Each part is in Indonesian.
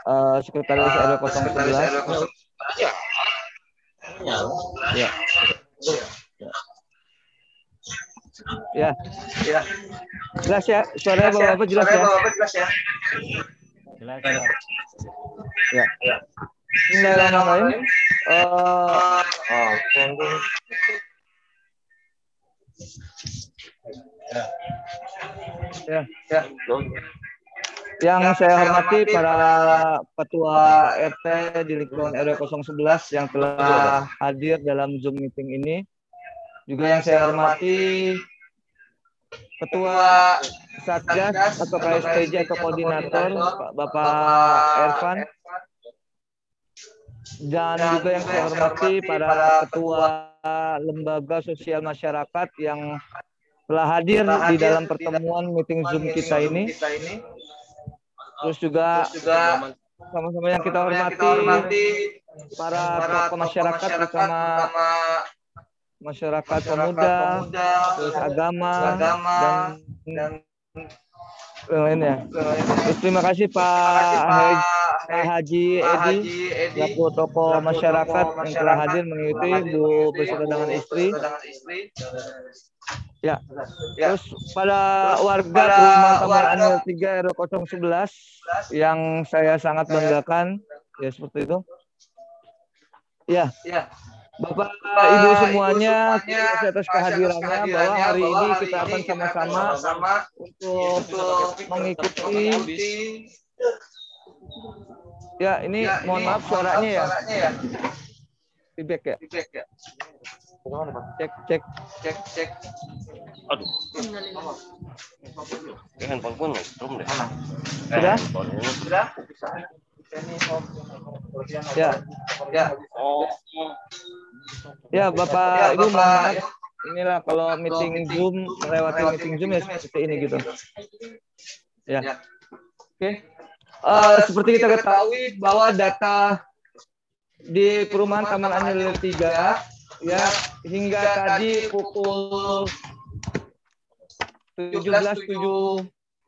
Sekretaris RW 011. Ya. Ya. Ya. Jelas ya, suaranya Bapak-bapak jelas ya? Jelas. Ya. Bismillahirrahmanirrahim. Ya. Yang saya hormati para ketua RT di lingkungan RW 011 yang telah hadir dalam Zoom meeting ini. Juga yang saya hormati Ketua Satgas atau KSTJ atau Koordinator Bapak Ervan. Dan juga yang saya hormati para ketua lembaga sosial masyarakat yang telah hadir di dalam pertemuan meeting Zoom kita ini. Terus juga sama-sama yang kita hormati para tokoh masyarakat, terutama masyarakat pemuda, terus agama, dan lainnya. Terus terima kasih Pak Haji Edi, selaku tokoh masyarakat yang telah hadir mengikuti Bu beserta dengan istri. Ya. Terus pada warga perumahan Taman Anil 3 RW 011 yang saya sangat banggakan, ya seperti itu. Ya. Bapak Ibu semuanya, terima kasih atas kehadirannya, bahwa hari ini kita akan sama-sama untuk mengikuti. Ya, ini mohon maaf suaranya ya. Feedback ya. Cek. Aduh. Handphone pun belum deh. Sudah? Ya, Bapak Ibu mohon maaf. Inilah kalau meeting Zoom, melewati meeting Zoom ya seperti ini gitu. Ya. Oke. Seperti kita ketahui bahwa data di perumahan Taman Anil 3 ya hingga tadi pukul 17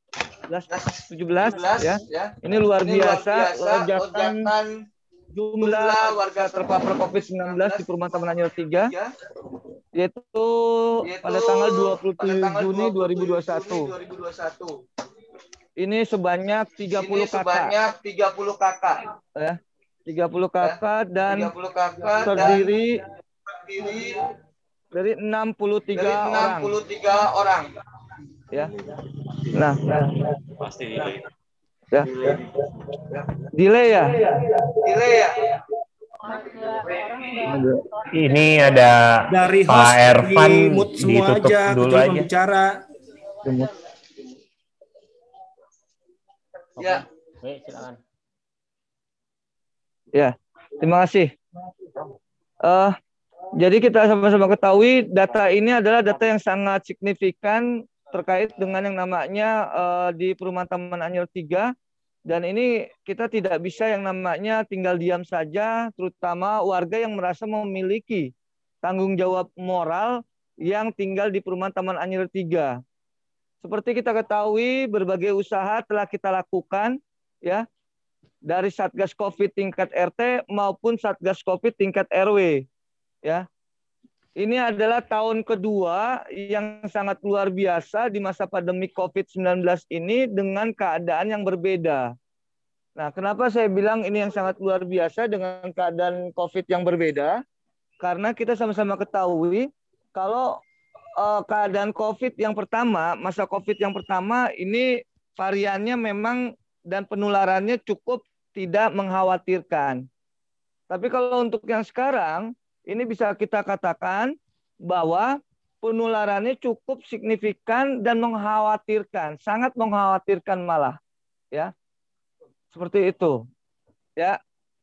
ya. Ini luar biasa lonjakan jumlah warga terpapar COVID-19 di perumahan Taman Anil 3 yaitu pada tanggal 27 Juni 2021. Ini sebanyak 30 kakak. Ya. 30 kakak dan terdiri dari 63 orang. Ya. Nah, pasti ya. Delay ya. Ini ada dari Pak host Ervan di mute semua ditutup aja, dulu kecuali aja. pembicara. Ya. Silakan. Ya, terima kasih. Jadi kita sama-sama ketahui data ini adalah data yang sangat signifikan terkait dengan yang namanya di perumahan Taman Anil 3. Dan ini kita tidak bisa yang namanya tinggal diam saja, terutama warga yang merasa memiliki tanggung jawab moral yang tinggal di perumahan Taman Anil 3. Seperti kita ketahui, berbagai usaha telah kita lakukan, ya, dari Satgas COVID tingkat RT maupun Satgas COVID tingkat RW. Ya, ini adalah tahun kedua yang sangat luar biasa di masa pandemi COVID-19 ini dengan keadaan yang berbeda. Nah, kenapa saya bilang ini yang sangat luar biasa dengan keadaan COVID yang berbeda? Karena kita sama-sama ketahui kalau keadaan COVID yang pertama, masa COVID yang pertama ini variannya memang dan penularannya cukup tidak mengkhawatirkan. Tapi kalau untuk yang sekarang, ini bisa kita katakan bahwa penularannya cukup signifikan dan mengkhawatirkan, sangat mengkhawatirkan malah, ya, seperti itu, ya,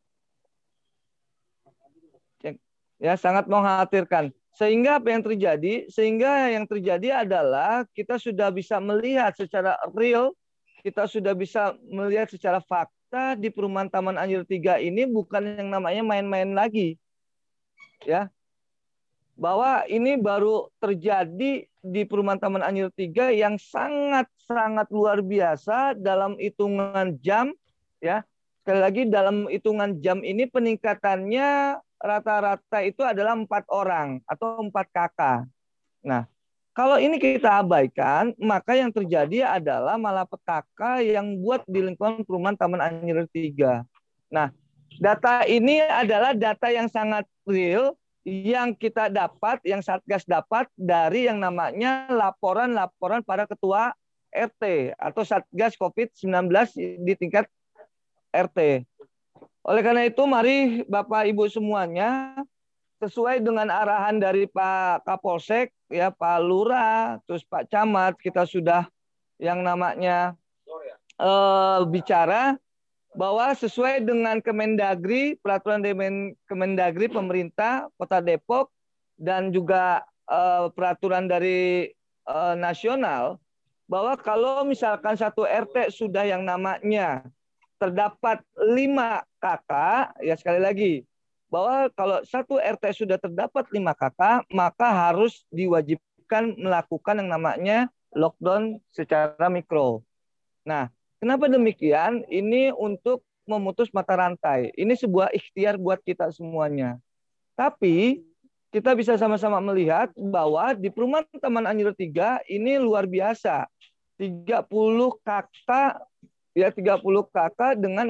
ya sangat mengkhawatirkan. Sehingga apa yang terjadi? Sehingga yang terjadi adalah kita sudah bisa melihat secara real, kita sudah bisa melihat secara fakta di perumahan Taman Anil 3 ini bukan yang namanya main-main lagi. Ya, bahwa ini baru terjadi di perumahan Taman Anil 3 yang sangat-sangat luar biasa dalam hitungan jam, ya. sekali lagi dalam hitungan jam ini peningkatannya rata-rata itu adalah 4 orang atau 4 kakak. Nah, kalau ini kita abaikan, maka yang terjadi adalah malapetaka yang buat di lingkungan perumahan Taman Anyer 3. Nah, data ini adalah data yang sangat real yang kita dapat, yang Satgas dapat dari yang namanya laporan-laporan para ketua RT atau Satgas COVID-19 di tingkat RT. Oleh karena itu, mari Bapak Ibu semuanya, sesuai dengan arahan dari Pak Kapolsek, ya Pak Lurah, terus Pak Camat, kita sudah yang namanya bicara bahwa sesuai dengan Kemendagri, peraturan Kemendagri pemerintah Kota Depok dan juga peraturan dari nasional, bahwa kalau misalkan satu RT sudah yang namanya terdapat 5 kakak, ya sekali lagi, bahwa kalau satu RT sudah terdapat 5 kakak, maka harus diwajibkan melakukan yang namanya lockdown secara mikro. Nah, kenapa demikian? Ini untuk memutus mata rantai. Ini sebuah ikhtiar buat kita semuanya. Tapi kita bisa sama-sama melihat bahwa di perumahan Taman Anyer 3 ini luar biasa. 30 kakak, ya 30 kakak dengan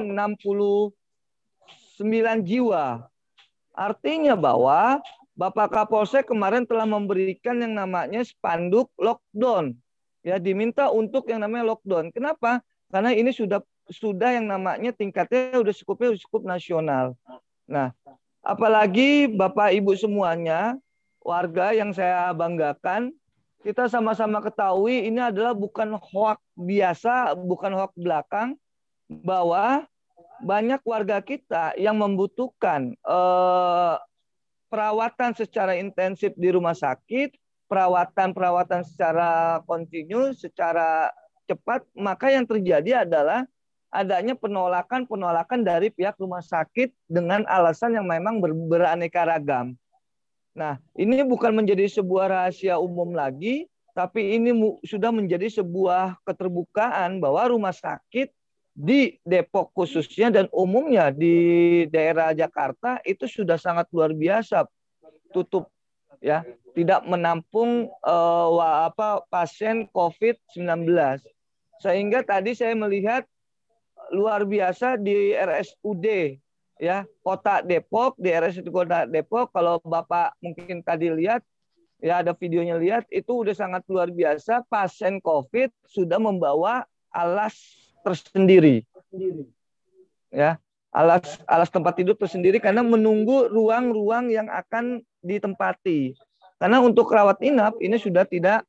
69 jiwa. Artinya bahwa Bapak Kapolsek kemarin telah memberikan yang namanya spanduk lockdown. Ya, diminta untuk yang namanya lockdown. Kenapa? Karena ini sudah yang namanya tingkatnya sudah cukup nasional. Nah, apalagi Bapak Ibu semuanya, warga yang saya banggakan, kita sama-sama ketahui ini adalah bukan hoak biasa, bukan hoak belakang, bahwa banyak warga kita yang membutuhkan perawatan secara intensif di rumah sakit, perawatan secara kontinu, secara cepat, maka yang terjadi adalah adanya penolakan dari pihak rumah sakit dengan alasan yang memang beraneka ragam. Nah, ini bukan menjadi sebuah rahasia umum lagi, tapi ini sudah menjadi sebuah keterbukaan bahwa rumah sakit di Depok khususnya dan umumnya di daerah Jakarta itu sudah sangat luar biasa tutup, ya, tidak menampung pasien COVID-19. Sehingga tadi saya melihat luar biasa di RSUD, ya, Kota Depok, di RSUD Kota Depok, kalau Bapak mungkin tadi lihat, ya ada videonya, lihat itu udah sangat luar biasa, pasien COVID sudah membawa alas tersendiri, ya, alas tempat tidur tersendiri karena menunggu ruang-ruang yang akan ditempati. Karena untuk rawat inap ini sudah tidak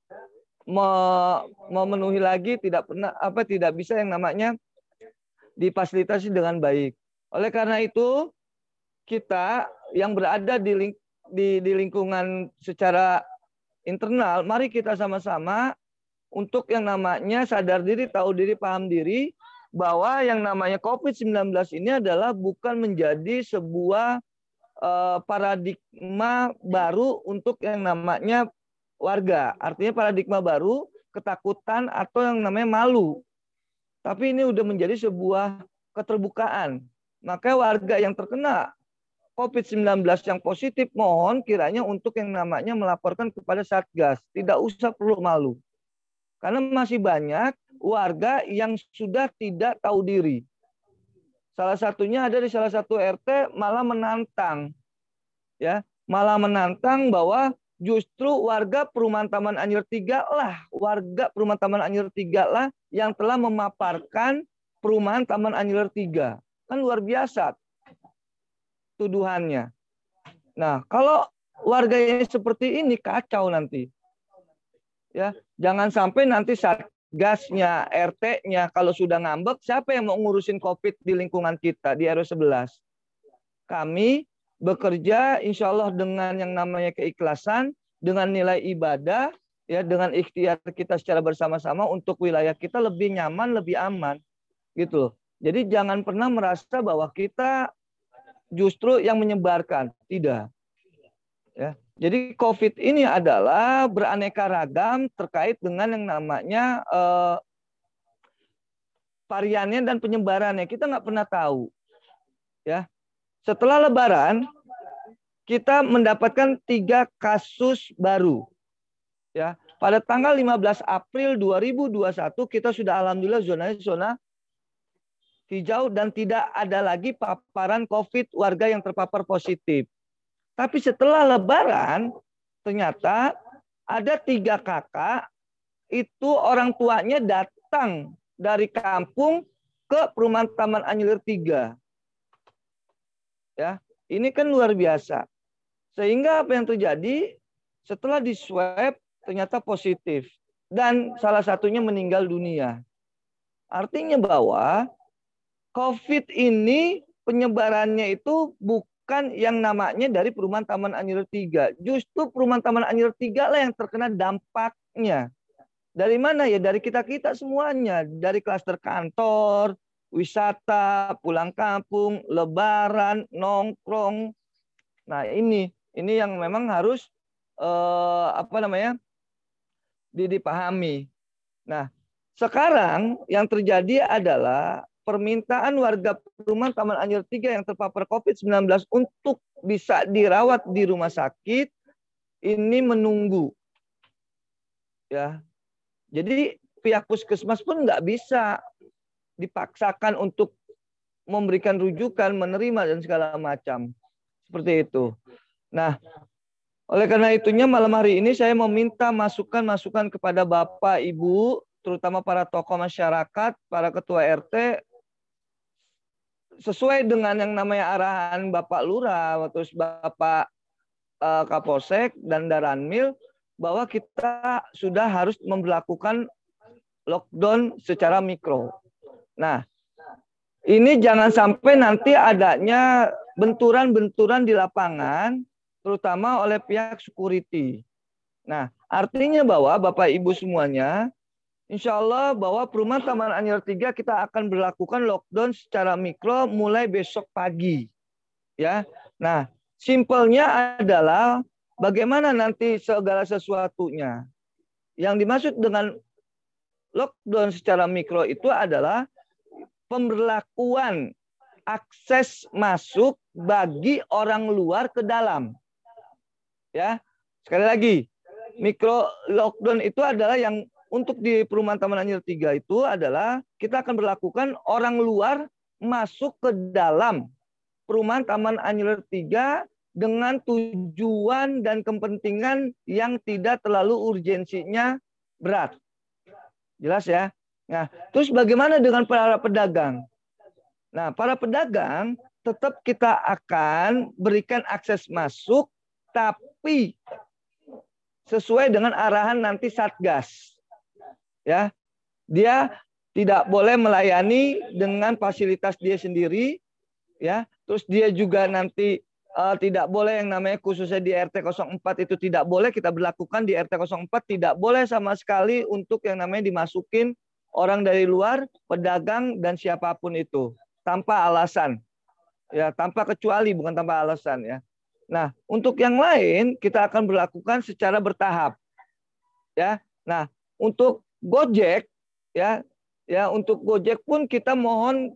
memenuhi lagi, tidak bisa yang namanya difasilitasi dengan baik. Oleh karena itu, kita yang berada di lingkungan secara internal, mari kita sama-sama untuk yang namanya sadar diri, tahu diri, paham diri, bahwa yang namanya COVID-19 ini adalah bukan menjadi sebuah paradigma baru untuk yang namanya warga. Artinya paradigma baru, ketakutan atau yang namanya malu. Tapi ini udah menjadi sebuah keterbukaan. Maka warga yang terkena COVID-19 yang positif, mohon kiranya untuk yang namanya melaporkan kepada Satgas. Tidak usah perlu malu. Karena masih banyak warga yang sudah tidak tahu diri. Salah satunya ada di salah satu RT malah menantang, ya, malah menantang bahwa justru warga perumahan Taman Anyer 3 lah yang telah memaparkan perumahan Taman Anyer 3. Kan luar biasa tuduhannya. Nah, kalau warganya seperti ini kacau nanti. Ya, jangan sampai nanti Satgasnya, RT-nya kalau sudah ngambek, siapa yang mau ngurusin COVID di lingkungan kita di RW 11? Kami bekerja insya Allah dengan yang namanya keikhlasan, dengan nilai ibadah, ya, dengan ikhtiar kita secara bersama-sama untuk wilayah kita lebih nyaman, lebih aman, gitu. Jadi jangan pernah merasa bahwa kita justru yang menyebarkan, tidak. Ya. Jadi COVID ini adalah beraneka ragam terkait dengan yang namanya variannya dan penyebarannya. Kita nggak pernah tahu. Ya, setelah Lebaran kita mendapatkan 3 kasus baru. Ya, pada tanggal 15 April 2021 kita sudah alhamdulillah zona hijau dan tidak ada lagi paparan COVID warga yang terpapar positif. Tapi setelah Lebaran ternyata ada 3 kakak itu orang tuanya datang dari kampung ke perumahan Taman Anyelir 3. Ya, ini kan luar biasa. Sehingga apa yang terjadi setelah di swab ternyata positif dan salah satunya meninggal dunia. Artinya bahwa COVID ini penyebarannya itu bukan yang namanya dari perumahan Taman Anyelir 3. Justru perumahan Taman Anyelir 3 lah yang terkena dampaknya. Dari mana ya? Dari kita-kita semuanya. Dari klaster kantor, wisata, pulang kampung, lebaran, nongkrong. Nah ini yang memang harus dipahami. Nah sekarang yang terjadi adalah permintaan warga perumahan Taman Anyelir 3 yang terpapar COVID-19 untuk bisa dirawat di rumah sakit ini menunggu. Ya, jadi pihak puskesmas pun nggak bisa dipaksakan untuk memberikan rujukan, menerima dan segala macam. Seperti itu. Nah, oleh karena itunya malam hari ini saya meminta masukan-masukan kepada Bapak, Ibu, terutama para tokoh masyarakat, para ketua RT, sesuai dengan yang namanya arahan Bapak Lurah, terus Bapak Kapolsek dan Daranmil, bahwa kita sudah harus memberlakukan lockdown secara mikro. Nah, ini jangan sampai nanti adanya benturan-benturan di lapangan, terutama oleh pihak security. Nah, artinya bahwa Bapak Ibu semuanya, insya Allah bahwa perumahan Taman Anyelir 3 kita akan berlakukan lockdown secara mikro mulai besok pagi. Ya, nah simpelnya adalah bagaimana nanti segala sesuatunya. Yang dimaksud dengan lockdown secara mikro itu adalah pemberlakuan akses masuk bagi orang luar ke dalam. Ya, sekali lagi, mikro lockdown itu adalah yang untuk di perumahan Taman Anyelir 3 itu adalah kita akan berlakukan orang luar masuk ke dalam perumahan Taman Anyelir 3 dengan tujuan dan kepentingan yang tidak terlalu urgensinya berat. Jelas ya? Nah, terus bagaimana dengan para pedagang? Nah, para pedagang tetap kita akan berikan akses masuk, tapi sesuai dengan arahan nanti Satgas. Ya, dia tidak boleh melayani dengan fasilitas dia sendiri. Ya, terus dia juga nanti tidak boleh yang namanya khususnya di RT 04 itu tidak boleh kita berlakukan di RT 04 tidak boleh sama sekali untuk yang namanya dimasukin orang dari luar, pedagang dan siapapun itu tanpa alasan. Ya, tanpa kecuali bukan tanpa alasan ya. Nah, untuk yang lain kita akan berlakukan secara bertahap. Ya. Nah, untuk Gojek ya untuk Gojek pun kita mohon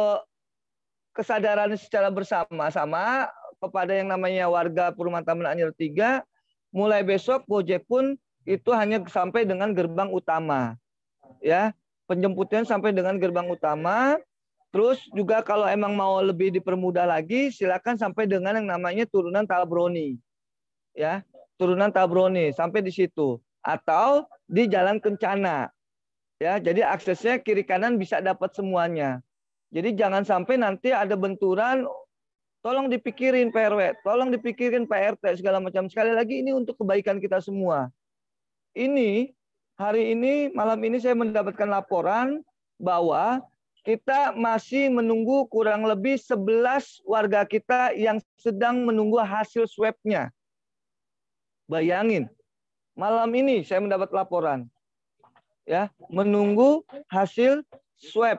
kesadaran secara bersama-sama kepada yang namanya warga perumahan Taman Anyelir 3, mulai besok Gojek pun itu hanya sampai dengan gerbang utama. Ya, penjemputan sampai dengan gerbang utama. Terus juga kalau emang mau lebih dipermudah lagi, silakan sampai dengan yang namanya turunan Tabroni. Ya, turunan Tabroni sampai di situ atau di Jalan Kencana. Ya, jadi aksesnya kiri kanan bisa dapat semuanya. Jadi jangan sampai nanti ada benturan. Tolong dipikirin Pak RW, tolong dipikirin Pak RT segala macam. Sekali lagi ini untuk kebaikan kita semua. Ini hari ini malam ini saya mendapatkan laporan bahwa kita masih menunggu kurang lebih 11 warga kita yang sedang menunggu hasil swab-nya. Bayangin, malam ini saya mendapat laporan. Ya, menunggu hasil swab.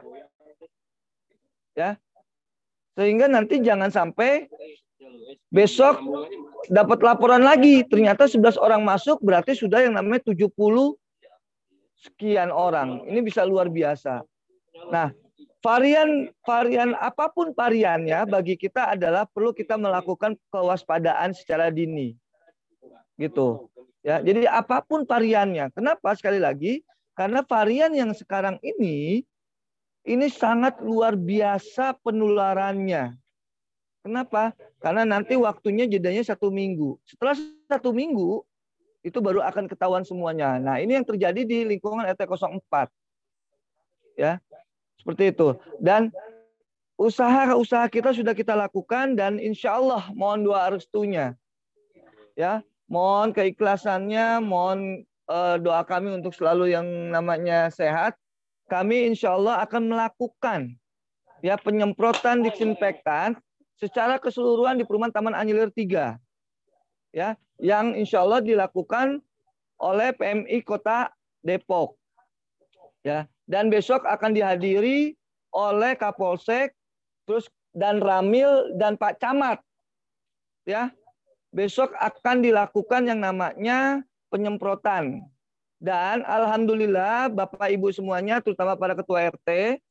Ya. Sehingga nanti jangan sampai besok dapat laporan lagi. Ternyata 11 orang masuk berarti sudah yang namanya 70 sekian orang. Ini bisa luar biasa. Nah, varian apapun variannya bagi kita adalah perlu kita melakukan kewaspadaan secara dini. Gitu. Ya, jadi apapun variannya. Kenapa? Sekali lagi, karena varian yang sekarang ini sangat luar biasa penularannya. Kenapa? Karena nanti waktunya jedanya 1 minggu. Setelah 1 minggu, itu baru akan ketahuan semuanya. Nah, ini yang terjadi di lingkungan RT 04. Ya, seperti itu. Dan usaha kita sudah kita lakukan dan insya Allah mohon doa restunya. Ya, mohon keikhlasannya, mohon doa kami untuk selalu yang namanya sehat. Kami insya Allah akan melakukan ya penyemprotan disinfektan secara keseluruhan di perumahan Taman Anyelir 3. Ya, yang insya Allah dilakukan oleh PMI Kota Depok. Ya, dan besok akan dihadiri oleh Kapolsek, terus dan Ramil dan Pak Camat. Ya, besok akan dilakukan yang namanya penyemprotan. Dan alhamdulillah Bapak Ibu semuanya, terutama para ketua RT,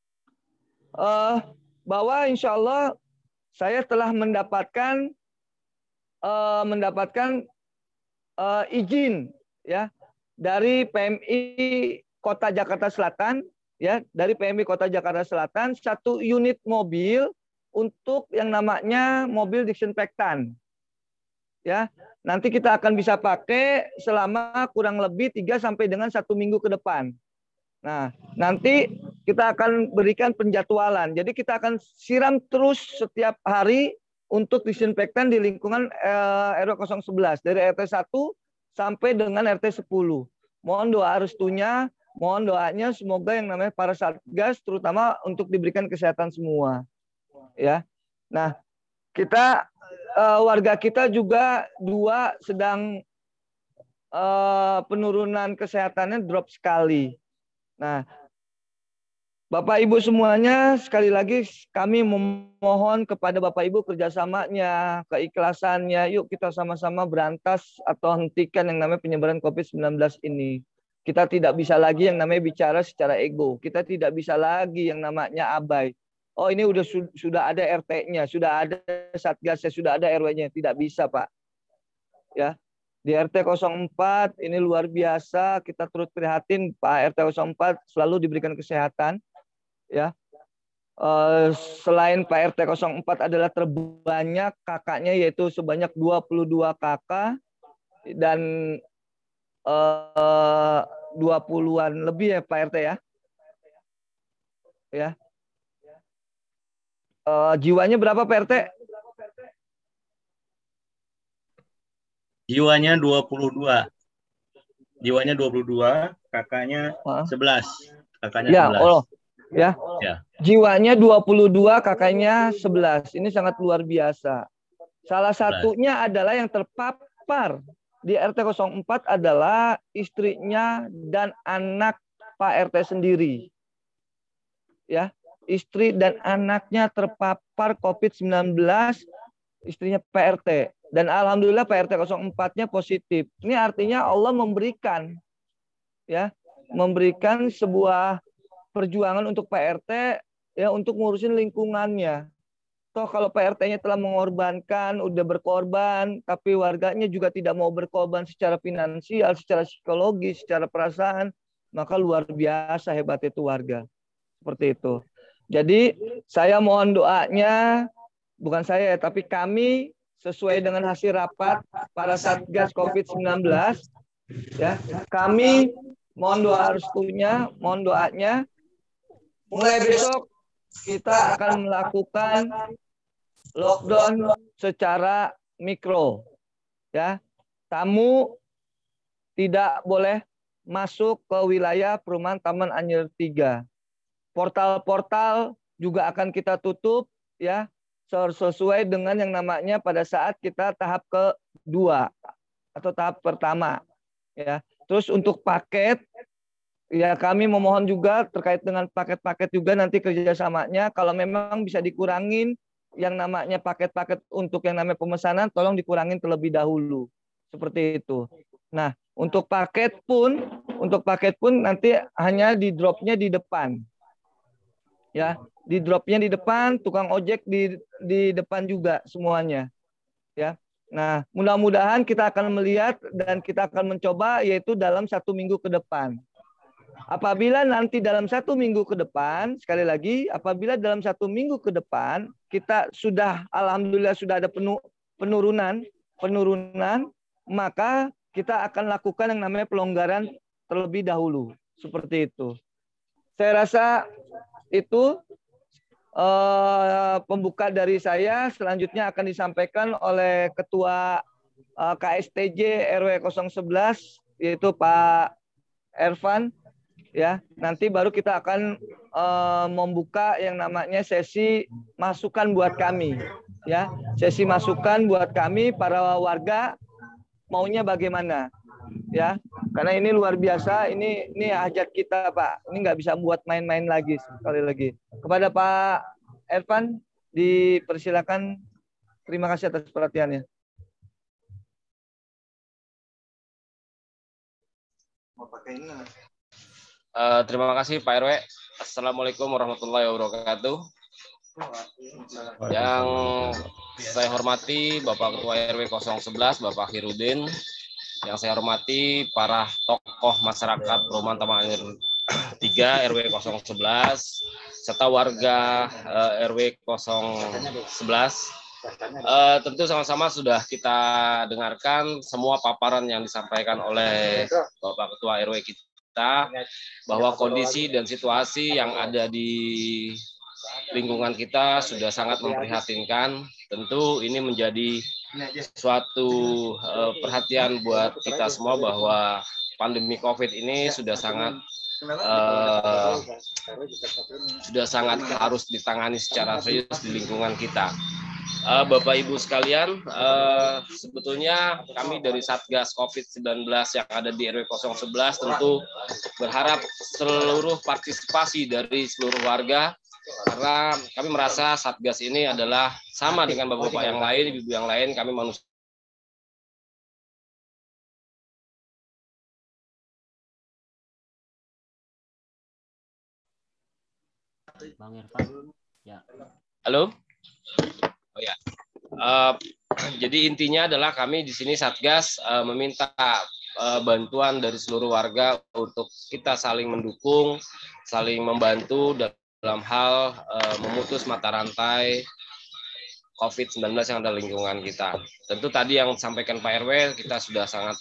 bahwa insya Allah saya telah mendapatkan izin ya dari PMI Kota Jakarta Selatan, ya dari PMI Kota Jakarta Selatan 1 unit mobil untuk yang namanya mobil disinfektan. Ya, nanti kita akan bisa pakai selama kurang lebih 3 sampai dengan 1 minggu ke depan. Nah, nanti kita akan berikan penjadwalan. Jadi kita akan siram terus setiap hari untuk disinfektan di lingkungan RW 011 dari RT 1 sampai dengan RT 10. Mohon doa restunya, mohon doanya semoga yang namanya para satgas terutama untuk diberikan kesehatan semua. Ya. Nah, kita warga kita juga 2 sedang penurunan kesehatannya drop sekali. Nah, Bapak Ibu semuanya, sekali lagi kami memohon kepada Bapak Ibu kerjasamanya, keikhlasannya. Yuk kita sama-sama berantas atau hentikan yang namanya penyebaran COVID-19 ini. Kita tidak bisa lagi yang namanya bicara secara ego. Kita tidak bisa lagi yang namanya abai. Oh ini sudah ada RT-nya, sudah ada Satgasnya, sudah ada RW-nya. Tidak bisa Pak. Ya. Di RT 04 ini luar biasa. Kita turut prihatin Pak RT 04 selalu diberikan kesehatan. Ya, selain Pak RT 04 adalah terbanyak kakaknya yaitu sebanyak 22 kakak dan 20-an lebih ya Pak RT ya. Ya. Jiwanya berapa Pak RT? Jiwanya 22. Jiwanya 22, kakaknya 11. Kakaknya ya, 11. Allah. Ya. Jiwanya 22, kakaknya 11. Ini sangat luar biasa. Salah satunya adalah yang terpapar di RT 04 adalah istrinya dan anak Pak RT sendiri. Ya, istri dan anaknya terpapar COVID-19, istrinya Pak RT. Dan alhamdulillah Pak RT 04-nya positif. Ini artinya Allah memberikan sebuah perjuangan untuk Pak RT ya untuk ngurusin lingkungannya. Toh kalau Pak RT-nya telah mengorbankan, udah berkorban, tapi warganya juga tidak mau berkorban secara finansial, secara psikologi, secara perasaan, maka luar biasa hebat itu warga. Seperti itu. Jadi saya mohon doanya, bukan saya tapi kami sesuai dengan hasil rapat para Satgas COVID-19, ya kami mohon doa restunya, mohon doanya. Mulai besok kita akan melakukan lockdown secara mikro. Ya, tamu tidak boleh masuk ke wilayah perumahan Taman Anyelir 3. Portal-portal juga akan kita tutup ya, sesuai dengan yang namanya pada saat kita tahap kedua atau tahap pertama. Ya, terus untuk paket ya kami memohon juga terkait dengan paket-paket juga nanti kerjasamanya kalau memang bisa dikurangin yang namanya paket-paket untuk yang namanya pemesanan tolong dikurangin terlebih dahulu seperti itu. Nah untuk paket pun nanti hanya di dropnya di depan Ya, di dropnya di depan, tukang ojek di depan juga semuanya. Ya. Nah, mudah-mudahan kita akan melihat dan kita akan mencoba yaitu dalam 1 minggu ke depan. Apabila nanti dalam 1 minggu ke depan, sekali lagi, apabila dalam 1 minggu ke depan kita sudah, alhamdulillah sudah ada penurunan, maka kita akan lakukan yang namanya pelonggaran terlebih dahulu, seperti itu. Saya rasa itu pembuka dari saya. Selanjutnya akan disampaikan oleh Ketua KSTJ RW 011 yaitu Pak Ervan. Ya, nanti baru kita akan membuka yang namanya sesi masukan buat kami. Ya, sesi masukan buat kami para warga maunya bagaimana. Ya, karena ini luar biasa, ini hajat kita, Pak. Ini nggak bisa buat main-main lagi, sekali lagi. Kepada Pak Ervan, dipersilakan. Terima kasih atas perhatiannya. Terima kasih Pak RW. Assalamualaikum warahmatullahi wabarakatuh. Yang saya hormati Bapak Ketua RW 011, Bapak Khirudin. Yang saya hormati para tokoh masyarakat Perumahan Taman Anyer 3 RW 011 serta warga RW 011. Tentu sama-sama sudah kita dengarkan semua paparan yang disampaikan oleh Bapak Ketua RW kita bahwa kondisi dan situasi yang ada di lingkungan kita sudah sangat memprihatinkan. Tentu ini menjadi suatu perhatian buat kita semua bahwa pandemi COVID ini sudah sangat harus ditangani secara serius di lingkungan kita. Bapak Ibu sekalian, sebetulnya kami dari Satgas COVID-19 yang ada di RW 011 tentu berharap seluruh partisipasi dari seluruh warga, karena kami merasa Satgas ini adalah sama dengan bapak-bapak yang lain, ibu yang lain, kami manusia. Bang Irfan, ya. Halo? Oh ya. Jadi intinya adalah kami di sini Satgas meminta bantuan dari seluruh warga untuk kita saling mendukung, saling membantu dalam hal memutus mata rantai COVID-19 yang ada di lingkungan kita. Tentu tadi yang disampaikan Pak RW, kita sudah sangat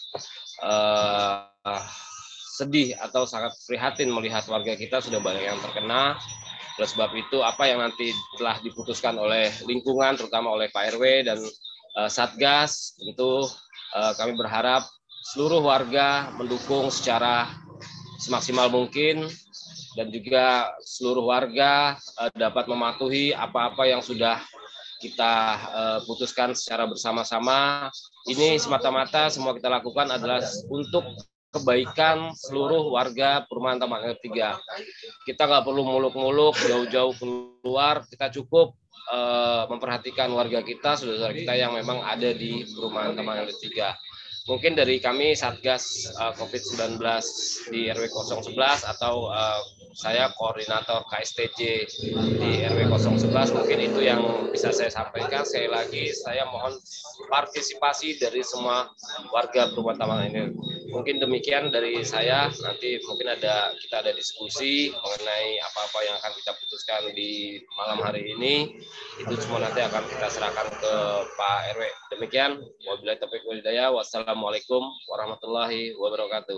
sedih atau sangat prihatin melihat warga kita sudah banyak yang terkena. Oleh sebab itu, apa yang nanti telah diputuskan oleh lingkungan, terutama oleh Pak RW dan Satgas, tentu kami berharap seluruh warga mendukung secara semaksimal mungkin dan juga seluruh warga dapat mematuhi apa-apa yang sudah kita putuskan secara bersama-sama. Ini semata-mata semua kita lakukan adalah untuk kebaikan seluruh warga Perumahan Taman Anyer 3. Kita nggak perlu muluk-muluk jauh-jauh keluar, kita cukup memperhatikan warga kita, saudara-saudara kita yang memang ada di Perumahan Taman Anyer 3. Mungkin dari kami Satgas COVID-19 di RW 011 atau saya koordinator KSTJ di RW 011, mungkin itu yang bisa saya sampaikan. Sekali lagi saya mohon partisipasi dari semua warga Perumahan Taman Anyer. Mungkin demikian dari saya, nanti mungkin kita ada diskusi mengenai apa-apa yang akan kita putuskan di malam hari ini. Itu semua nanti akan kita serahkan ke Pak RW. Demikian, wabillahi taufiq wal hidayah. Wassalamualaikum warahmatullahi wabarakatuh.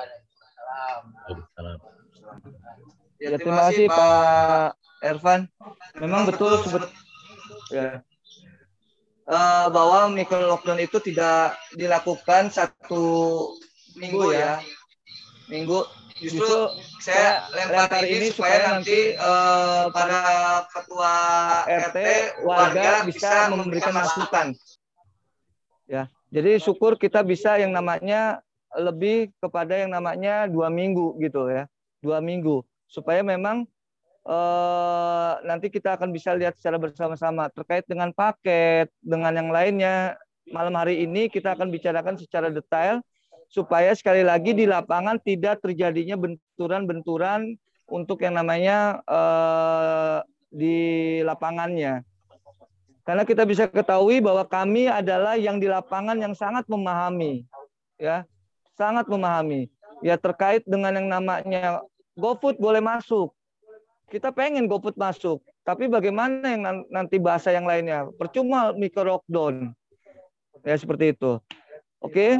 Ya, terima kasih Pak Ervan. Memang betul ya, bahwa micro lockdown itu tidak dilakukan 1 minggu ya. Justru saya lempar ini supaya nanti para ketua RT warga bisa memberikan masukan. Ya, jadi syukur kita bisa yang namanya lebih kepada yang namanya 2 minggu gitu ya, 2 minggu supaya memang nanti kita akan bisa lihat secara bersama-sama terkait dengan paket dengan yang lainnya. Malam hari ini kita akan bicarakan secara detail supaya sekali lagi di lapangan tidak terjadinya benturan-benturan untuk yang namanya di lapangannya. Karena kita bisa ketahui bahwa kami adalah yang di lapangan yang sangat memahami, ya, sangat memahami. Ya terkait dengan yang namanya GoFood boleh masuk. Kita pengen GoFood masuk, tapi bagaimana yang nanti bahasa yang lainnya? Percuma micro lockdown. Ya seperti itu. Oke.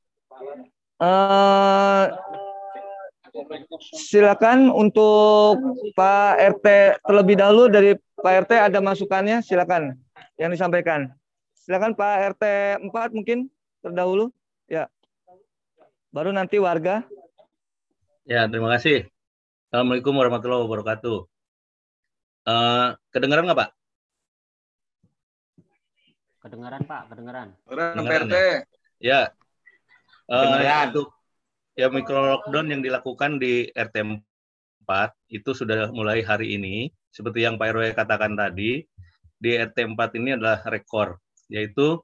Silakan untuk Pak RT terlebih dahulu. Dari Pak RT ada masukannya, silakan yang disampaikan. Silakan Pak RT 4 mungkin terdahulu. Ya. Baru nanti warga. Ya, terima kasih. Assalamualaikum warahmatullahi wabarakatuh. Kedengaran nggak, Pak? Kedengaran, Pak, kedengaran. Kedengaran, Pak RT. Ya. Untuk ya micro lockdown yang dilakukan di RT 4 itu sudah mulai hari ini. Seperti yang Pak RW katakan tadi, di RT 4 ini adalah rekor, yaitu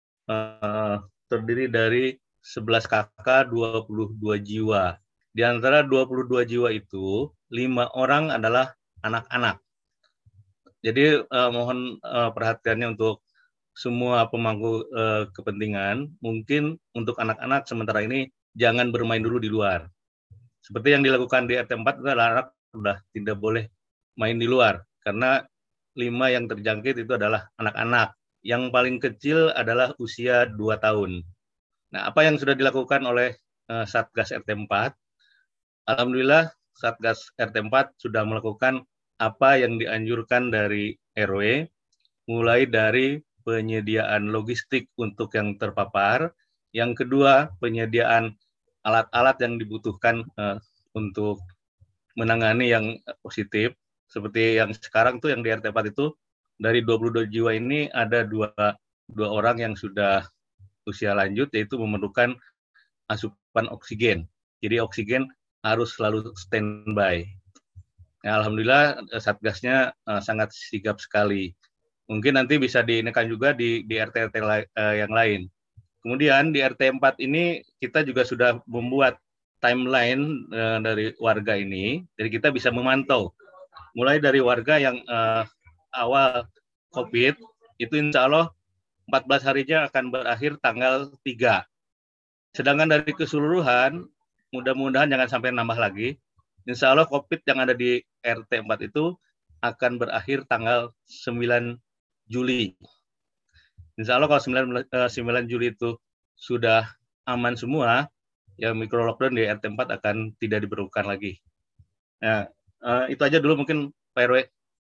terdiri dari 11 kakak, 22 jiwa. Di antara 22 jiwa itu, 5 orang adalah anak-anak. Jadi mohon perhatiannya untuk semua pemangku kepentingan. Mungkin untuk anak-anak sementara ini jangan bermain dulu di luar. Seperti yang dilakukan di RT 4 itu adalah anak sudah tidak boleh main di luar. Karena 5 yang terjangkit itu adalah anak-anak. Yang paling kecil adalah usia 2 tahun. Nah, apa yang sudah dilakukan oleh Satgas RT 4? Alhamdulillah Satgas RT 4 sudah melakukan apa yang dianjurkan dari RW, mulai dari penyediaan logistik untuk yang terpapar, yang kedua penyediaan alat-alat yang dibutuhkan untuk menangani yang positif, seperti yang sekarang tuh yang di RT 4 itu dari 22 jiwa ini ada dua orang yang sudah usia lanjut, yaitu memerlukan asupan oksigen. Jadi oksigen harus selalu standby. Ya, alhamdulillah Satgasnya sangat sigap sekali. Mungkin nanti bisa diingatkan juga di RT-RT yang lain. Kemudian di RT 4 ini kita juga sudah membuat timeline dari warga ini, jadi kita bisa memantau. Mulai dari warga yang awal COVID, itu insya Allah 14 harinya akan berakhir tanggal 3. Sedangkan dari keseluruhan, mudah-mudahan jangan sampai nambah lagi, insya Allah COVID yang ada di RT 4 itu akan berakhir tanggal 9 Juli. Insya Allah kalau 9 Juli itu sudah aman semua, ya micro lockdown di RT 4 akan tidak diperlukan lagi. Nah, itu aja dulu mungkin Pak RW.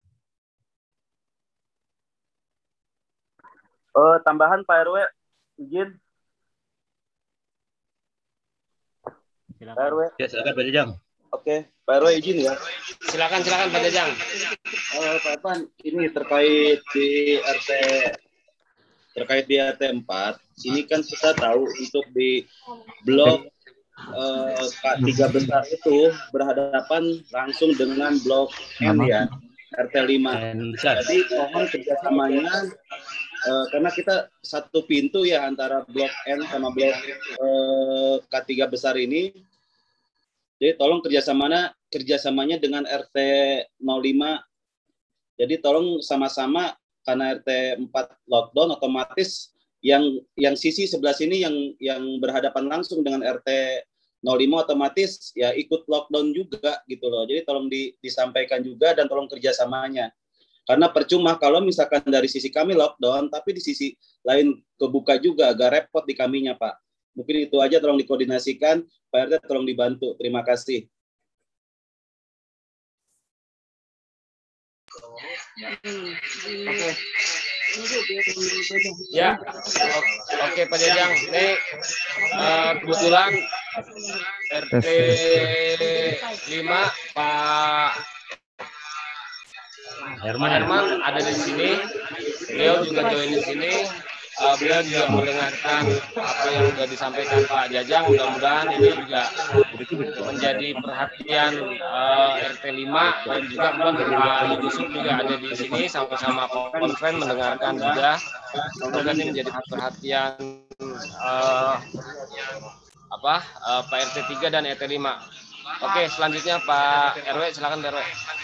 Tambahan Pak RW, izin. Silakan. Pak RW. Ya, silakan Pak Jajang. Oke, Pak RW izin ya. Silakan Pak Jajang. Pak Irfan, ini terkait di RT 4, ini kan kita tahu untuk di blok K3 besar itu berhadapan langsung dengan blok N ya, RT 5. Jadi mohon kerjasamanya, karena kita satu pintu ya antara blok N sama blok K3 besar ini. Jadi tolong kerjasamanya dengan RT 05. Jadi tolong sama-sama, karena RT 4 lockdown, otomatis yang sisi sebelah sini yang berhadapan langsung dengan RT 05 otomatis ya ikut lockdown juga gitu loh. Jadi tolong disampaikan juga dan tolong kerjasamanya. Karena percuma kalau misalkan dari sisi kami lockdown, tapi di sisi lain kebuka juga, agak repot di kaminya Pak. Mungkin itu aja, tolong dikoordinasikan. Pak RT tolong dibantu. Terima kasih. Oke. Ya, oke Pak Jajang. Ini kebetulan RT 5 Pak Herman ada di sini. Beliau juga join di sini. Beliau juga mendengarkan apa yang sudah disampaikan Pak Jajang. Mudah-mudahan ini juga menjadi perhatian RT 5 dan juga Pak Yusuf juga ada di sini sama-sama konferen mendengarkan juga. Semoga ini menjadi perhatian Pak RT 3 dan RT 5. Oke, selanjutnya Pak RW, silakan Pak RW.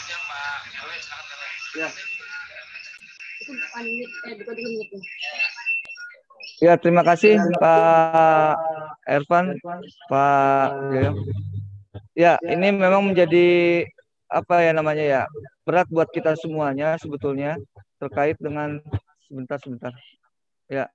Ya, terima kasih Pak Ervan, Pak Joyo. Ya, ini memang menjadi apa ya namanya ya, berat buat kita semuanya sebetulnya terkait dengan sebentar. Ya,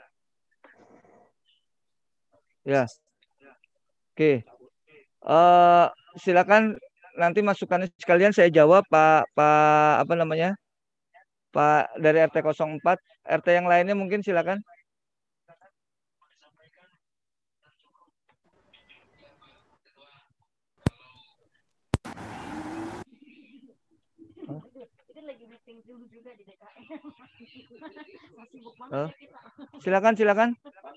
ya. Oke. Silakan nanti masukannya sekalian saya jawab Pak apa namanya? Pak dari RT 04, RT yang lainnya mungkin silakan. Silakan.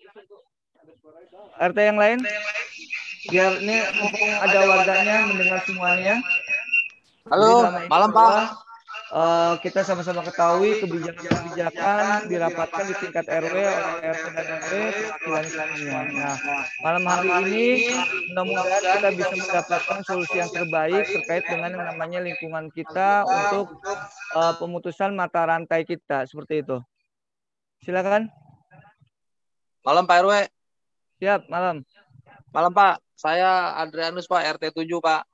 RT yang lain, biar ini mumpung ada warganya mendengar semuanya. Halo, malam Pak. Kita sama-sama ketahui kebijakan-kebijakan dirapatkan di tingkat RW oleh RT dan RW perwakilan-wakilannya. Nah, malam hari ini mudah-mudahan kita bisa mendapatkan solusi yang terbaik terkait dengan yang namanya lingkungan kita untuk pemutusan mata rantai kita seperti itu. Silakan. Malam Pak RW. Siap, malam. Malam Pak. Saya Adrianus Pak, RT 7 Pak.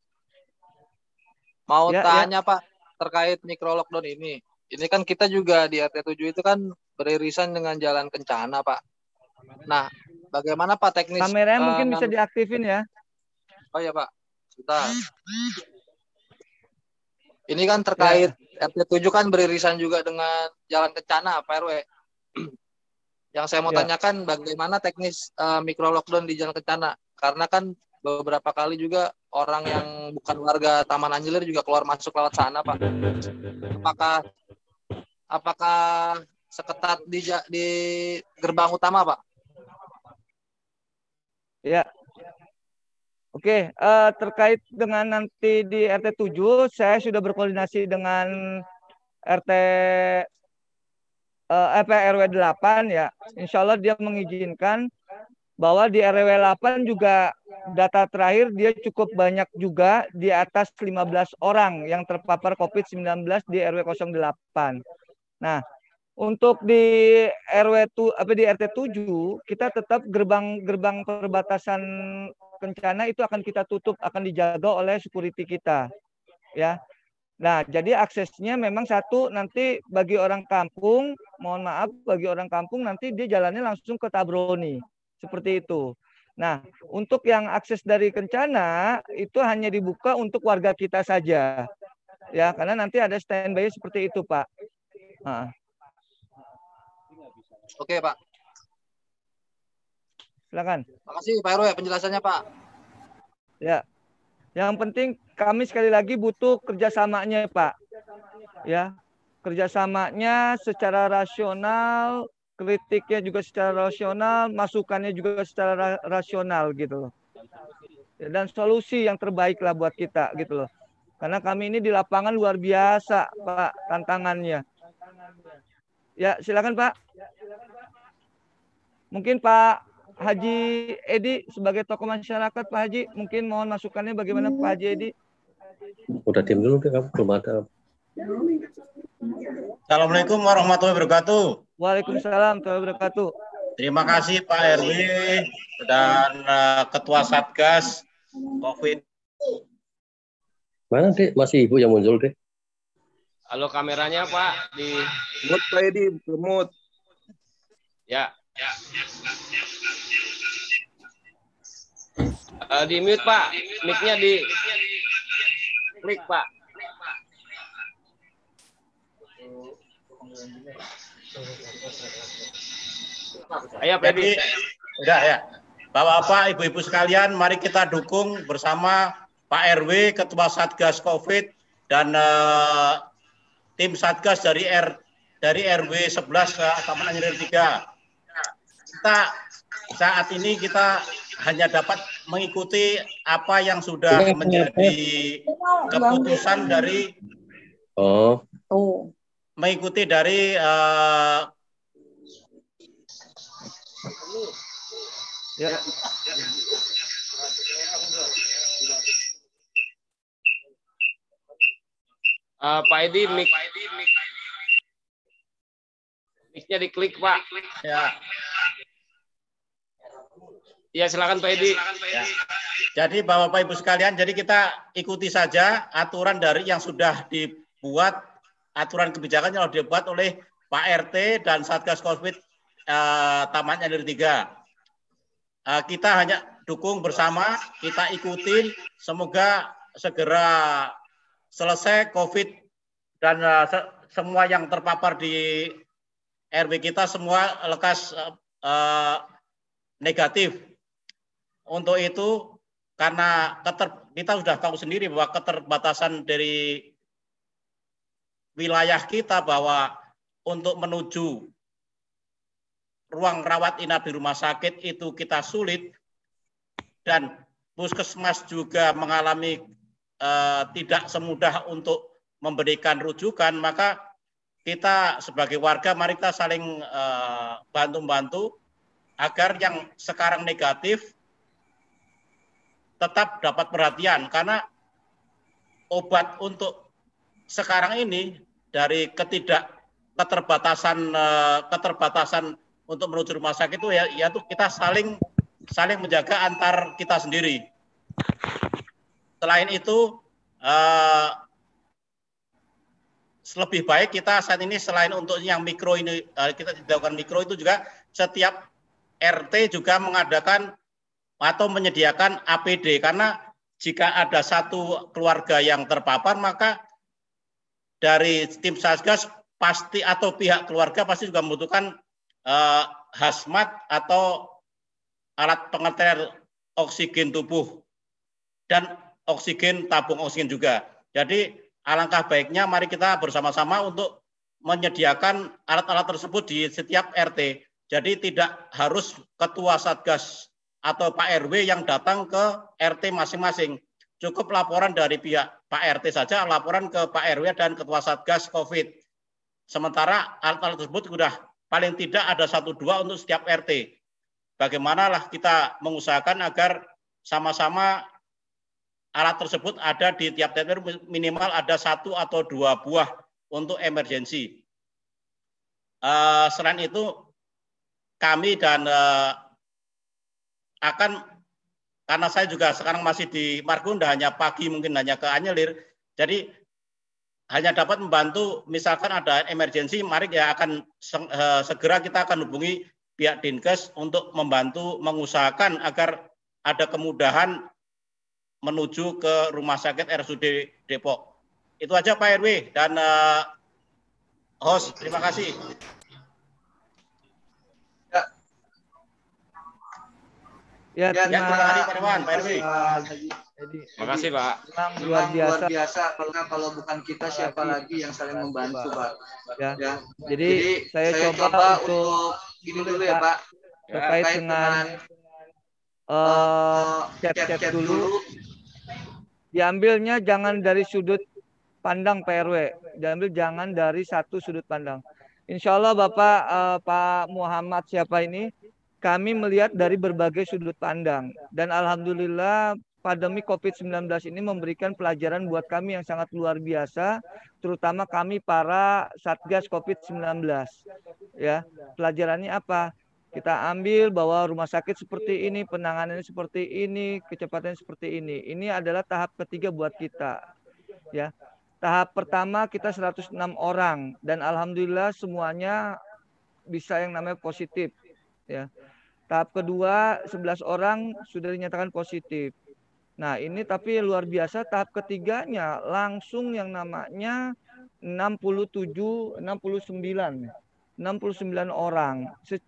Mau tanya Pak terkait micro lockdown ini. Ini kan kita juga di RT 7 itu kan beririsan dengan Jalan Kencana Pak. Nah, bagaimana Pak teknis? Kameranya mungkin bisa diaktifin ya. Oh ya Pak. Sebentar. Ini kan terkait RT 7 kan beririsan juga dengan Jalan Kencana Pak RW. Yang saya mau tanyakan bagaimana teknis micro lockdown di Jalan Kencana? Karena kan beberapa kali juga orang yang bukan warga Taman Anjelir juga keluar masuk lewat sana, Pak. Apakah seketat di gerbang utama, Pak? Ya. Oke, terkait dengan nanti di RT 7, saya sudah berkoordinasi dengan RT RW 8 ya. Insya Allah dia mengizinkan bahwa di RW 8 juga data terakhir dia cukup banyak juga di atas 15 orang yang terpapar COVID-19 di RW 08. Nah, untuk di di RT 7 kita tetap gerbang perbatasan Kencana itu akan kita tutup, akan dijaga oleh security kita. Ya. Nah, jadi aksesnya memang satu nanti bagi orang kampung, mohon maaf bagi orang kampung nanti dia jalannya langsung ke Tabroni. Seperti itu. Nah, untuk yang akses dari Kencana itu hanya dibuka untuk warga kita saja. Ya, karena nanti ada standby seperti itu, Pak. Nah. Oke, Pak. Silakan. Terima kasih Pak RW penjelasannya, Pak. Ya. Yang penting kami sekali lagi butuh kerjasamanya, Pak. Ya, kerjasamanya secara rasional, kritiknya juga secara rasional, masukannya juga secara rasional gitu loh. Dan solusi yang terbaik lah buat kita gitu loh. Karena kami ini di lapangan luar biasa, Pak, tantangannya. Ya, silakan Pak. Mungkin Pak Haji Edi sebagai tokoh masyarakat, Pak Haji, mungkin mohon masukannya bagaimana Pak Haji Edi? Udah diam dulu deh, kamu belum ada. Assalamualaikum warahmatullahi wabarakatuh. Waalaikumsalam warahmatullahi wabarakatuh. Terima kasih Pak RW dan Ketua Satgas COVID. Mana Dek? Masih Ibu yang muncul Dek? Halo kameranya Pak di mute Pak Edi, mute. Ya. Di mute Pak, mic-nya di klik Pak. Ayo Jadi, udah ya. Bapak-bapak, ibu-ibu sekalian, mari kita dukung bersama Pak RW, Ketua Satgas COVID dan tim Satgas dari RW 11 Taman Anjelir 3. Saat ini kita hanya dapat mengikuti apa yang sudah menjadi keputusan dari mengikuti dari Pak Edi, mic-nya diklik, Pak. Ya. Ya, silakan Pak Edi. Ya. Jadi Bapak Ibu sekalian, jadi kita ikuti saja aturan dari yang sudah dibuat, aturan kebijakan yang sudah dibuat oleh Pak RT dan Satgas Covid Taman NR 3. Kita hanya dukung bersama, kita ikutin, semoga segera selesai COVID dan semua yang terpapar di RW kita semua lekas negatif. Untuk itu, karena kita sudah tahu sendiri bahwa keterbatasan dari wilayah kita, bahwa untuk menuju ruang rawat inap di rumah sakit itu kita sulit, dan puskesmas juga mengalami tidak semudah untuk memberikan rujukan, maka kita sebagai warga mari kita saling bantu-bantu agar yang sekarang negatif tetap dapat perhatian, karena obat untuk sekarang ini dari keterbatasan untuk menuju rumah sakit itu yaitu kita saling menjaga antar kita sendiri. Selain itu lebih baik kita saat ini selain untuk yang mikro ini kita dilakukan mikro, itu juga setiap RT juga mengadakan atau menyediakan APD, karena jika ada satu keluarga yang terpapar maka dari tim Satgas pasti atau pihak keluarga pasti juga membutuhkan hazmat atau alat pengeter oksigen tubuh dan oksigen, tabung oksigen juga. Jadi alangkah baiknya mari kita bersama-sama untuk menyediakan alat-alat tersebut di setiap RT. Jadi tidak harus ketua Satgas atau Pak RW yang datang ke RT masing-masing. Cukup laporan dari pihak Pak RT saja, laporan ke Pak RW dan ketua Satgas COVID. Sementara alat-alat tersebut sudah paling tidak ada 1-2 untuk setiap RT. Bagaimanalah kita mengusahakan agar sama-sama alat tersebut ada di tiap RT, minimal ada 1 atau 2 buah untuk emergensi. Selain itu, kami dan karena saya juga sekarang masih di Margonda, hanya pagi mungkin hanya ke Anyelir, jadi hanya dapat membantu misalkan ada emergensi, mari ya akan segera kita akan hubungi pihak Dinkes untuk membantu mengusahakan agar ada kemudahan menuju ke rumah sakit RSUD Depok. Itu aja Pak RW dan host, terima kasih. Ya, terima kasih Pak Dewan, Pak RW. Terima kasih Pak. Memang luar biasa. Kalau bukan kita siapa lagi yang saling membantu, Pak. Ya. Jadi saya coba untuk ini dulu ya Pak, terkait dengan chat dulu. Diambilnya jangan dari sudut pandang Pak RW, diambil jangan dari satu sudut pandang. Insya Allah Bapak Pak Muhammad siapa ini, kami melihat dari berbagai sudut pandang. Dan alhamdulillah pandemi COVID-19 ini memberikan pelajaran buat kami yang sangat luar biasa, terutama kami para Satgas COVID-19. Ya, pelajarannya apa? Kita ambil bahwa rumah sakit seperti ini, penanganannya seperti ini, kecepatannya seperti ini. Ini adalah tahap ketiga buat kita. Ya. Tahap pertama kita 106 orang dan alhamdulillah semuanya bisa yang namanya positif. Ya. Tahap kedua 11 orang sudah dinyatakan positif. Nah, ini tapi luar biasa tahap ketiganya langsung yang namanya 69 orang.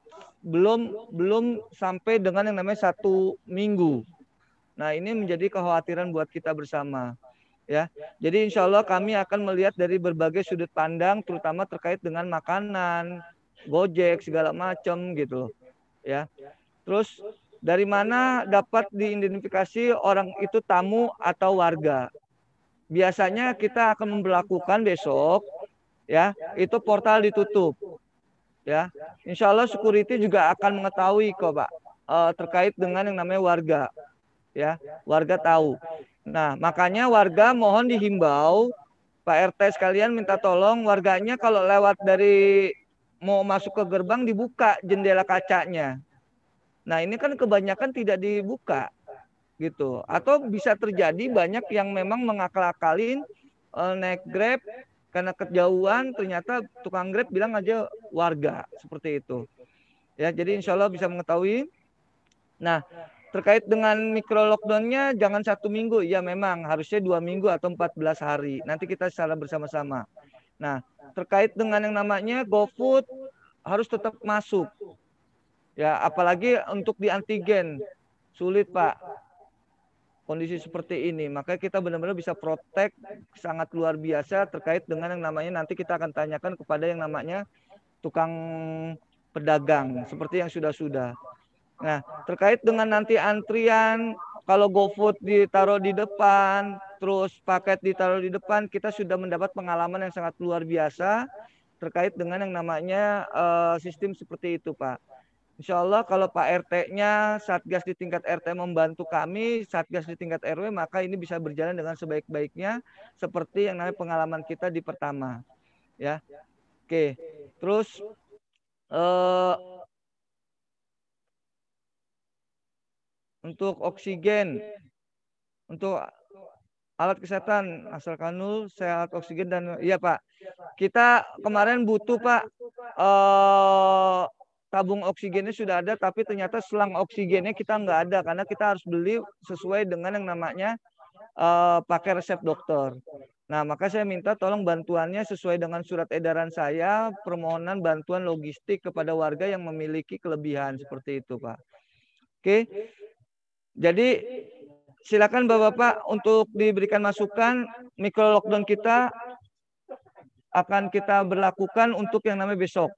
Belum sampai dengan yang namanya 1 minggu. Nah, ini menjadi kekhawatiran buat kita bersama. Ya, jadi insya Allah kami akan melihat dari berbagai sudut pandang, terutama terkait dengan makanan, Gojek segala macam gitu, ya. Terus dari mana dapat diidentifikasi orang itu tamu atau warga? Biasanya kita akan memberlakukan besok, ya, itu portal ditutup, ya. Insya Allah security juga akan mengetahui kok Pak terkait dengan yang namanya warga, ya, warga tahu. Nah, makanya warga mohon dihimbau Pak RT sekalian minta tolong warganya kalau lewat dari mau masuk ke gerbang dibuka jendela kacanya. Nah, ini kan kebanyakan tidak dibuka gitu. Atau bisa terjadi banyak yang memang mengakal-akalin naik Grab karena kejauhan, ternyata tukang Grab bilang aja warga, seperti itu. Ya, jadi insya Allah bisa mengetahui. Nah, terkait dengan mikro lockdown-nya jangan 1 minggu, ya memang harusnya 2 minggu atau 14 hari. Nanti kita secara bersama-sama. Nah, terkait dengan yang namanya GoFood harus tetap masuk. Ya, apalagi untuk di antigen sulit, Pak. Kondisi seperti ini, makanya kita benar-benar bisa protek sangat luar biasa terkait dengan yang namanya nanti kita akan tanyakan kepada yang namanya tukang pedagang seperti yang sudah-sudah. Nah, terkait dengan nanti antrian, kalau GoFood ditaruh di depan, terus paket ditaruh di depan, kita sudah mendapat pengalaman yang sangat luar biasa terkait dengan yang namanya sistem seperti itu, Pak. Insya Allah kalau Pak RT-nya, Satgas di tingkat RT membantu kami, Satgas di tingkat RW, maka ini bisa berjalan dengan sebaik-baiknya seperti yang namanya pengalaman kita di pertama. Ya, oke. Terus untuk oksigen, untuk alat kesehatan, asalkan nul, alat oksigen dan iya Pak. Kita kemarin butuh Pak. Tabung oksigennya sudah ada, tapi ternyata selang oksigennya kita nggak ada karena kita harus beli sesuai dengan yang namanya pakai resep dokter. Nah, maka saya minta tolong bantuannya sesuai dengan surat edaran saya, permohonan bantuan logistik kepada warga yang memiliki kelebihan seperti itu, Pak. Oke. Jadi silakan Bapak-Bapak untuk diberikan masukan. Mikro lockdown kita akan kita berlakukan untuk yang namanya besok.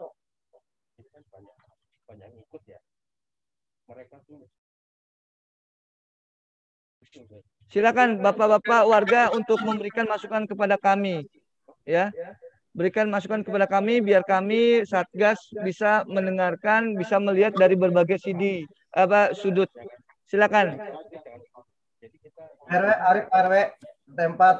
Silakan Bapak-bapak warga untuk memberikan masukan kepada kami, ya. Berikan masukan kepada kami biar kami Satgas bisa mendengarkan, bisa melihat dari berbagai sudut. Silakan. RW Arif RW tempat.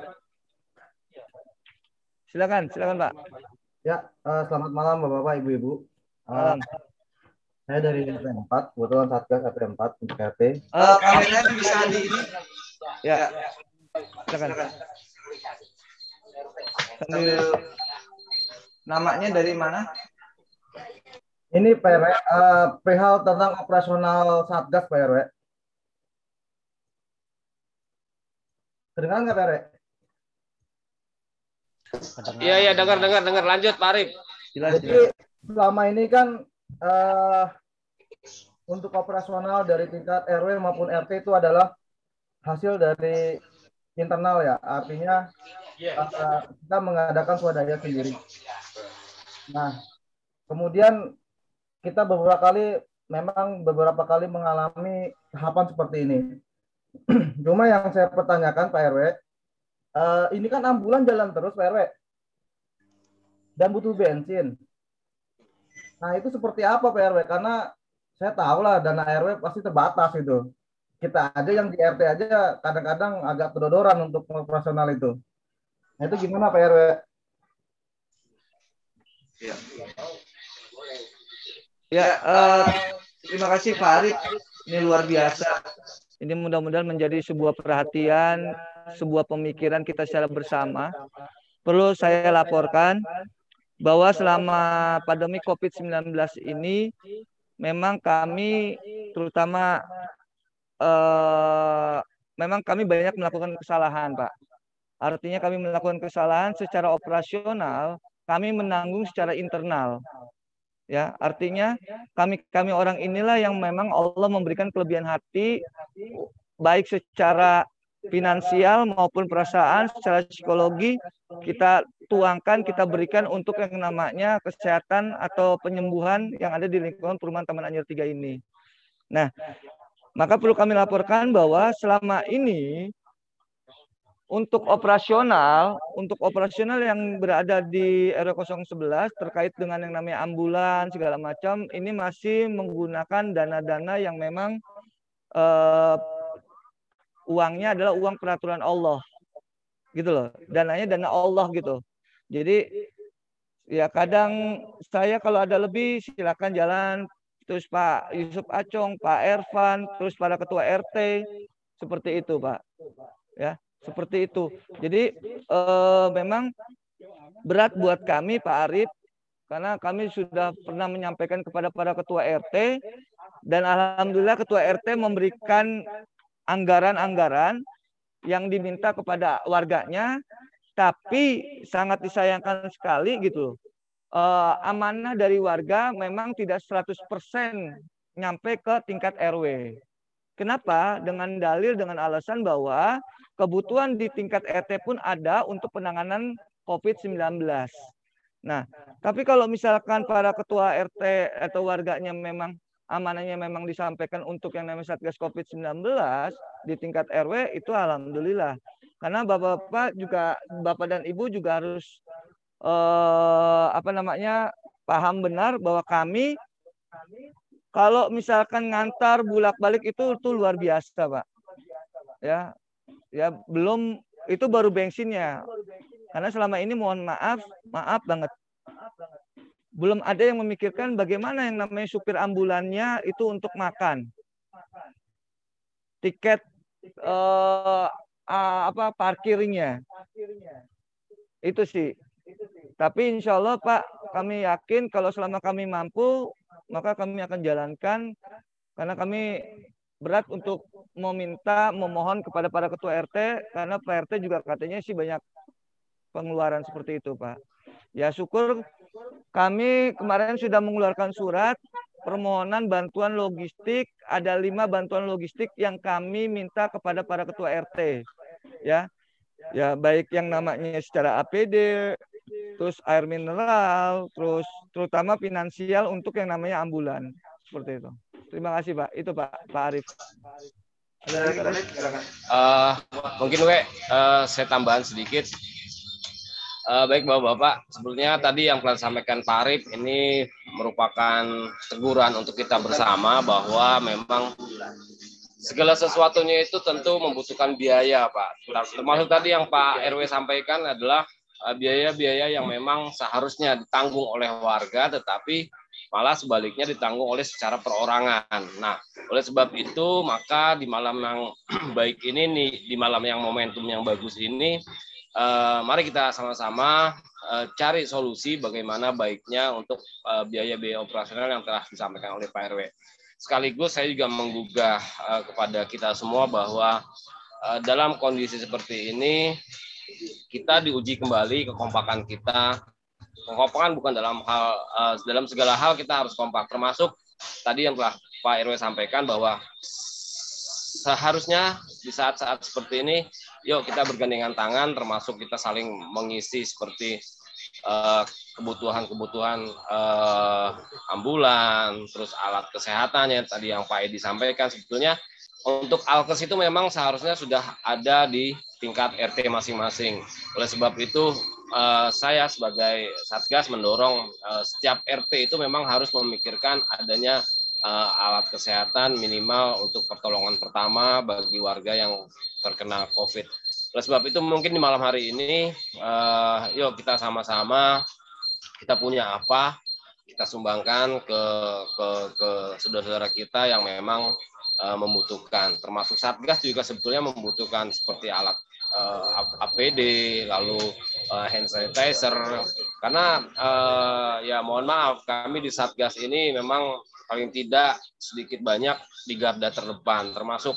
Silakan Pak. Ya, selamat malam Bapak-bapak, Ibu-ibu. Saya dari RT 4, kebetulan Satgas RT 4 untuk RT. Kameranya bisa di ini. Ya. Silakan. Sambil namanya dari mana? Ini Pak RW, perihal tentang operasional Satgas Pak RW. Kedengaran nggak Pak RW? Iya, dengar. Lanjut Pak Arif. Jadi selama ini kan untuk operasional dari tingkat RW maupun RT itu adalah hasil dari internal ya, artinya kita mengadakan swadaya sendiri. Nah, kemudian kita beberapa kali mengalami tahapan seperti ini. Cuma yang saya pertanyakan Pak RW, ini kan ambulan jalan terus Pak RW, dan butuh bensin. Nah, itu seperti apa Pak RW? Karena saya tahu lah dana RW pasti terbatas itu. Kita aja yang di RT aja kadang-kadang agak kedodoran untuk operasional itu. Nah, itu gimana Pak RW? Ya, terima kasih Pak Arif. Ini luar biasa. Ini mudah-mudahan menjadi sebuah perhatian, sebuah pemikiran kita secara bersama. Perlu saya laporkan bahwa selama pandemi COVID-19 ini memang kami terutama memang kami banyak melakukan kesalahan, Pak. Artinya kami melakukan kesalahan secara operasional, kami menanggung secara internal. Ya, artinya kami orang inilah yang memang Allah memberikan kelebihan hati baik secara finansial maupun perasaan, secara psikologi kita tuangkan, kita berikan untuk yang namanya kesehatan atau penyembuhan yang ada di lingkungan perumahan Taman Anyer 3 ini. Nah, maka perlu kami laporkan bahwa selama ini untuk operasional yang berada di RW 011 terkait dengan yang namanya ambulan segala macam ini masih menggunakan dana-dana yang memang uangnya adalah uang peraturan Allah. gitu loh. Dananya dana Allah gitu. Jadi ya kadang saya kalau ada lebih silakan jalan, terus Pak Yusuf Acong, Pak Ervan, terus para ketua RT, seperti itu Pak. Ya, seperti itu. Jadi memang berat buat kami Pak Arif, karena kami sudah pernah menyampaikan kepada para ketua RT, dan alhamdulillah ketua RT memberikan anggaran-anggaran yang diminta kepada warganya, tapi sangat disayangkan sekali gitu. Amanah dari warga memang tidak 100% nyampe ke tingkat RW. Kenapa? Dengan dalil, dengan alasan bahwa kebutuhan di tingkat RT pun ada untuk penanganan COVID-19. Nah, tapi kalau misalkan para ketua RT atau warganya memang amanahnya memang disampaikan untuk yang namanya Satgas COVID-19 di tingkat RW, itu alhamdulillah. Karena Bapak-bapak juga, Bapak dan Ibu juga harus paham benar bahwa kami kalau misalkan ngantar bulak-balik itu luar biasa, Pak. Ya, belum, itu baru bensinnya. Karena selama ini mohon maaf banget, belum ada yang memikirkan bagaimana yang namanya supir ambulannya itu untuk makan, tiket parkirnya, itu sih. Tapi insya Allah Pak, kami yakin kalau selama kami mampu, maka kami akan jalankan, karena kami berat untuk memohon kepada para ketua RT, karena Pak RT juga katanya sih banyak pengeluaran seperti itu Pak. Ya syukur kami kemarin sudah mengeluarkan surat permohonan bantuan logistik, ada 5 bantuan logistik yang kami minta kepada para ketua RT. Ya, baik yang namanya secara APD, terus air mineral, terus terutama finansial untuk yang namanya ambulan, seperti itu. Terima kasih Pak. Itu Pak Arif. Mungkin saya tambahan sedikit. Baik Bapak-Bapak, sebetulnya tadi yang telah disampaikan Pak Arif ini merupakan teguran untuk kita bersama bahwa memang segala sesuatunya itu tentu membutuhkan biaya Pak. Termasuk tadi yang Pak RW sampaikan adalah biaya-biaya yang memang seharusnya ditanggung oleh warga, tetapi malah sebaliknya ditanggung oleh secara perorangan. Nah, oleh sebab itu maka di malam yang baik ini nih, di malam yang momentum yang bagus ini, mari kita sama-sama cari solusi bagaimana baiknya untuk biaya-biaya operasional yang telah disampaikan oleh Pak RW. Sekaligus saya juga menggugah kepada kita semua bahwa dalam kondisi seperti ini kita diuji kembali kekompakan kita. Kekompakan bukan dalam segala hal kita harus kompak, termasuk tadi yang telah Pak RW sampaikan bahwa seharusnya di saat-saat seperti ini, yuk kita bergandengan tangan, termasuk kita saling mengisi seperti kebutuhan-kebutuhan ambulan, terus alat kesehatannya tadi yang Pak Edi sampaikan. Sebetulnya untuk alkes itu memang seharusnya sudah ada di tingkat RT masing-masing. Oleh sebab itu saya sebagai Satgas mendorong setiap RT itu memang harus memikirkan adanya alat kesehatan minimal untuk pertolongan pertama bagi warga yang terkena COVID. Oleh sebab itu mungkin di malam hari ini, yuk kita sama-sama, kita punya apa, kita sumbangkan ke saudara-saudara kita yang memang membutuhkan. Termasuk Satgas juga sebetulnya membutuhkan seperti alat APD, lalu hand sanitizer, karena ya mohon maaf kami di Satgas ini memang paling tidak sedikit banyak di garda terdepan, termasuk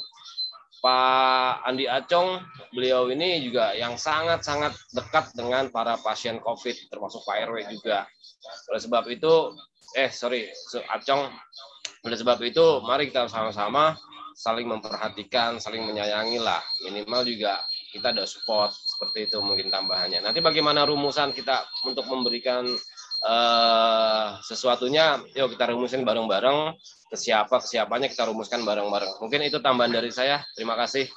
Pak Andi Acong, beliau ini juga yang sangat-sangat dekat dengan para pasien COVID, termasuk Pak RW juga. Oleh sebab itu, Acong, oleh sebab itu mari kita sama-sama saling memperhatikan, saling menyayangi lah, minimal juga kita ada support, seperti itu mungkin tambahannya. Nanti bagaimana rumusan kita untuk memberikan sesuatunya, yuk kita rumusin bareng-bareng, kesiapannya kita rumuskan bareng-bareng. Mungkin itu tambahan dari saya. Terima kasih.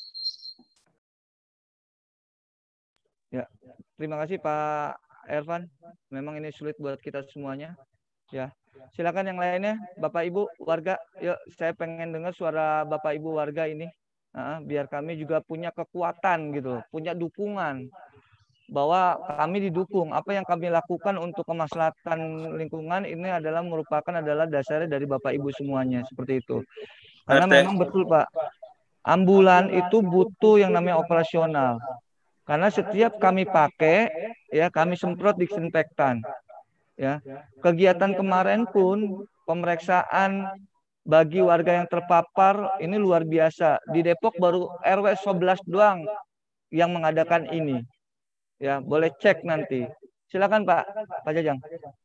Ya, terima kasih Pak Ervan. Memang ini sulit buat kita semuanya. Ya, silakan yang lainnya, Bapak Ibu warga. Yuk, saya pengen dengar suara Bapak Ibu warga ini. biar kami juga punya kekuatan gitu, punya dukungan bahwa kami didukung. Apa yang kami lakukan untuk kemaslahatan lingkungan ini merupakan dasarnya dari Bapak Ibu semuanya, seperti itu. Karena memang betul Pak, ambulan itu butuh yang namanya operasional. Karena setiap kami pakai, ya kami semprot disinfektan. Ya, kegiatan kemarin pun pemeriksaan bagi warga yang terpapar ini luar biasa. Di Depok baru RW 11 doang yang mengadakan ini. Ya, boleh cek nanti. Silakan Pak Jajang.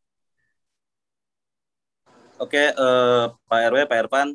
Oke, Pak RW, Pak Irfan.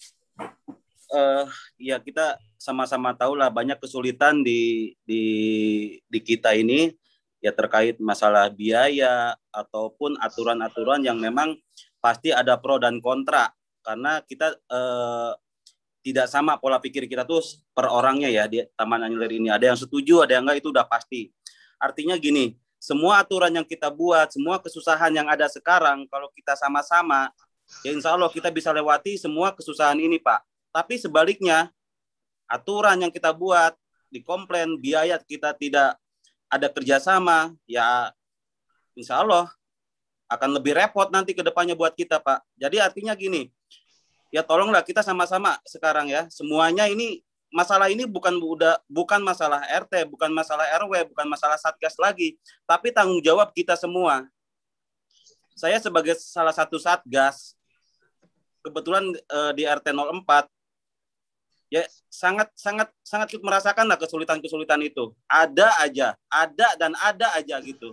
Ya kita sama-sama tahu lah banyak kesulitan di kita ini ya terkait masalah biaya ataupun aturan-aturan yang memang pasti ada pro dan kontra karena kita tidak sama pola pikir kita tuh per orangnya ya di Taman Anyer ini. Ada yang setuju, ada yang enggak, itu udah pasti. Artinya gini, semua aturan yang kita buat, semua kesusahan yang ada sekarang, kalau kita sama-sama, ya insya Allah kita bisa lewati semua kesusahan ini Pak. Tapi sebaliknya, aturan yang kita buat, dikomplain, biaya kita tidak ada kerjasama, ya insya Allah akan lebih repot nanti ke depannya buat kita Pak. Jadi artinya gini, ya tolonglah kita sama-sama sekarang ya, semuanya ini, masalah ini bukan masalah RT, bukan masalah RW, bukan masalah Satgas lagi, tapi tanggung jawab kita semua. Saya sebagai salah satu Satgas, kebetulan di RT 04, ya sangat merasakan lah kesulitan itu. Ada aja gitu.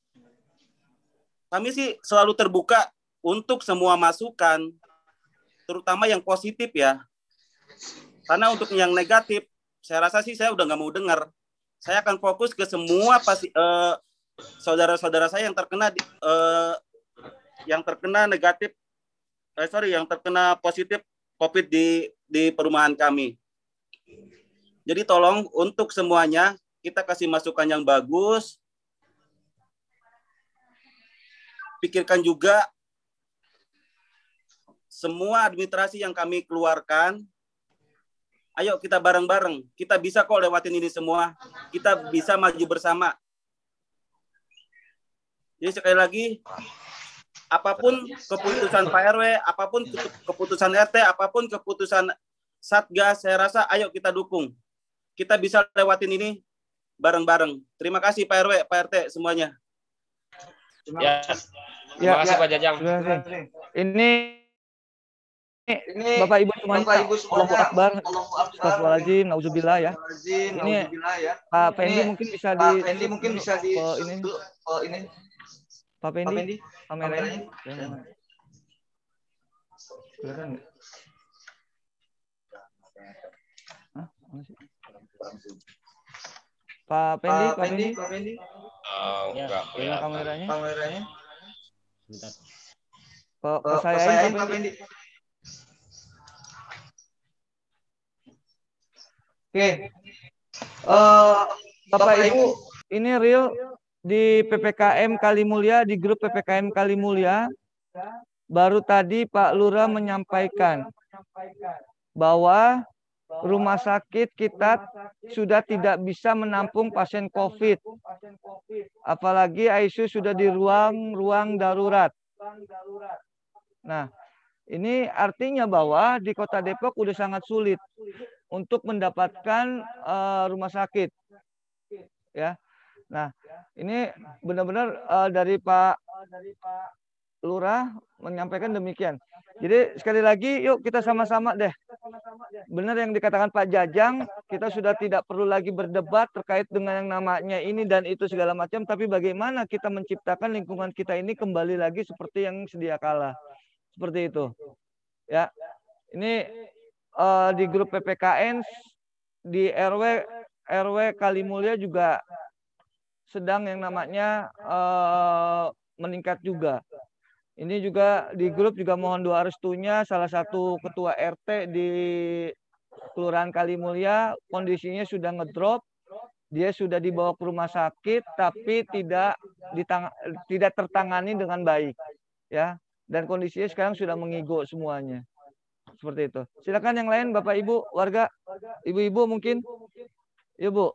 Kami sih selalu terbuka untuk semua masukan, terutama yang positif ya. Karena untuk yang negatif, saya rasa sih saya udah nggak mau dengar. Saya akan fokus ke semua saudara-saudara saya yang terkena yang terkena positif COVID di perumahan kami. Jadi tolong untuk semuanya kita kasih masukan yang bagus. Pikirkan juga semua administrasi yang kami keluarkan. Ayo kita bareng-bareng. Kita bisa kok lewatin ini semua. Kita bisa maju bersama. Jadi sekali lagi, apapun keputusan Pak RW, apapun keputusan RT, apapun keputusan Satgas, saya rasa ayo kita dukung. Kita bisa lewatin ini bareng-bareng. Terima kasih Pak RW, Pak RT semuanya. Terima kasih Pak Jajang. Ini Bapak Ibu semuanya, Allahu Akbar, astagfirullahaladzim, nauzubillah ya. Ini Pak Pendi mungkin bisa ini. Pak Pendi, kameranya. Kelihatan nggak? Pak Pendi. Enggak kameranya. Bentar. Pak saya Pak Pendi. Oke. Bapak Ibu, ini real di PPKM Kalimulya, di grup PPKM Kalimulya, baru tadi Pak Lurah menyampaikan bahwa rumah sakit kita sudah tidak bisa menampung pasien COVID. Apalagi ICU sudah di ruang darurat. Nah, ini artinya bahwa di Kota Depok udah sangat sulit untuk mendapatkan rumah sakit. Ya. Nah, ini benar-benar dari Pak Lurah menyampaikan demikian. Jadi sekali lagi yuk kita sama-sama deh. Benar yang dikatakan Pak Jajang, kita sudah tidak perlu lagi berdebat terkait dengan yang namanya ini dan itu segala macam, tapi bagaimana kita menciptakan lingkungan kita ini kembali lagi seperti yang sedia kala. Seperti itu. Ya. Ini di grup PPKN di RW Kalimulya juga sedang yang namanya meningkat juga. Ini juga di grup juga mohon doa restunya salah satu ketua RT di Kelurahan Kalimulya kondisinya sudah ngedrop, dia sudah dibawa ke rumah sakit tapi tidak tertangani dengan baik, ya. Dan kondisinya sekarang sudah mengigo semuanya. seperti itu. Silakan yang lain, Bapak Ibu, warga, ibu-ibu mungkin. Ibu.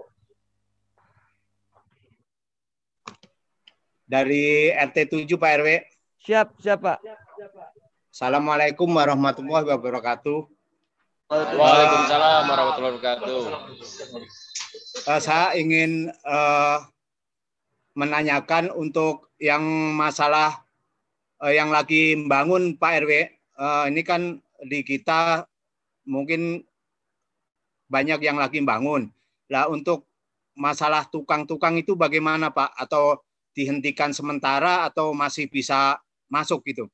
Dari RT 7 Pak RW. Siap, siapa? Assalamualaikum warahmatullahi wabarakatuh. Waalaikumsalam warahmatullahi wabarakatuh. Saya ingin menanyakan untuk yang masalah yang lagi membangun Pak RW. Ini kan di kita mungkin banyak yang lagi membangun. Lah untuk masalah tukang-tukang itu bagaimana Pak? Atau dihentikan sementara atau masih bisa masuk gitu?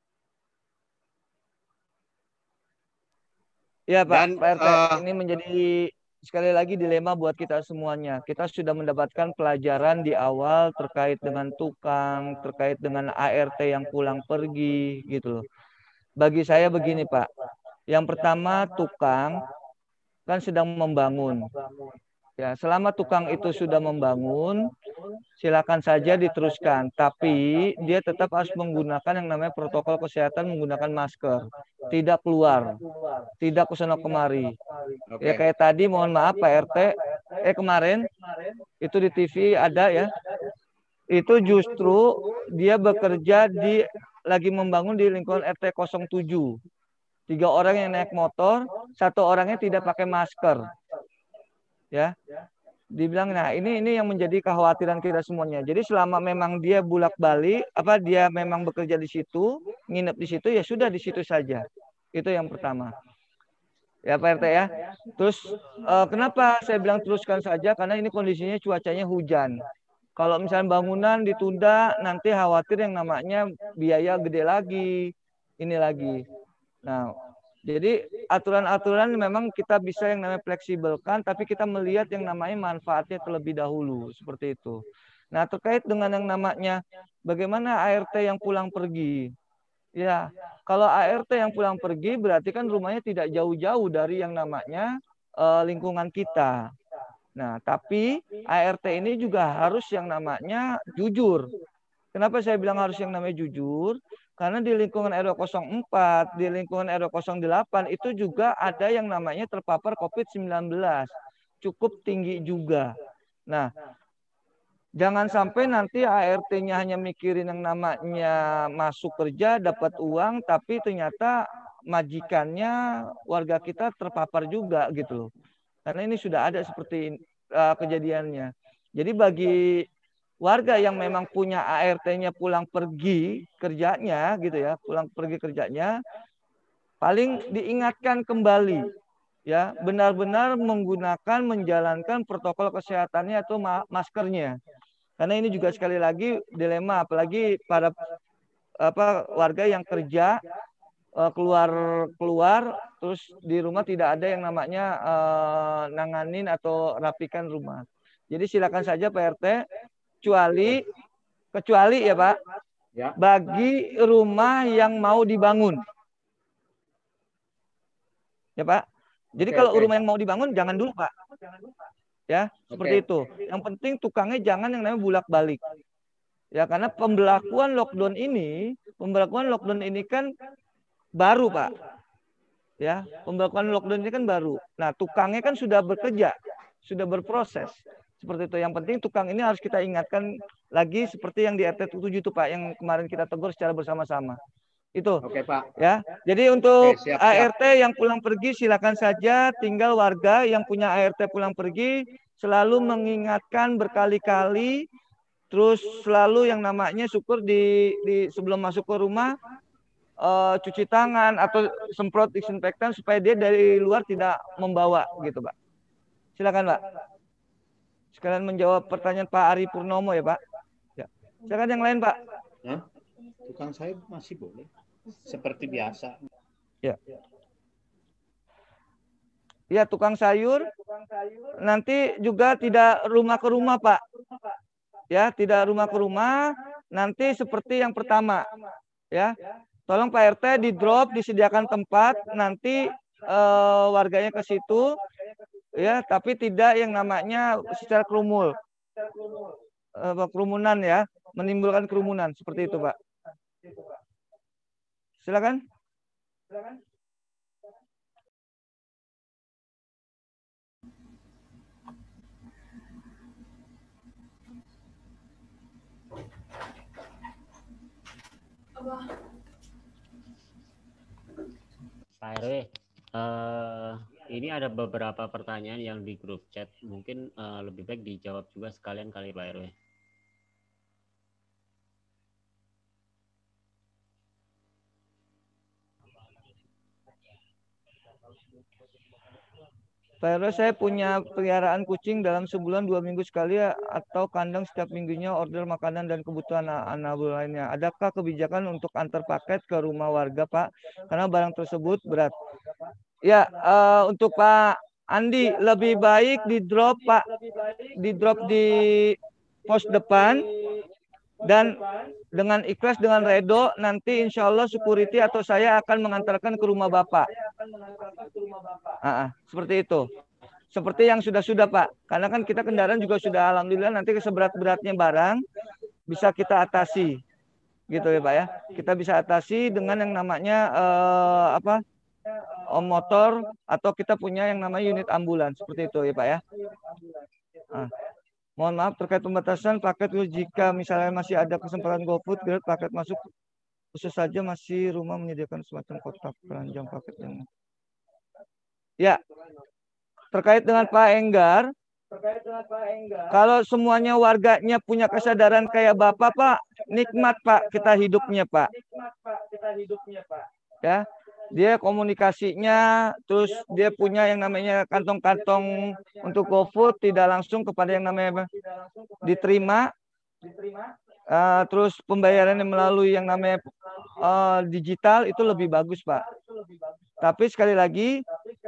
Ya Pak, dan, Pak RT, ini menjadi sekali lagi dilema buat kita semuanya. Kita sudah mendapatkan pelajaran di awal terkait dengan tukang, terkait dengan ART yang pulang pergi gitu loh. Bagi saya begini Pak, yang pertama tukang kan sedang membangun. Ya, selama tukang itu sudah membangun, silakan saja diteruskan. Tapi dia tetap harus menggunakan yang namanya protokol kesehatan, menggunakan masker, tidak keluar, tidak kesana kemari. Ya kayak tadi, mohon maaf Pak RT, kemarin itu di TV ada ya, itu justru dia bekerja lagi membangun di lingkungan RT 07. 3 orang yang naik motor, 1 orangnya tidak pakai masker. Ya, dibilang nah ini yang menjadi kekhawatiran kita semuanya. Jadi selama memang dia bolak-balik dia memang bekerja di situ, nginep di situ, ya sudah di situ saja. Itu yang pertama. Ya Pak RT ya. Terus kenapa saya bilang teruskan saja, karena ini kondisinya cuacanya hujan. Kalau misalnya bangunan ditunda, nanti khawatir yang namanya biaya gede lagi, ini lagi. Nah, jadi aturan-aturan memang kita bisa yang namanya fleksibelkan, tapi kita melihat yang namanya manfaatnya terlebih dahulu, seperti itu. Nah, terkait dengan yang namanya bagaimana ART yang pulang pergi. Ya, kalau ART yang pulang pergi berarti kan rumahnya tidak jauh-jauh dari yang namanya lingkungan kita. Nah, tapi ART ini juga harus yang namanya jujur. Kenapa saya bilang harus yang namanya jujur? Karena di lingkungan RW 04, di lingkungan RW 08 itu juga ada yang namanya terpapar COVID-19. Cukup tinggi juga. Nah, jangan sampai nanti ART-nya hanya mikirin yang namanya masuk kerja, dapat uang, tapi ternyata majikannya warga kita terpapar juga gitu loh. Karena ini sudah ada seperti kejadiannya. Jadi bagi warga yang memang punya ART-nya pulang pergi kerjanya gitu ya, pulang pergi kerjanya, paling diingatkan kembali ya, benar-benar menggunakan menjalankan protokol kesehatannya atau maskernya. Karena ini juga sekali lagi dilema, apalagi para warga yang kerja keluar terus di rumah tidak ada yang namanya nanganin atau rapikan rumah. Jadi silakan saja Pak RT, kecuali ya Pak, ya, bagi rumah yang mau dibangun. Ya Pak. Jadi kalau rumah yang mau dibangun jangan dulu Pak. Ya, seperti itu. Yang penting tukangnya jangan yang namanya bulak-balik. Ya, karena pemberlakuan lockdown ini kan baru Pak. Ya, pemberlakuan lockdown ini kan baru. Nah, tukangnya kan sudah bekerja, sudah berproses. Seperti itu. Yang penting tukang ini harus kita ingatkan lagi seperti yang di RT 7 itu Pak, yang kemarin kita tegur secara bersama-sama. Itu. Oke Pak. Ya. Jadi untuk ART yang pulang pergi silakan saja, tinggal warga yang punya ART pulang pergi selalu mengingatkan berkali-kali, terus selalu yang namanya syukur di sebelum masuk ke rumah cuci tangan atau semprot disinfektan supaya dia dari luar tidak membawa gitu Pak. Silakan Pak. Sekalian menjawab pertanyaan Pak Ari Purnomo ya Pak. Ya. Silakan yang lain Pak. Hah? Tukang sayur masih boleh. Seperti biasa. Ya. Ya, tukang sayur nanti juga tidak rumah ke rumah Pak. Ya, tidak rumah ke rumah, nanti seperti yang pertama. Ya. Tolong Pak RT di drop, disediakan tempat, nanti warganya ke situ. Ya, tapi tidak yang namanya secara kerumunan ya, menimbulkan kerumunan seperti itu Pak. Silakan. Pak RW, ini ada beberapa pertanyaan yang di grup chat. Mungkin lebih baik dijawab juga sekalian kali Pak RW. Pak RW, saya punya peliharaan kucing dalam sebulan 2 minggu sekali atau kandang setiap minggunya order makanan dan kebutuhan anak lainnya. Adakah kebijakan untuk antar paket ke rumah warga, Pak? Karena barang tersebut berat. Ya, untuk Pak Andi lebih baik di drop Pak, di drop di pos depan dan dengan ikhlas dengan redo nanti insya Allah security atau saya akan mengantarkan ke rumah Bapak. Seperti itu. Seperti yang sudah Pak. Karena kan kita kendaraan juga sudah alhamdulillah nanti seberat-beratnya barang bisa kita atasi. Gitu ya Pak ya. Kita bisa atasi dengan yang namanya motor atau kita punya yang namanya unit ambulans seperti itu ya Pak ya. Mohon maaf terkait pembatasan paket jika misalnya masih ada kesempatan GoFood paket masuk khusus saja masih rumah menyediakan semacam kotak keranjang paket yang ya terkait dengan Pak Enggar. Kalau semuanya warganya punya kesadaran kayak Bapak Pak, nikmat Pak kita hidupnya Pak. Ya. Dia komunikasinya, terus dia punya yang namanya kantong-kantong untuk GoFood, tidak langsung kepada yang namanya diterima, terus pembayarannya melalui yang namanya digital itu lebih bagus Pak. Tapi sekali lagi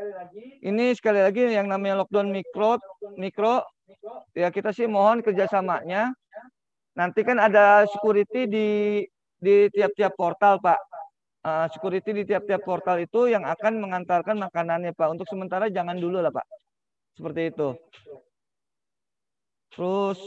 yang namanya lockdown mikro, ya kita sih mohon kerjasamanya. Nanti kan ada security di tiap-tiap portal Pak. Security di tiap-tiap portal itu yang akan mengantarkan makanannya Pak. Untuk sementara jangan dulu lah Pak. Seperti itu. Terus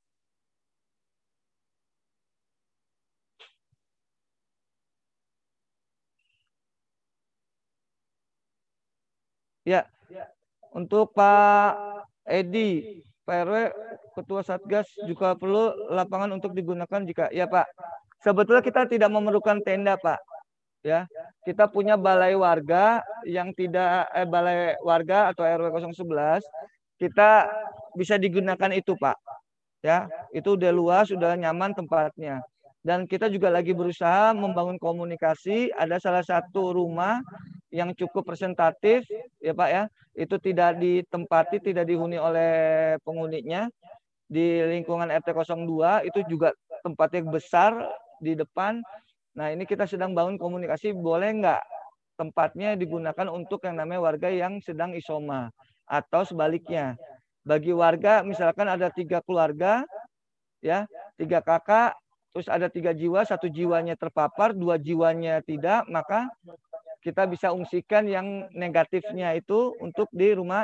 ya untuk Pak Edi, Pak RW, Ketua Satgas juga perlu lapangan untuk digunakan jika ya Pak. Sebetulnya kita tidak memerlukan tenda Pak. Ya, kita punya balai warga yang tidak balai warga atau RW 011 kita bisa digunakan itu Pak. Ya, itu udah luas, sudah nyaman tempatnya. Dan kita juga lagi berusaha membangun komunikasi. Ada salah satu rumah yang cukup presentatif, ya Pak ya. Itu tidak ditempati, tidak dihuni oleh penghuninya di lingkungan RT 02. Itu juga tempatnya besar di depan. Nah, ini kita sedang bangun komunikasi, boleh nggak tempatnya digunakan untuk yang namanya warga yang sedang isoma. Atau sebaliknya, bagi warga misalkan ada 3 keluarga, ya 3 kakak, terus ada 3 jiwa, 1 jiwanya terpapar, 2 jiwanya tidak, maka kita bisa ungsikan yang negatifnya itu untuk di rumah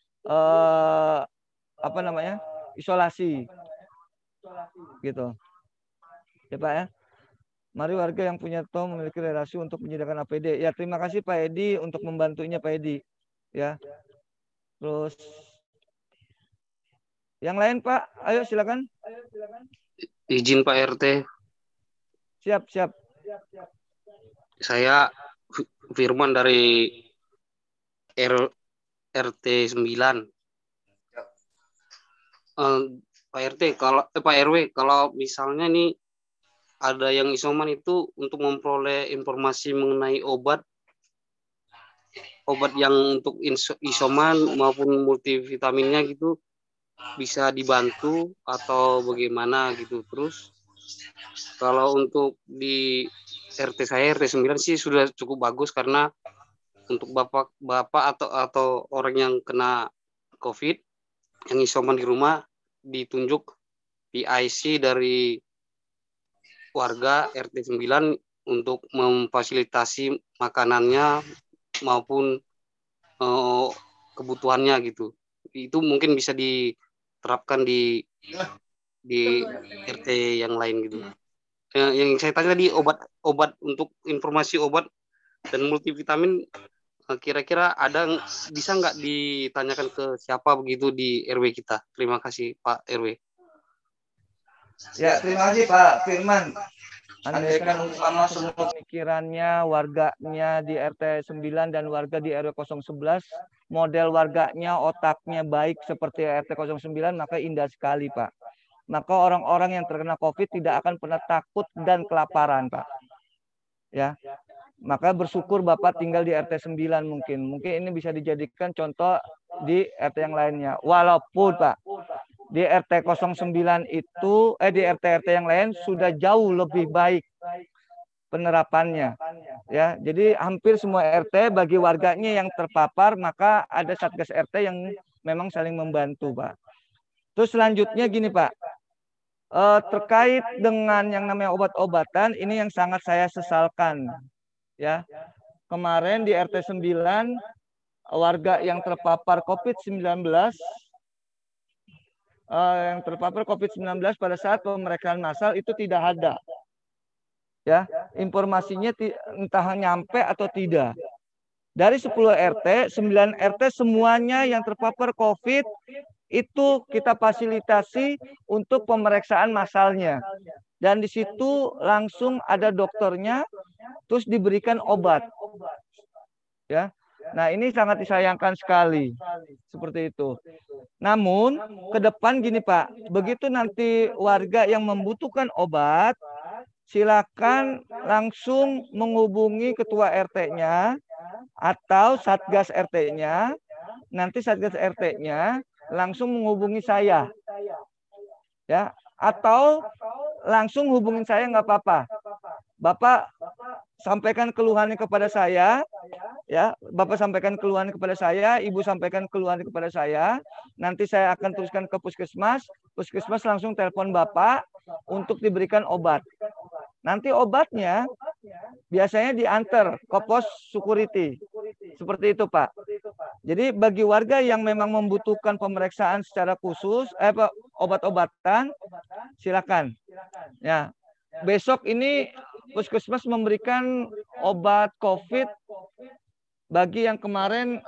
isolasi. Gitu. Ya Pak ya. Mari warga yang punya tol memiliki relasi untuk menyediakan APD. Ya, terima kasih Pak Edi untuk membantunya Pak Edi. Ya. Terus yang lain Pak, ayo silakan. Izin Pak RT. Siap. Saya Firman dari RT 9. Pak RT, Pak RW, kalau misalnya nih ada yang isoman itu untuk memperoleh informasi mengenai obat yang untuk isoman maupun multivitaminnya gitu bisa dibantu atau bagaimana gitu. Terus kalau untuk di RT saya RT 9 sih sudah cukup bagus karena untuk bapak atau orang yang kena COVID yang isoman di rumah ditunjuk PIC dari warga RT 9 untuk memfasilitasi makanannya maupun kebutuhannya gitu. Itu mungkin bisa diterapkan di RT yang lain gitu. Yang saya tanya tadi obat untuk informasi obat dan multivitamin kira-kira bisa nggak ditanyakan ke siapa begitu di RW kita? Terima kasih Pak RW. Ya, terima kasih Pak Firman. andaikan sama semua pemikirannya warganya di RT 9 dan warga di RW 011, model warganya, otaknya baik seperti RT 09, maka indah sekali, Pak. Maka orang-orang yang terkena COVID tidak akan pernah takut dan kelaparan, Pak. Ya. Maka bersyukur Bapak tinggal di RT 9 mungkin. Mungkin ini bisa dijadikan contoh di RT yang lainnya. Walaupun, Pak, di RT 09 itu di RT-RT yang lain sudah jauh lebih baik penerapannya, ya. Jadi hampir semua RT bagi warganya yang terpapar maka ada Satgas RT yang memang saling membantu, Pak. Terus selanjutnya gini, Pak, terkait dengan yang namanya obat-obatan, ini yang sangat saya sesalkan, ya. Kemarin di RT 9 warga yang terpapar COVID-19 pada saat pemeriksaan massal itu tidak ada. Ya, informasinya entah nyampe atau tidak. Dari 10 RT, 9 RT semuanya yang terpapar COVID itu kita fasilitasi untuk pemeriksaan massalnya. Dan di situ langsung ada dokternya, terus diberikan obat. Ya. Nah, ini sangat disayangkan sekali. Seperti itu. Namun, ke depan gini, Pak. Begitu nanti warga yang membutuhkan obat, silakan langsung menghubungi ketua RT-nya atau Satgas RT-nya. Nanti Satgas RT-nya langsung menghubungi saya. Ya, atau langsung hubungin saya nggak apa-apa. Bapak sampaikan keluhannya kepada saya, ya. Bapak sampaikan keluhan kepada saya, Ibu sampaikan keluhan kepada saya. Nanti saya akan teruskan ke puskesmas. Puskesmas langsung telepon Bapak untuk diberikan obat. Nanti obatnya biasanya diantar ke pos security. Seperti itu, Pak. Jadi bagi warga yang memang membutuhkan pemeriksaan secara khusus, obat-obatan, silakan. Ya. Besok ini puskesmas memberikan obat COVID bagi yang kemarin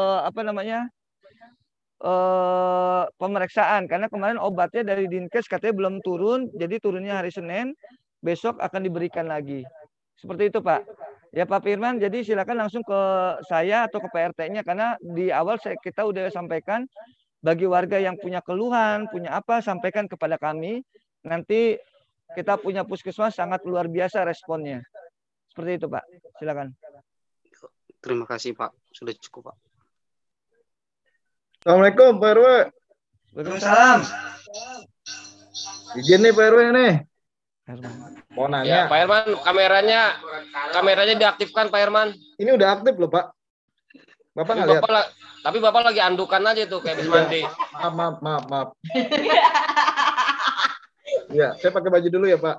pemeriksaan, karena kemarin obatnya dari Dinkes katanya belum turun, jadi turunnya hari Senin, besok akan diberikan lagi. Seperti itu, Pak. Ya, Pak Firman, jadi silakan langsung ke saya atau ke PRT-nya, karena di awal kita udah sampaikan bagi warga yang punya keluhan, punya apa, sampaikan kepada kami. Nanti kita punya puskesmas sangat luar biasa responnya. Seperti itu, Pak. Silakan. Terima kasih, Pak. Sudah cukup, Pak. Assalamualaikum, Pak RW. Waalaikumsalam. Izin nih, Pak RW nih. Mau nanya. Ya, Pak Herman, kameranya diaktifkan, Pak Herman. Ini udah aktif loh, Pak. Bapak nggak lihat? Tapi Bapak lagi andukan aja tuh kayak habis mandi. Maaf. Iya, saya pakai baju dulu ya, Pak.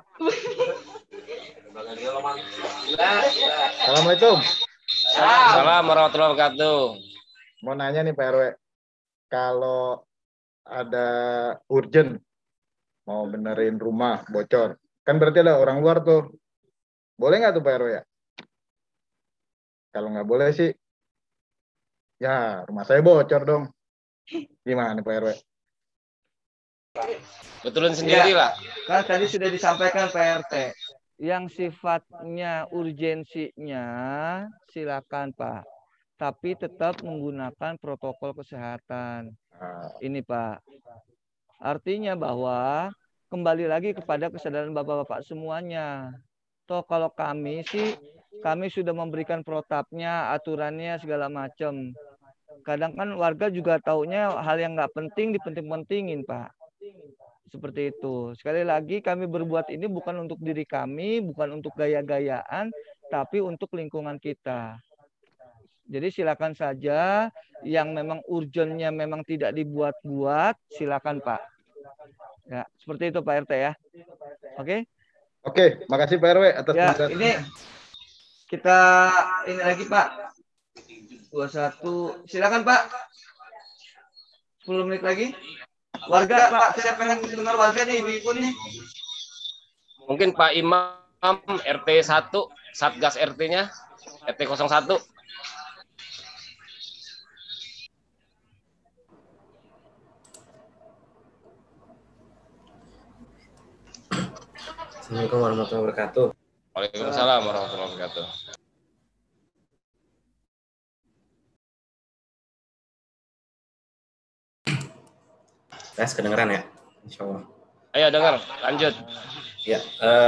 Assalamualaikum. Assalamualaikum warahmatullahi wabarakatuh. Mau nanya nih, Pak RW. Kalau ada urgent mau benerin rumah bocor, kan berarti ada orang luar tuh. Boleh nggak tuh, Pak RW ya? Kalau nggak boleh sih, ya rumah saya bocor dong. Gimana Pak RW? Betulin sendiri lah. Kan tadi sudah disampaikan PRT. Yang sifatnya urgensinya silakan, Pak. Tapi tetap menggunakan protokol kesehatan. Ini, Pak. Artinya bahwa kembali lagi kepada kesadaran Bapak-Bapak semuanya. Toh kalau kami sih, kami sudah memberikan protapnya, aturannya segala macam. Kadang kan warga juga taunya hal yang nggak penting dipenting-pentingin, Pak. Seperti itu. Sekali lagi kami berbuat ini bukan untuk diri kami, bukan untuk gaya-gayaan, tapi untuk lingkungan kita. Jadi silakan saja yang memang urgennya memang tidak dibuat-buat, silakan Pak. Ya, seperti itu Pak RT ya. Oke? Oke, makasih Pak RW atas ya, ini kita ini lagi Pak. 21. Silakan Pak. 10 menit lagi. Warga Pak, saya pengen dengar warga nih, ibu-ibu nih. Mungkin Pak Imam RT 1, Satgas RT-nya, RT 01. Assalamualaikum warahmatullahi wabarakatuh. Waalaikumsalam warahmatullahi wabarakatuh. Tes kedengeran ya? Insya Allah. Ayo dengar, lanjut. Ya,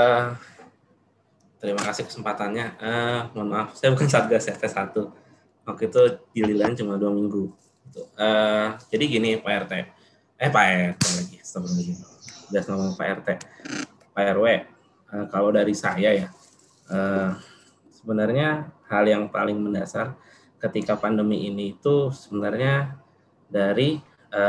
terima kasih kesempatannya. Mohon maaf, saya bukan Satgas ya, tes 1. Waktu itu giliran cuma 2 minggu. Jadi gini Pak RT. Pak RT lagi, astagfirullahaladzim. Udah ngomong Pak RT. Pak RW, kalau dari saya ya, sebenarnya hal yang paling mendasar ketika pandemi ini itu sebenarnya dari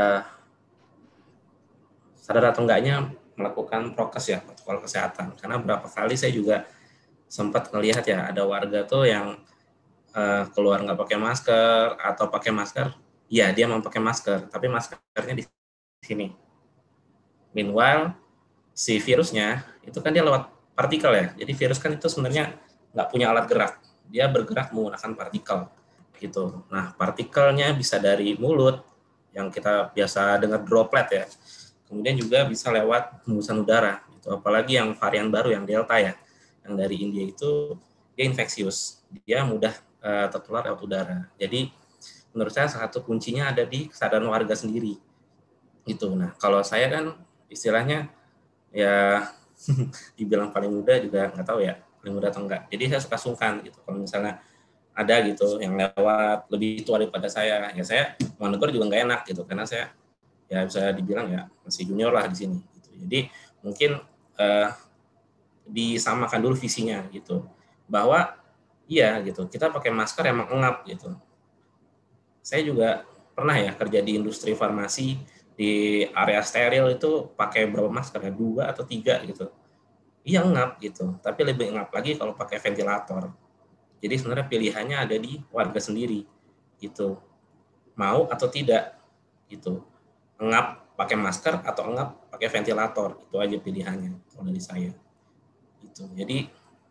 sadar atau enggaknya melakukan prokes ya, protokol kesehatan. Karena berapa kali saya juga sempat melihat ya, ada warga tuh yang keluar nggak pakai masker atau pakai masker, ya dia mau pakai masker, tapi maskernya di sini. Meanwhile, si virusnya itu kan dia lewat partikel ya. Jadi virus kan itu sebenarnya nggak punya alat gerak, dia bergerak menggunakan partikel gitu. Nah, partikelnya bisa dari mulut yang kita biasa dengar droplet ya. Kemudian juga bisa lewat hembusan udara gitu. Apalagi yang varian baru yang Delta ya, yang dari India itu dia infeksius, dia mudah tertular lewat udara. Jadi menurut saya salah satu kuncinya ada di kesadaran warga sendiri gitu. Nah, kalau saya kan istilahnya ya dibilang paling muda juga nggak tahu ya paling muda atau enggak. Jadi saya suka sungkan gitu kalau misalnya ada gitu yang lewat lebih tua daripada saya, ya saya mau negur juga nggak enak gitu, karena saya ya bisa dibilang ya masih junior lah di sini gitu. Jadi mungkin disamakan dulu visinya gitu, bahwa iya gitu, kita pakai masker emang engap gitu. Saya juga pernah ya kerja di industri farmasi, di area steril itu pakai berapa masker ya, 2 atau 3 gitu. Iya engap gitu, tapi lebih engap lagi kalau pakai ventilator. Jadi sebenarnya pilihannya ada di warga sendiri gitu, mau atau tidak gitu. Engap pakai masker atau engap pakai ventilator, itu aja pilihannya kalau dari saya gitu. Jadi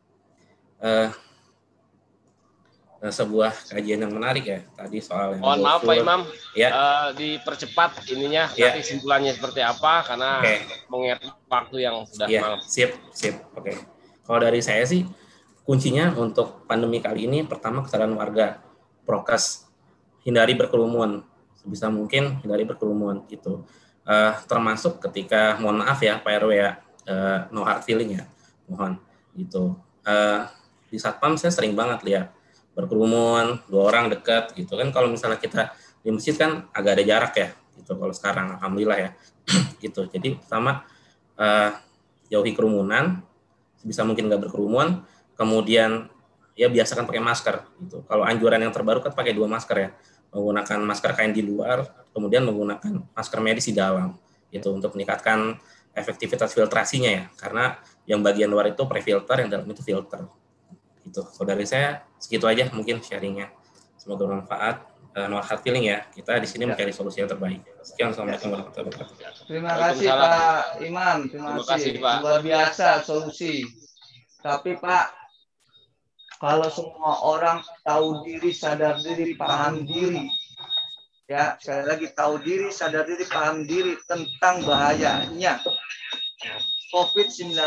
sebuah kajian yang menarik ya tadi soal yang mohon maaf Pak Imam ya. Dipercepat ininya ya. nanti simpulannya seperti apa karena mengingat waktu yang sudah malam. Sip. Oke. Kalau dari saya sih kuncinya untuk pandemi kali ini pertama kesadaran warga, prokes, hindari berkerumun sebisa mungkin, hindari berkerumun gitu. Termasuk ketika mohon maaf ya Pak RW ya, no hard feeling ya, mohon gitu. Di Satpam saya sering banget lihat berkerumun, 2 orang dekat gitu kan. Kalau misalnya kita di masjid kan agak ada jarak ya gitu. Kalau sekarang alhamdulillah ya gitu. Jadi pertama jauhi kerumunan, sebisa mungkin nggak berkerumun. Kemudian ya biasakan pakai masker gitu. Kalau anjuran yang terbaru kan pakai 2 masker ya, menggunakan masker kain di luar, kemudian menggunakan masker medis di dalam gitu untuk meningkatkan efektivitas filtrasinya ya, karena yang bagian luar itu pre-filter, yang dalam itu filter gitu. Kalau dari saya segitu aja mungkin sharingnya, semoga bermanfaat. No hard feeling ya, kita di sini mencari solusi yang terbaik. Sekian, assalamualaikum warahmatullahi wabarakatuh. Terima kasih Pak Imam, terima kasih Pak. Luar biasa solusi. Tapi Pak, kalau semua orang tahu diri, sadar diri, paham diri, ya sekali lagi tahu diri, sadar diri, paham diri tentang bahayanya COVID-19.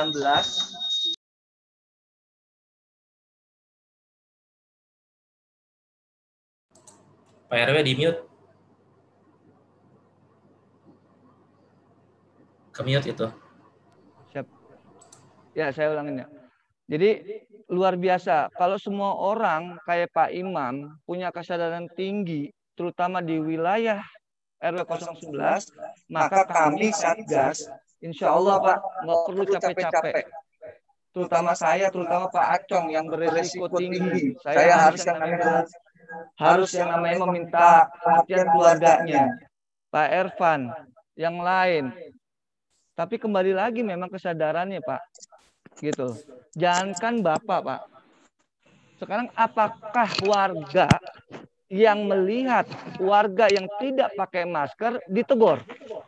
Pak RW di mute. Ke-mute itu. Siap. Ya, saya ulangin ya. Jadi luar biasa. Kalau semua orang kayak Pak Imam punya kesadaran tinggi, terutama di wilayah RW 011, maka kami Satgas, insya Allah Pak, nggak perlu capek-capek. Terutama saya, terutama Pak Acong yang beresiko tinggi. Saya harus yang namanya meminta perhatian keluarganya. Pak Ervan, yang lain. Tapi kembali lagi memang kesadarannya Pak. Gitu. Jangankan Bapak Pak. Sekarang apakah warga yang melihat warga yang tidak pakai masker ditegur?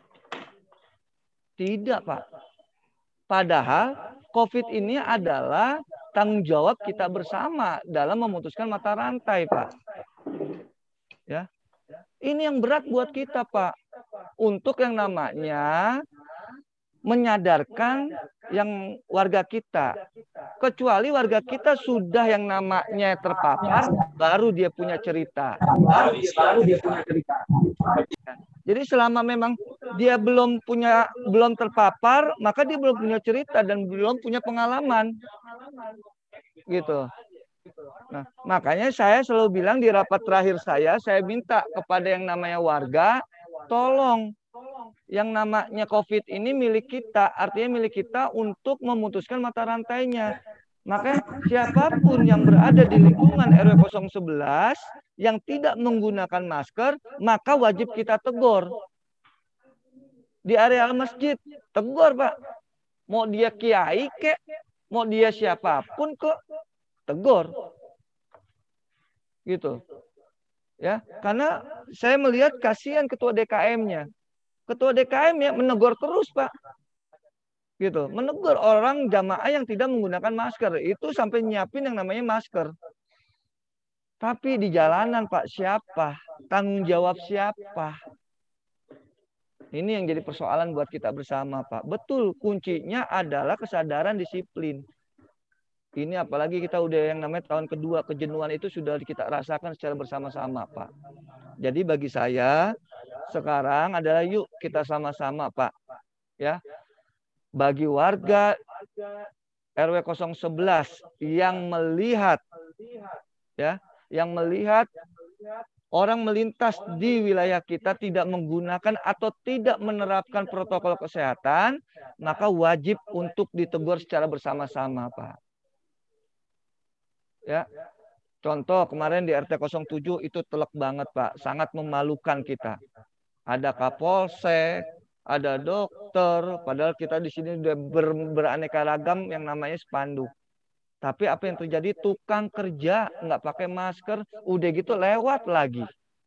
Tidak Pak. Padahal COVID ini adalah tanggung jawab kita bersama dalam memutuskan mata rantai Pak. Ya. Ini yang berat buat kita Pak. Untuk yang namanya menyadarkan yang warga kita. Kecuali warga kita sudah yang namanya terpapar, baru dia punya cerita. Jadi selama memang dia belum terpapar, maka dia belum punya cerita dan belum punya pengalaman. Gitu. Nah, makanya saya selalu bilang di rapat terakhir saya minta kepada yang namanya warga, tolong yang namanya COVID ini milik kita, artinya milik kita untuk memutuskan mata rantainya. Maka siapapun yang berada di lingkungan RW 011 yang tidak menggunakan masker, maka wajib kita tegur. Di area masjid, tegur Pak. Mau dia kiai kek, mau dia siapapun kok, tegur. Gitu. Ya, karena saya melihat kasihan ketua DKM-nya. Ketua DKM-nya menegur terus, Pak. Gitu, menegur orang jamaah yang tidak menggunakan masker. Itu sampai nyiapin yang namanya masker. Tapi di jalanan, Pak, siapa? Tanggung jawab siapa? Ini yang jadi persoalan buat kita bersama, Pak. Betul, kuncinya adalah kesadaran disiplin. Ini apalagi kita udah yang namanya tahun kedua, kejenuhan itu sudah kita rasakan secara bersama-sama, Pak. Jadi bagi saya sekarang adalah yuk kita sama-sama, Pak. Ya. Bagi warga RW 011 yang melihat orang melintas di wilayah kita tidak menggunakan atau tidak menerapkan protokol kesehatan, maka wajib untuk ditegur secara bersama-sama, Pak. Ya. Contoh kemarin di RT 07 itu telak banget, Pak. Sangat memalukan kita. Ada Kapolsek, ada dokter, padahal kita di sini sudah beraneka ragam yang namanya spanduk. Tapi apa yang terjadi? Tukang kerja nggak pakai masker, udah gitu lewat lagi.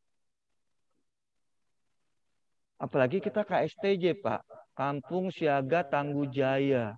Apalagi kita KSTJ, Pak. Kampung Siaga Tangguh Jaya.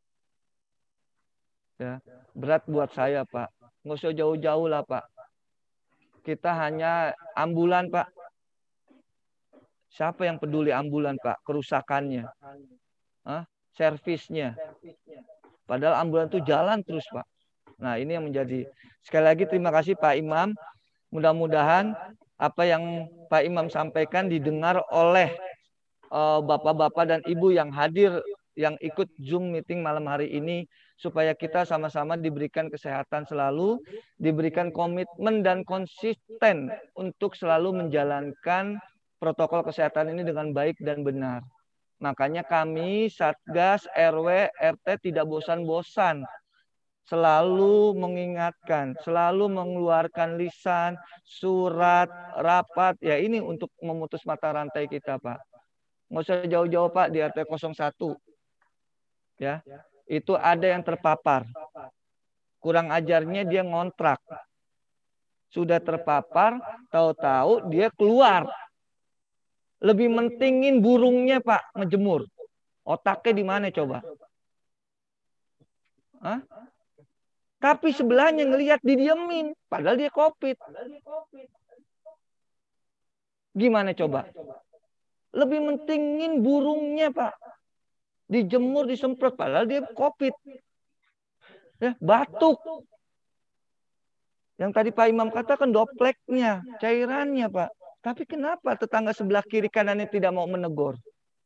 Ya, berat buat saya, Pak. Nggak usah jauh-jauh lah, Pak. Kita hanya ambulan, Pak. Siapa yang peduli ambulan, Pak? Kerusakannya. Servisnya. Padahal ambulan itu jalan terus, Pak. Nah, ini yang menjadi. Sekali lagi terima kasih Pak Imam. Mudah-mudahan apa yang Pak Imam sampaikan didengar oleh bapak-bapak dan ibu yang hadir, yang ikut Zoom meeting malam hari ini, supaya kita sama-sama diberikan kesehatan selalu, diberikan komitmen dan konsisten untuk selalu menjalankan protokol kesehatan ini dengan baik dan benar. Makanya kami Satgas RW RT tidak bosan-bosan selalu mengingatkan, selalu mengeluarkan lisan, surat, rapat, ya ini untuk memutus mata rantai kita, Pak. Nggak usah jauh-jauh, Pak, di RT 01. Ya, itu ada yang terpapar. Kurang ajarnya dia ngontrak. Sudah terpapar, tahu-tahu dia keluar. Lebih mentingin burungnya, Pak, ngejemur. Otaknya di mana coba? Hah? Tapi sebelahnya ngelihat didiemin, padahal dia COVID. Gimana coba? Lebih mentingin burungnya, Pak. Dijemur, disemprot, padahal dia COVID. Ya, batuk. Yang tadi Pak Imam katakan dopleknya, cairannya, Pak. Tapi kenapa tetangga sebelah kiri kanannya tidak mau menegur?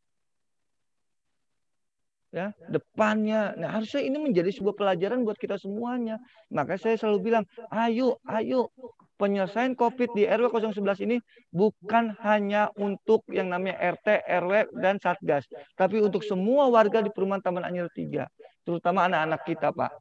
Ya, depannya. Nah, harusnya ini menjadi sebuah pelajaran buat kita semuanya. Maka saya selalu bilang, ayo penyelesaian COVID di RW 011 ini bukan hanya untuk yang namanya RT, RW, dan Satgas, tapi untuk semua warga di perumahan Taman Anyer 3, terutama anak-anak kita, Pak.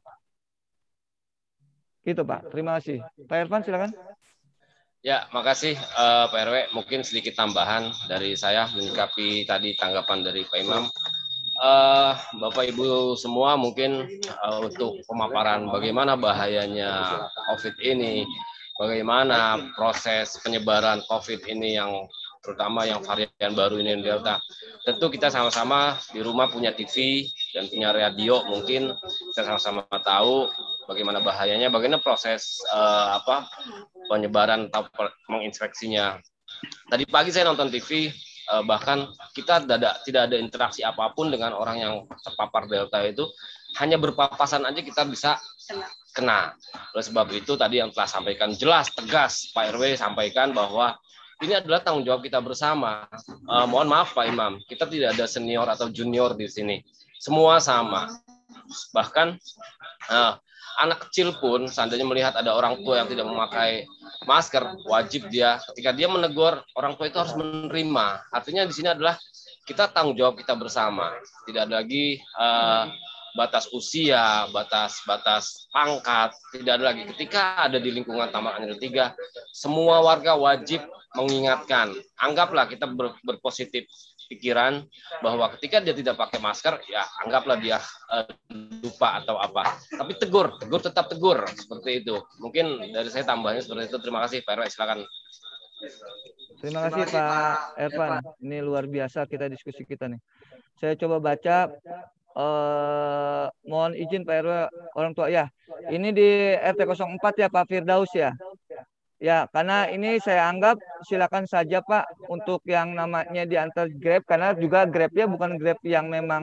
Gitu, Pak. Terima kasih. Pak Irfan, silakan. Ya, makasih Pak RW. Mungkin sedikit tambahan dari saya menyikapi tadi tanggapan dari Pak Imam. Bapak Ibu semua mungkin untuk pemaparan bagaimana bahayanya COVID ini, bagaimana proses penyebaran COVID ini yang terutama yang varian baru ini Delta. Tentu kita sama-sama di rumah punya TV dan punya radio, mungkin kita sama-sama tahu bagaimana bahayanya, bagaimana proses penyebaran atau menginfeksinya. Tadi pagi saya nonton TV, bahkan kita tidak ada interaksi apapun dengan orang yang terpapar Delta itu, hanya berpapasan aja kita bisa kena. Oleh sebab itu tadi yang telah sampaikan jelas, tegas Pak RW sampaikan bahwa ini adalah tanggung jawab kita bersama. Mohon maaf Pak Imam, kita tidak ada senior atau junior di sini. Semua sama. Bahkan anak kecil pun seandainya melihat ada orang tua yang tidak memakai masker, wajib dia ketika dia menegur orang tua itu harus menerima. Artinya di sini adalah kita tanggung jawab kita bersama. Tidak ada lagi batas usia, batas pangkat, tidak ada lagi. Ketika ada di lingkungan Taman Anyer 3, semua warga wajib mengingatkan. Anggaplah kita berpositif pikiran bahwa ketika dia tidak pakai masker, ya anggaplah dia lupa atau apa. Tapi tegur tetap tegur seperti itu. Mungkin dari saya tambahnya seperti itu. Terima kasih Pak RW, silakan. Terima kasih Pak Ervan. Ini luar biasa kita diskusi kita nih. Saya coba baca. Mohon izin Pak RW orang tua ya. Ini di RT 04 ya Pak Firdaus ya. Ya, karena ini saya anggap silakan saja Pak untuk yang namanya diantar Grab, karena juga Grabnya bukan Grab yang memang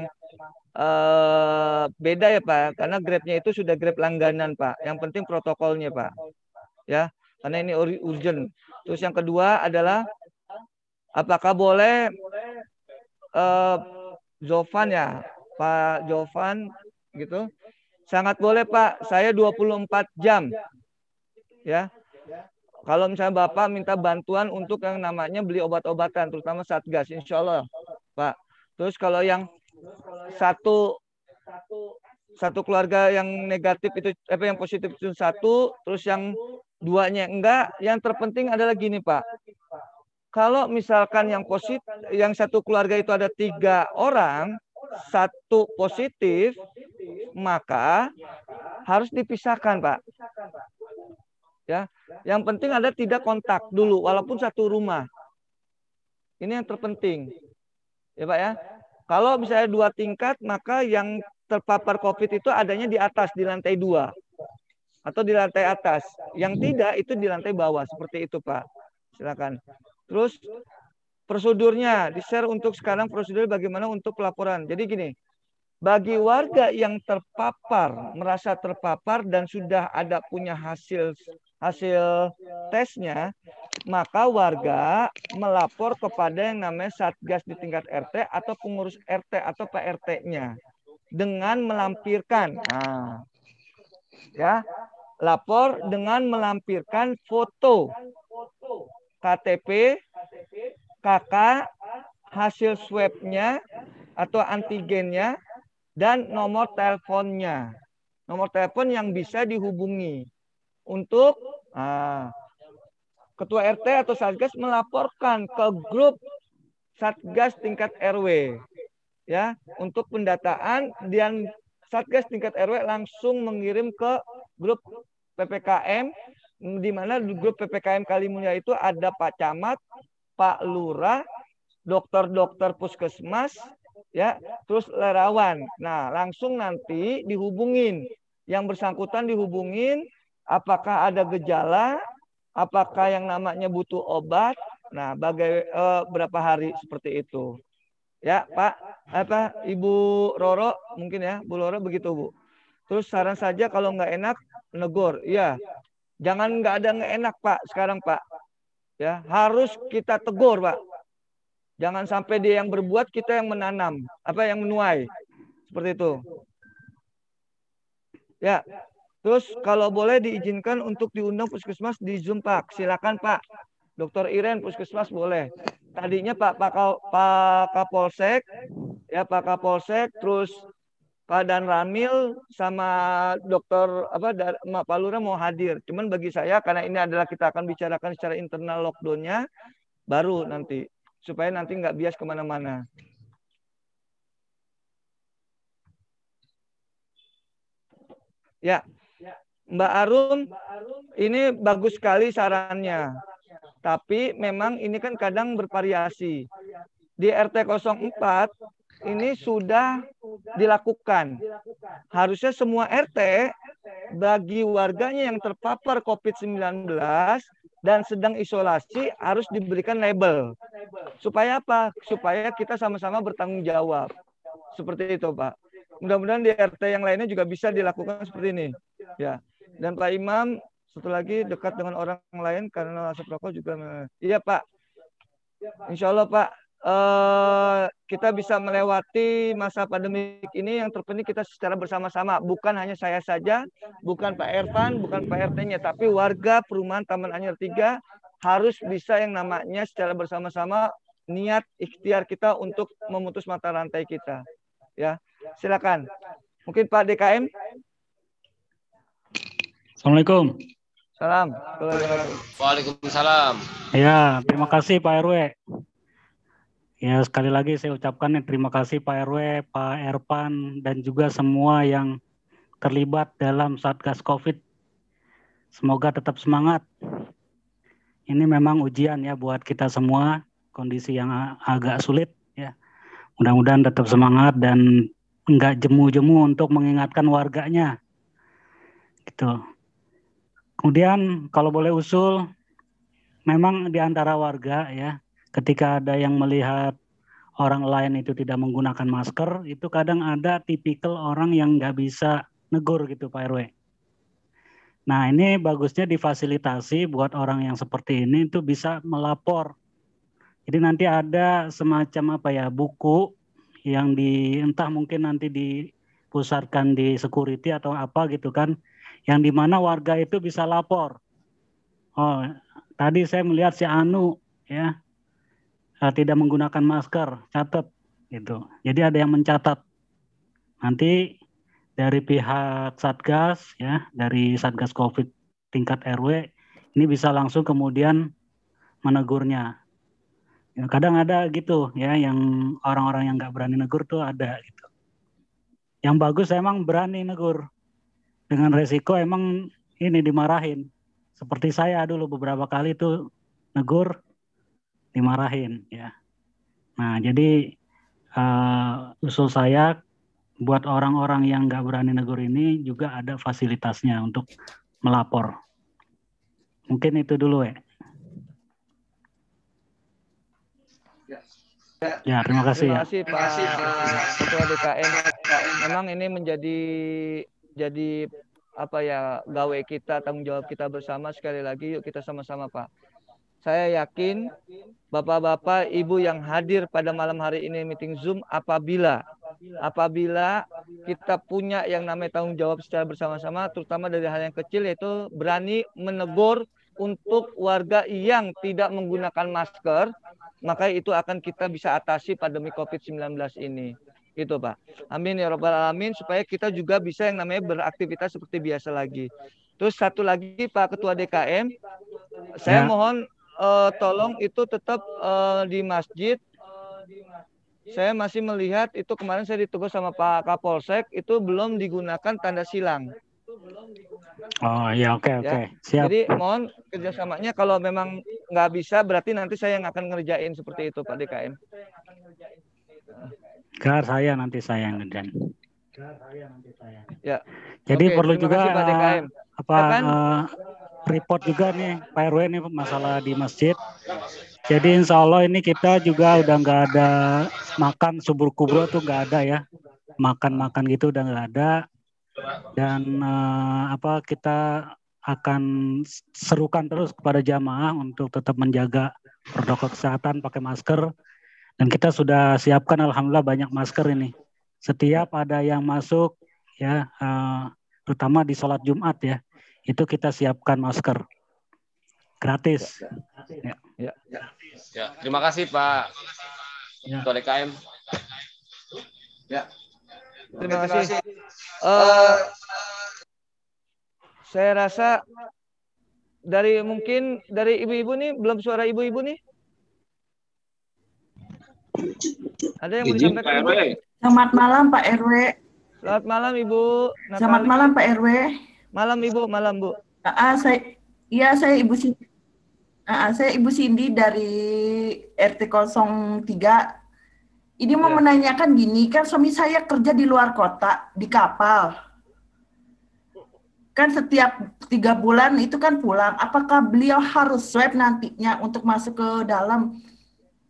beda ya Pak, karena Grabnya itu sudah Grab langganan Pak. Yang penting protokolnya Pak. Ya, karena ini urgent. Terus yang kedua adalah apakah boleh Jovan ya, Pak Jovan gitu. Sangat boleh Pak, saya 24 jam. Ya. Kalau misalnya Bapak minta bantuan untuk yang namanya beli obat-obatan, terutama Satgas, insya Allah, Pak. Terus kalau yang satu keluarga yang negatif itu, yang positif itu satu, terus yang duanya enggak, yang terpenting adalah gini Pak. Kalau misalkan yang positif, yang satu keluarga itu ada 3 orang, satu positif, maka harus dipisahkan Pak. Ya, yang penting ada tidak kontak dulu, walaupun satu rumah. Ini yang terpenting, ya Pak ya. Kalau misalnya 2 tingkat, maka yang terpapar COVID itu adanya di atas, di lantai 2 atau di lantai atas. Yang tidak itu di lantai bawah, seperti itu Pak. Silakan. Terus prosedurnya di-share untuk sekarang prosedur bagaimana untuk pelaporan. Jadi gini. Bagi warga yang terpapar, merasa terpapar dan sudah ada punya hasil tesnya, maka warga melapor kepada yang namanya Satgas di tingkat RT atau pengurus RT atau PRT-nya dengan melampirkan, lapor dengan melampirkan foto KTP, KK, hasil swab-nya atau antigennya, dan nomor teleponnya. Nomor telepon yang bisa dihubungi untuk Ketua RT atau Satgas melaporkan ke grup Satgas tingkat RW. Ya, untuk pendataan, dan Satgas tingkat RW langsung mengirim ke grup PPKM, di mana grup PPKM Kalimulia itu ada Pak Camat, Pak Lurah, dokter-dokter puskesmas, ya, terus relawan. Nah, langsung nanti dihubungin, yang bersangkutan dihubungin, apakah ada gejala, apakah yang namanya butuh obat, nah, berapa hari seperti itu. Ya, Pak, Ibu Roro mungkin ya, Bu Roro begitu Bu. Terus saran saja kalau nggak enak negur, iya. Jangan nggak ada nggak enak Pak sekarang Pak. Ya, harus kita tegur Pak. Jangan sampai dia yang berbuat, kita yang menanam, yang menuai. Seperti itu. Ya. Terus kalau boleh diizinkan untuk diundang puskesmas di Zoom Pak. Silakan Pak. Dr. Iren puskesmas boleh. Tadinya Pak Kapolsek, ya Pak Kapolsek, terus Pak Dan Ramil sama Dokter Pak Lurah mau hadir. Cuman bagi saya karena ini adalah kita akan bicarakan secara internal lockdown-nya, baru nanti. Supaya nanti nggak bias kemana-mana. Ya, Mbak Arum, ini bagus sekali sarannya. Tapi memang ini kan kadang bervariasi. Di RT 04 ini sudah dilakukan. Harusnya semua RT bagi warganya yang terpapar COVID-19 dan sedang isolasi harus diberikan label. Supaya apa? Supaya kita sama-sama bertanggung jawab. Seperti itu, Pak. Mudah-mudahan di RT yang lainnya juga bisa dilakukan seperti ini. Ya. Dan Pak Imam, satu lagi dekat dengan orang lain karena asap rokok juga. Iya, Pak. Insya Allah, Pak. Kita bisa melewati masa pandemik ini. Yang terpenting kita secara bersama-sama. Bukan hanya saya saja, bukan Pak Ervan, bukan Pak RT-nya, tapi warga perumahan Taman Anyar 3 harus bisa yang namanya secara bersama-sama niat ikhtiar kita untuk memutus mata rantai kita. Ya, silakan. Mungkin Pak DKM. Assalamualaikum. Salam. Waalaikumsalam. Ya, terima kasih Pak RW. Ya, sekali lagi saya ucapkan terima kasih Pak RW, Pak Ervan, dan juga semua yang terlibat dalam Satgas COVID. Semoga tetap semangat. Ini memang ujian ya buat kita semua, kondisi yang agak sulit ya. Mudah-mudahan tetap semangat dan enggak jemu-jemu untuk mengingatkan warganya. Gitu. Kemudian kalau boleh usul, memang di antara warga ya, ketika ada yang melihat orang lain itu tidak menggunakan masker, itu kadang ada tipikal orang yang nggak bisa negur gitu Pak RW. Nah ini bagusnya difasilitasi buat orang yang seperti ini itu bisa melapor. Jadi nanti ada semacam apa ya, buku yang entah mungkin nanti dipusatkan di security atau apa gitu kan, yang dimana warga itu bisa lapor. Oh, tadi saya melihat si Anu ya tidak menggunakan masker, catat gitu. Jadi ada yang mencatat. Nanti dari pihak Satgas ya, dari Satgas COVID tingkat RW ini bisa langsung kemudian menegurnya. Ya, kadang ada gitu ya, yang orang-orang yang nggak berani negur tuh ada gitu. Yang bagus emang berani negur. Dengan resiko emang ini dimarahin. Seperti saya dulu beberapa kali tuh negur, dimarahin ya. Nah jadi usul saya buat orang-orang yang nggak berani negur ini juga ada fasilitasnya untuk melapor. Mungkin itu dulu ya. Ya, terima kasih ya. Terima kasih Pak Ketua DKM. Memang ini jadi apa ya, gawe kita, tanggung jawab kita bersama. Sekali lagi yuk kita sama-sama Pak. Saya yakin Bapak-bapak, Ibu yang hadir pada malam hari ini meeting Zoom, apabila kita punya yang namanya tanggung jawab secara bersama-sama, terutama dari hal yang kecil, yaitu berani menegur untuk warga yang tidak menggunakan masker, maka itu akan kita bisa atasi pandemi COVID-19 ini. Gitu Pak. Amin ya Rabbal Alamin, supaya kita juga bisa yang namanya beraktivitas seperti biasa lagi. Terus satu lagi Pak Ketua DKM, saya mohon tolong itu tetap di masjid. Saya masih melihat itu kemarin saya ditegur sama Pak Kapolsek, itu belum digunakan tanda silang. Oh iya, oke. Siap. Jadi mohon kerjasamanya, kalau memang nggak bisa berarti nanti saya yang akan ngerjain seperti itu Pak DKM. Nanti saya yang ngerjain. Ya. Jadi perlu juga kasih, Pak DKM. report juga nih Pak RW nih masalah di masjid. Jadi insya Allah ini kita juga udah nggak ada makan subur kubro tuh nggak ada ya. Makan gitu udah nggak ada. Dan kita akan serukan terus kepada jamaah untuk tetap menjaga protokol kesehatan, pakai masker. Dan kita sudah siapkan alhamdulillah banyak masker ini. Setiap ada yang masuk ya, terutama di sholat Jumat ya, itu kita siapkan masker gratis. Ya, terima kasih Pak Ketua DKM. Ya. Terima kasih. Saya rasa mungkin dari ibu-ibu nih, belum suara ibu-ibu nih. Ada yang mau disampaikan? Selamat malam Pak RW. Selamat malam Ibu Natali. Selamat malam Pak RW. Malam Ibu, malam Bu. Saya Ibu Cindy. Saya Ibu Cindy dari RT 03. Ini mau menanyakan gini, kan suami saya kerja di luar kota, di kapal. Kan setiap 3 bulan itu kan pulang. Apakah beliau harus swab nantinya untuk masuk ke dalam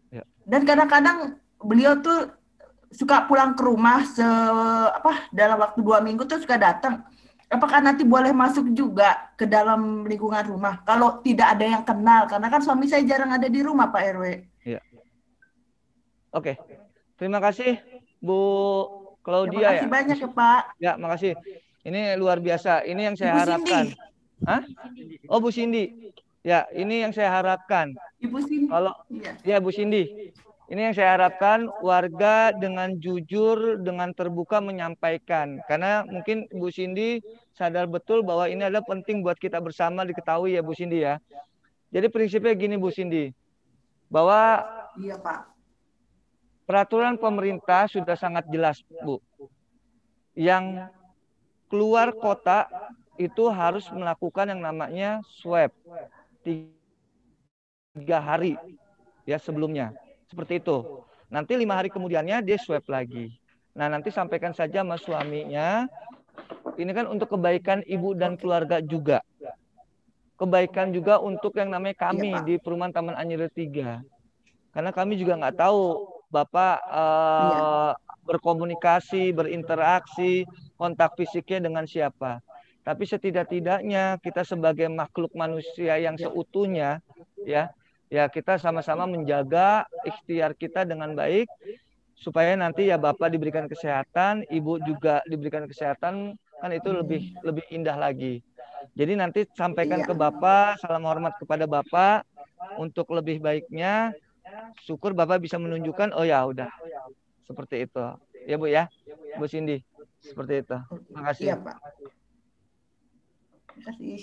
Dan kadang-kadang beliau tuh suka pulang ke rumah dalam waktu 2 minggu tuh suka datang. Apakah nanti boleh masuk juga ke dalam lingkungan rumah kalau tidak ada yang kenal? Karena kan suami saya jarang ada di rumah, Pak RW. Iya. Oke. Terima kasih Bu Claudia Terima kasih banyak ya Pak. Ya, makasih. Ini luar biasa. Ini yang saya Ibu harapkan. Cindy. Hah? Oh, Bu Cindy. Ya, ini yang saya harapkan. Ibu Cindy. Kalau ya Bu Cindy. Ini yang saya harapkan warga dengan jujur, dengan terbuka menyampaikan. Karena mungkin Bu Cindy sadar betul bahwa ini adalah penting buat kita bersama diketahui ya Bu Cindy ya. Jadi prinsipnya gini Bu Cindy. Bahwa iya Pak. Peraturan pemerintah sudah sangat jelas, Bu. Yang keluar kota itu harus melakukan yang namanya swab 3 hari ya sebelumnya. Seperti itu. Nanti 5 hari kemudiannya dia swab lagi. Nah, nanti sampaikan saja sama suaminya. Ini kan untuk kebaikan ibu dan keluarga juga. Kebaikan juga untuk yang namanya kami di Perumahan Taman Anyer 3. Karena kami juga nggak tahu Bapak berkomunikasi, berinteraksi, kontak fisiknya dengan siapa. Tapi setidak-tidaknya kita sebagai makhluk manusia yang seutuhnya, ya kita sama-sama menjaga ikhtiar kita dengan baik, supaya nanti ya Bapak diberikan kesehatan, Ibu juga diberikan kesehatan, kan itu lebih indah lagi. Jadi nanti sampaikan ke Bapak, salam hormat kepada Bapak, untuk lebih baiknya. Syukur Bapak bisa menunjukkan, oh ya udah seperti itu ya Bu ya, Bu Cindy, seperti itu. Terima kasih. Iya Pak. Terima kasih.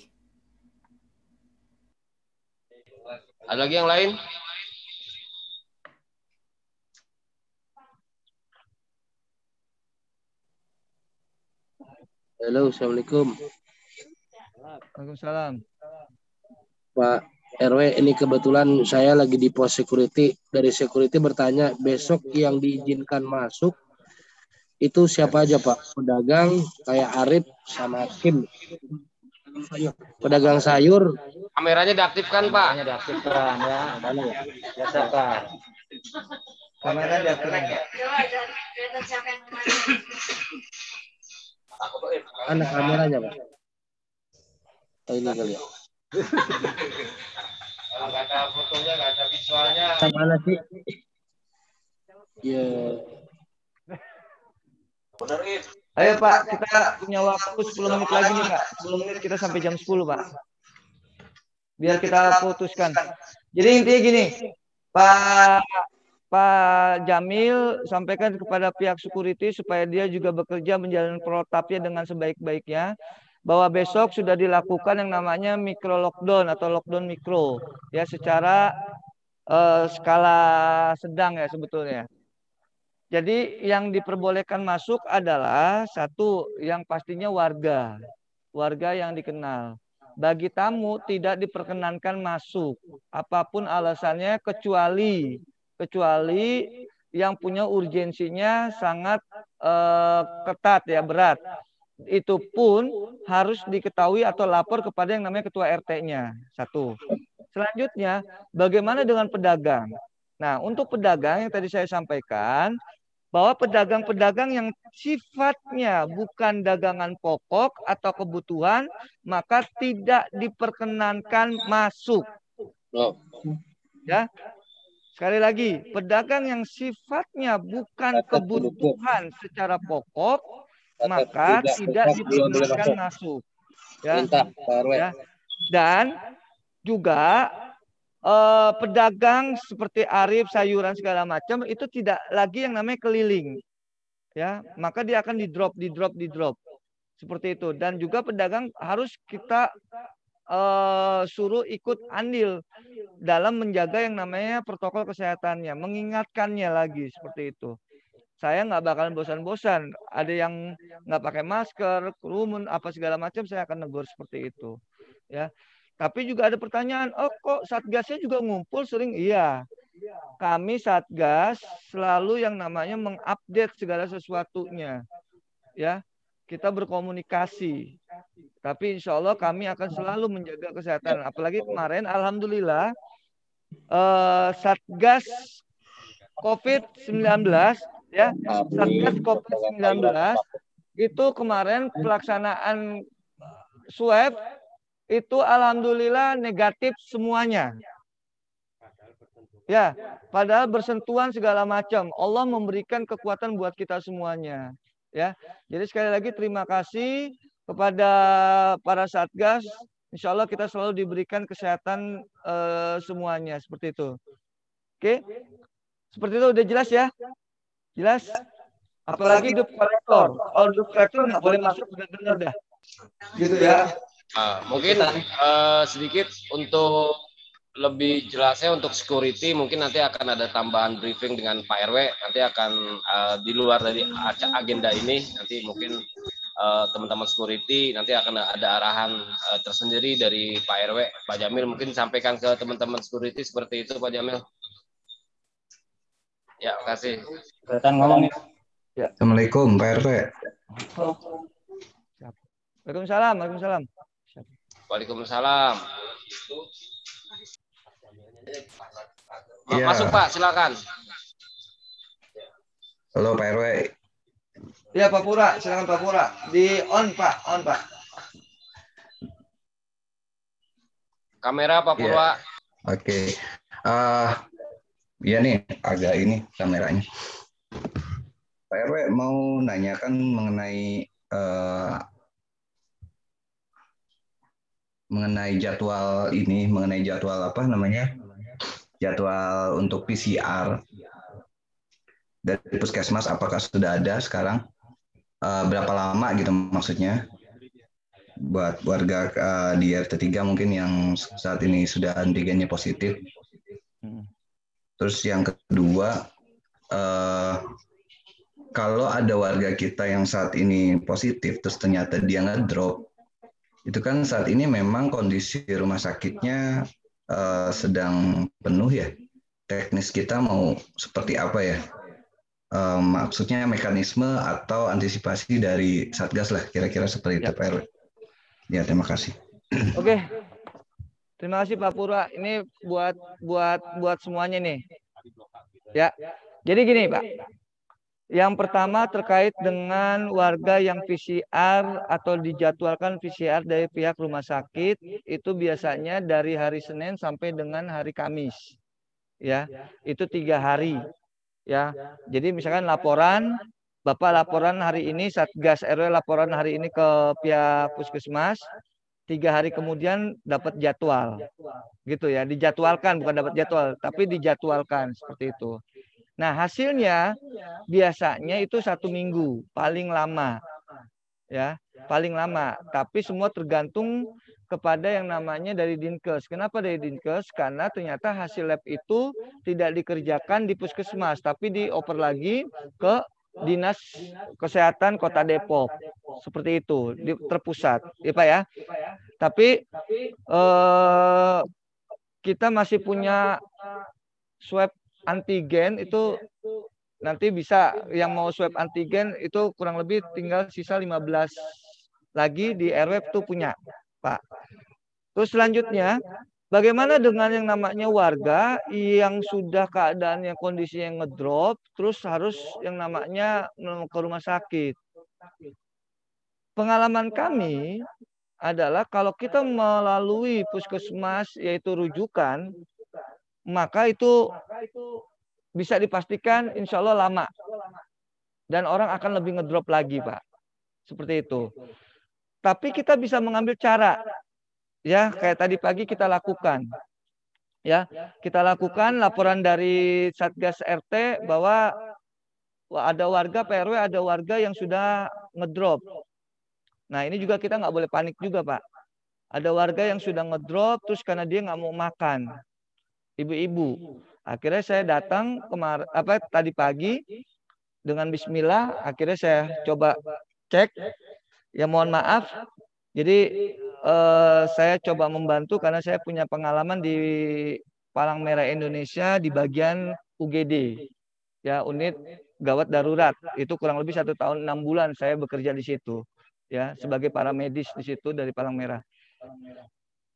Ada lagi yang lain? Halo, assalamualaikum. Waalaikumsalam. Pak RW, ini kebetulan saya lagi di pos security. Dari security bertanya, besok yang diizinkan masuk itu siapa aja Pak? Pedagang kayak Arif sama Kim. Pedagang sayur. Kameranya diaktifkan Pak. Kameranya diaktifkan ya. Biasakan. Kamera diaktifkan. Mana kameranya Pak? Oh, ini kali ya. Nggak ada fotonya, nggak ada visualnya. Mana sih? Ya. Ayo Pak, kita punya waktu 10 menit lagi nih Pak. 10 menit kita sampai jam 10 Pak. Biar kita putuskan. Jadi intinya gini, Pak Jamil sampaikan kepada pihak security supaya dia juga bekerja menjalankan protapnya dengan sebaik-baiknya. Bahwa besok sudah dilakukan yang namanya micro lockdown atau lockdown mikro ya secara skala sedang ya sebetulnya. Jadi yang diperbolehkan masuk adalah satu yang pastinya warga yang dikenal. Bagi tamu tidak diperkenankan masuk apapun alasannya kecuali yang punya urgensinya sangat ketat ya berat. Itu pun harus diketahui atau lapor kepada yang namanya ketua RT-nya. Satu. Selanjutnya, bagaimana dengan pedagang? Nah, untuk pedagang yang tadi saya sampaikan, bahwa pedagang-pedagang yang sifatnya bukan dagangan pokok atau kebutuhan, maka tidak diperkenankan masuk. Ya. Sekali lagi, pedagang yang sifatnya bukan kebutuhan secara pokok, maka tidak diperkenankan masuk. Ya. Dan juga pedagang seperti Arif, sayuran segala macam itu tidak lagi yang namanya keliling. Ya, maka dia akan di drop. Seperti itu. Dan juga pedagang harus kita suruh ikut andil dalam menjaga yang namanya protokol kesehatannya, mengingatkannya lagi seperti itu. Saya nggak bakalan bosan-bosan. Ada yang nggak pakai masker, kerumun, apa segala macam, saya akan negur seperti itu. Ya. Tapi juga ada pertanyaan, oh kok Satgasnya juga ngumpul sering? Iya. Kami Satgas selalu yang namanya mengupdate segala sesuatunya. Ya. Kita berkomunikasi. Tapi insya Allah kami akan selalu menjaga kesehatan. Apalagi kemarin, alhamdulillah, Satgas COVID-19 ya, Satgas COVID-19 itu kemarin pelaksanaan swab itu alhamdulillah negatif semuanya. Ya, padahal bersentuhan segala macam. Allah memberikan kekuatan buat kita semuanya. Ya, jadi sekali lagi terima kasih kepada para Satgas. Insya Allah kita selalu diberikan kesehatan semuanya seperti itu. Oke, seperti itu udah jelas ya? Jelas? Apalagi debt collector. Kalau debt collector nggak boleh masuk benar-benar dah. Gitu ya. Mungkin sedikit untuk lebih jelasnya untuk security mungkin nanti akan ada tambahan briefing dengan Pak RW, nanti akan di luar dari agenda ini nanti mungkin teman-teman security nanti akan ada arahan tersendiri dari Pak RW. Pak Jamil mungkin sampaikan ke teman-teman security seperti itu Pak Jamil. Ya, terima kasih. Kelihatan ngomong. Ya. Assalamualaikum Pak RW. Waalaikumsalam. Waalaikumsalam. Waalaikumsalam. Ya. Masuk Pak, silakan. Halo Pak RW. Ya Pak Pura, silakan Pak Pura. Di on Pak, on Pak. Kamera Pak Pura. Oke. Ya nih, agak ini kameranya. Pak RW mau nanyakan mengenai jadwal ini, mengenai jadwal apa namanya? Jadwal untuk PCR dari puskesmas apakah sudah ada sekarang? Berapa lama gitu maksudnya? Buat warga di RT 3 mungkin yang saat ini sudah antigennya positif. Terus yang kedua, kalau ada warga kita yang saat ini positif, terus ternyata dia ngedrop, itu kan saat ini memang kondisi rumah sakitnya sedang penuh ya. Teknis kita mau seperti apa ya? Maksudnya mekanisme atau antisipasi dari Satgas lah, kira-kira seperti itu Pak RW. Ya, terima kasih. Oke. Terima kasih Pak Pura. Ini buat semuanya nih. Ya. Jadi gini Pak. Yang pertama terkait dengan warga yang PCR atau dijadwalkan PCR dari pihak rumah sakit itu biasanya dari hari Senin sampai dengan hari Kamis. Ya, itu 3 hari. Ya, jadi misalkan laporan, Bapak laporan hari ini, Satgas RW laporan hari ini ke pihak puskesmas, 3 hari kemudian dapat jadwal, gitu ya, dijadwalkan bukan dapat jadwal, tapi dijadwalkan seperti itu. Nah hasilnya biasanya itu 1 minggu paling lama, ya paling lama. Tapi semua tergantung kepada yang namanya dari Dinkes. Kenapa dari Dinkes? Karena ternyata hasil lab itu tidak dikerjakan di puskesmas, tapi dioper lagi ke Dinas Kesehatan Kota Depok. Seperti itu, terpusat, ya Pak ya. Tapi kita masih punya swab antigen itu nanti bisa yang mau swab antigen itu kurang lebih tinggal sisa 15 lagi di RW itu punya Pak. Terus selanjutnya bagaimana dengan yang namanya warga yang sudah keadaannya kondisinya ngedrop terus harus yang namanya ke rumah sakit. Pengalaman kami adalah kalau kita melalui puskesmas yaitu rujukan maka itu bisa dipastikan insya Allah lama. Dan orang akan lebih ngedrop lagi, Pak. Seperti itu. Tapi kita bisa mengambil cara. Ya, kayak tadi pagi kita lakukan. Ya, kita lakukan laporan dari Satgas RT bahwa ada warga PRW, ada warga yang sudah ngedrop. Nah, ini juga kita nggak boleh panik juga, Pak. Ada warga yang sudah ngedrop, terus karena dia nggak mau makan. Ibu-ibu. Akhirnya saya datang tadi pagi dengan bismillah, akhirnya saya coba cek. Ya mohon maaf. Jadi saya coba membantu karena saya punya pengalaman di Palang Merah Indonesia di bagian UGD. Ya, unit gawat darurat. Itu kurang lebih 1 tahun 6 bulan saya bekerja di situ. Ya, sebagai paramedis di situ dari Palang Merah.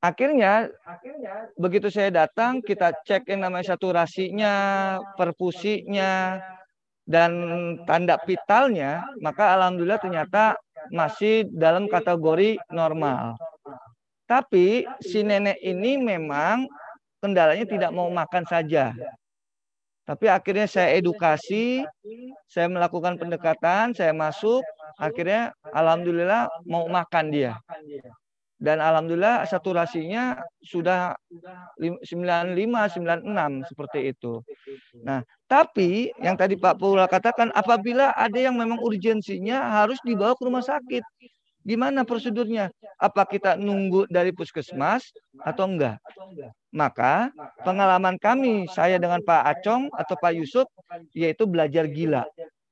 Akhirnya begitu saya datang, kita cek yang namanya saturasinya, perfusinya, dan tanda vitalnya, maka alhamdulillah ternyata masih dalam kategori normal. Tapi si nenek ini memang kendalanya tidak mau makan saja. Tapi akhirnya saya edukasi, saya melakukan pendekatan, saya masuk, akhirnya alhamdulillah mau makan dia. Dan alhamdulillah saturasinya sudah 95, 96 seperti itu. Nah, tapi yang tadi Pak Paula katakan, apabila ada yang memang urgensinya harus dibawa ke rumah sakit. Gimana prosedurnya? Apa kita nunggu dari puskesmas atau enggak? Maka pengalaman kami, saya dengan Pak Acong atau Pak Yusuf, yaitu belajar gila.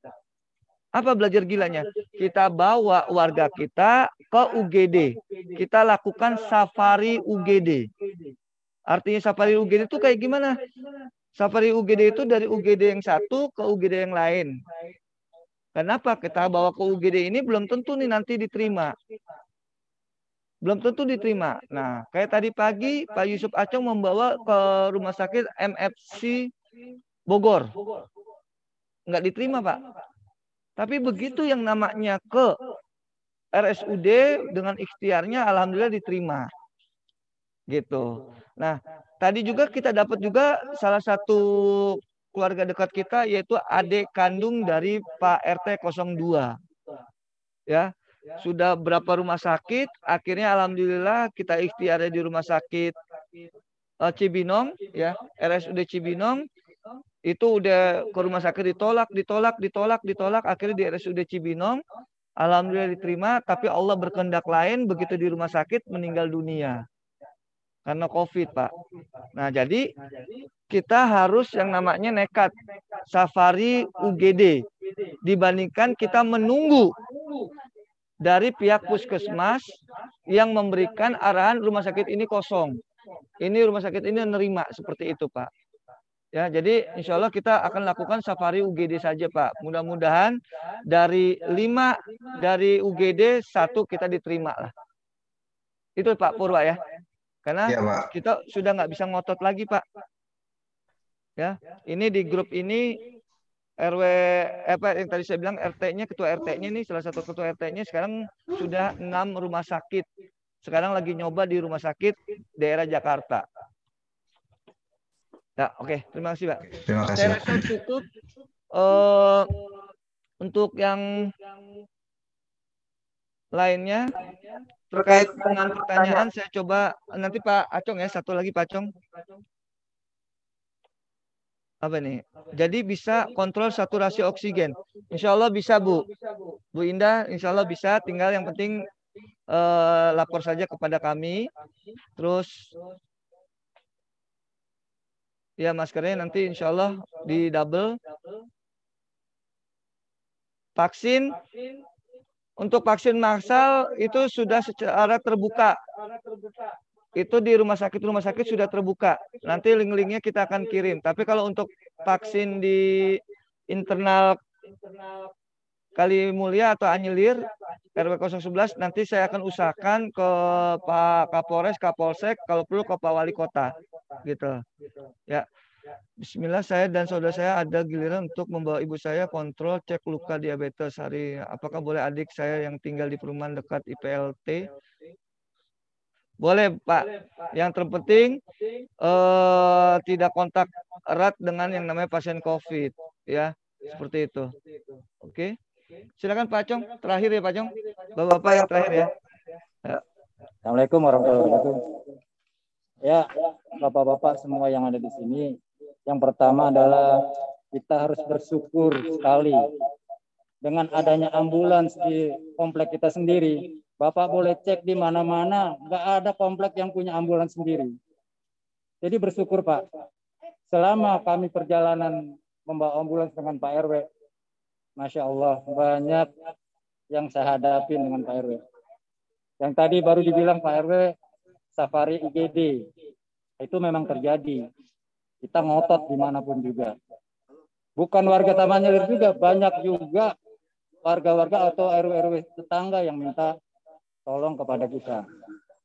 Apa belajar gilanya? Kita bawa warga kita ke UGD. Kita lakukan safari UGD. Artinya safari UGD itu kayak gimana? Safari UGD itu dari UGD yang satu ke UGD yang lain. Kenapa kita bawa ke UGD ini belum tentu nih nanti diterima. Belum tentu diterima. Nah, kayak tadi pagi Pak Yusuf Acong membawa ke rumah sakit MFC Bogor. Enggak diterima, Pak. Tapi begitu yang namanya ke RSUD dengan ikhtiarnya alhamdulillah diterima. Gitu. Nah, tadi juga kita dapat juga salah satu keluarga dekat kita yaitu adik kandung dari Pak RT 02. Ya. Sudah berapa rumah sakit, akhirnya alhamdulillah kita ikhtiarnya di rumah sakit Cibinong ya, RSUD Cibinong. Itu udah ke rumah sakit ditolak, akhirnya di RSUD Cibinong alhamdulillah diterima, tapi Allah berkehendak lain, begitu di rumah sakit meninggal dunia karena COVID, Pak. Nah, jadi kita harus yang namanya nekat safari UGD dibandingkan kita menunggu dari pihak puskesmas yang memberikan arahan rumah sakit ini kosong. Ini rumah sakit ini nerima seperti itu, Pak. Ya, jadi insya Allah kita akan lakukan safari UGD saja, Pak. Mudah-mudahan dari 5 dari UGD 1 kita diterima lah. Itu Pak Purwa ya. Karena ya, Pak, kita sudah nggak bisa ngotot lagi, Pak. Ya, ini di grup ini RW apa yang tadi saya bilang RT-nya, ketua RT-nya nih, salah satu ketua RT-nya sekarang sudah 6 rumah sakit. Sekarang lagi nyoba di rumah sakit daerah Jakarta. Ya, oke. Terima kasih, Pak. Terima kasih. Saya rasa cukup untuk yang lainnya terkait dengan pertanyaan. Saya coba nanti Pak Acong ya, satu lagi Pak Acong. Apa nih? Jadi bisa kontrol saturasi oksigen. Insya Allah bisa, Bu. Bu Indah, insya Allah bisa. Tinggal yang penting lapor saja kepada kami. Terus ya maskernya nanti insya Allah di double. Vaksin, untuk vaksin massal itu sudah secara terbuka. Itu di rumah sakit sudah terbuka. Nanti link-linknya kita akan kirim. Tapi kalau untuk vaksin di internal Kali Mulia atau Anyelir RW 011 nanti saya akan usahakan ke Pak Kapolres, Kapolsek, kalau perlu ke Pak Wali Kota, gitu. Ya, Bismillah, saya dan saudara saya ada giliran untuk membawa ibu saya kontrol cek luka diabetes hari. Apakah boleh adik saya yang tinggal di perumahan dekat IPLT? Boleh, Pak. Yang terpenting tidak kontak erat dengan yang namanya pasien COVID, ya, seperti itu. Oke. Silakan Pak Acong, terakhir ya Pak Acong. Bapak-bapak yang terakhir ya. Assalamualaikum warahmatullahi wabarakatuh. Ya, Bapak-bapak semua yang ada di sini. Yang pertama adalah kita harus bersyukur sekali dengan adanya ambulans di komplek kita sendiri. Bapak boleh cek di mana-mana, nggak ada komplek yang punya ambulans sendiri. Jadi bersyukur Pak. Selama kami perjalanan membawa ambulans dengan Pak RW, Masya Allah, banyak yang saya hadapi dengan Pak RW. Yang tadi baru dibilang Pak RW, safari IGD, itu memang terjadi. Kita ngotot dimanapun juga. Bukan warga Taman Anyelir juga, banyak juga warga-warga atau RW-RW tetangga yang minta tolong kepada kita.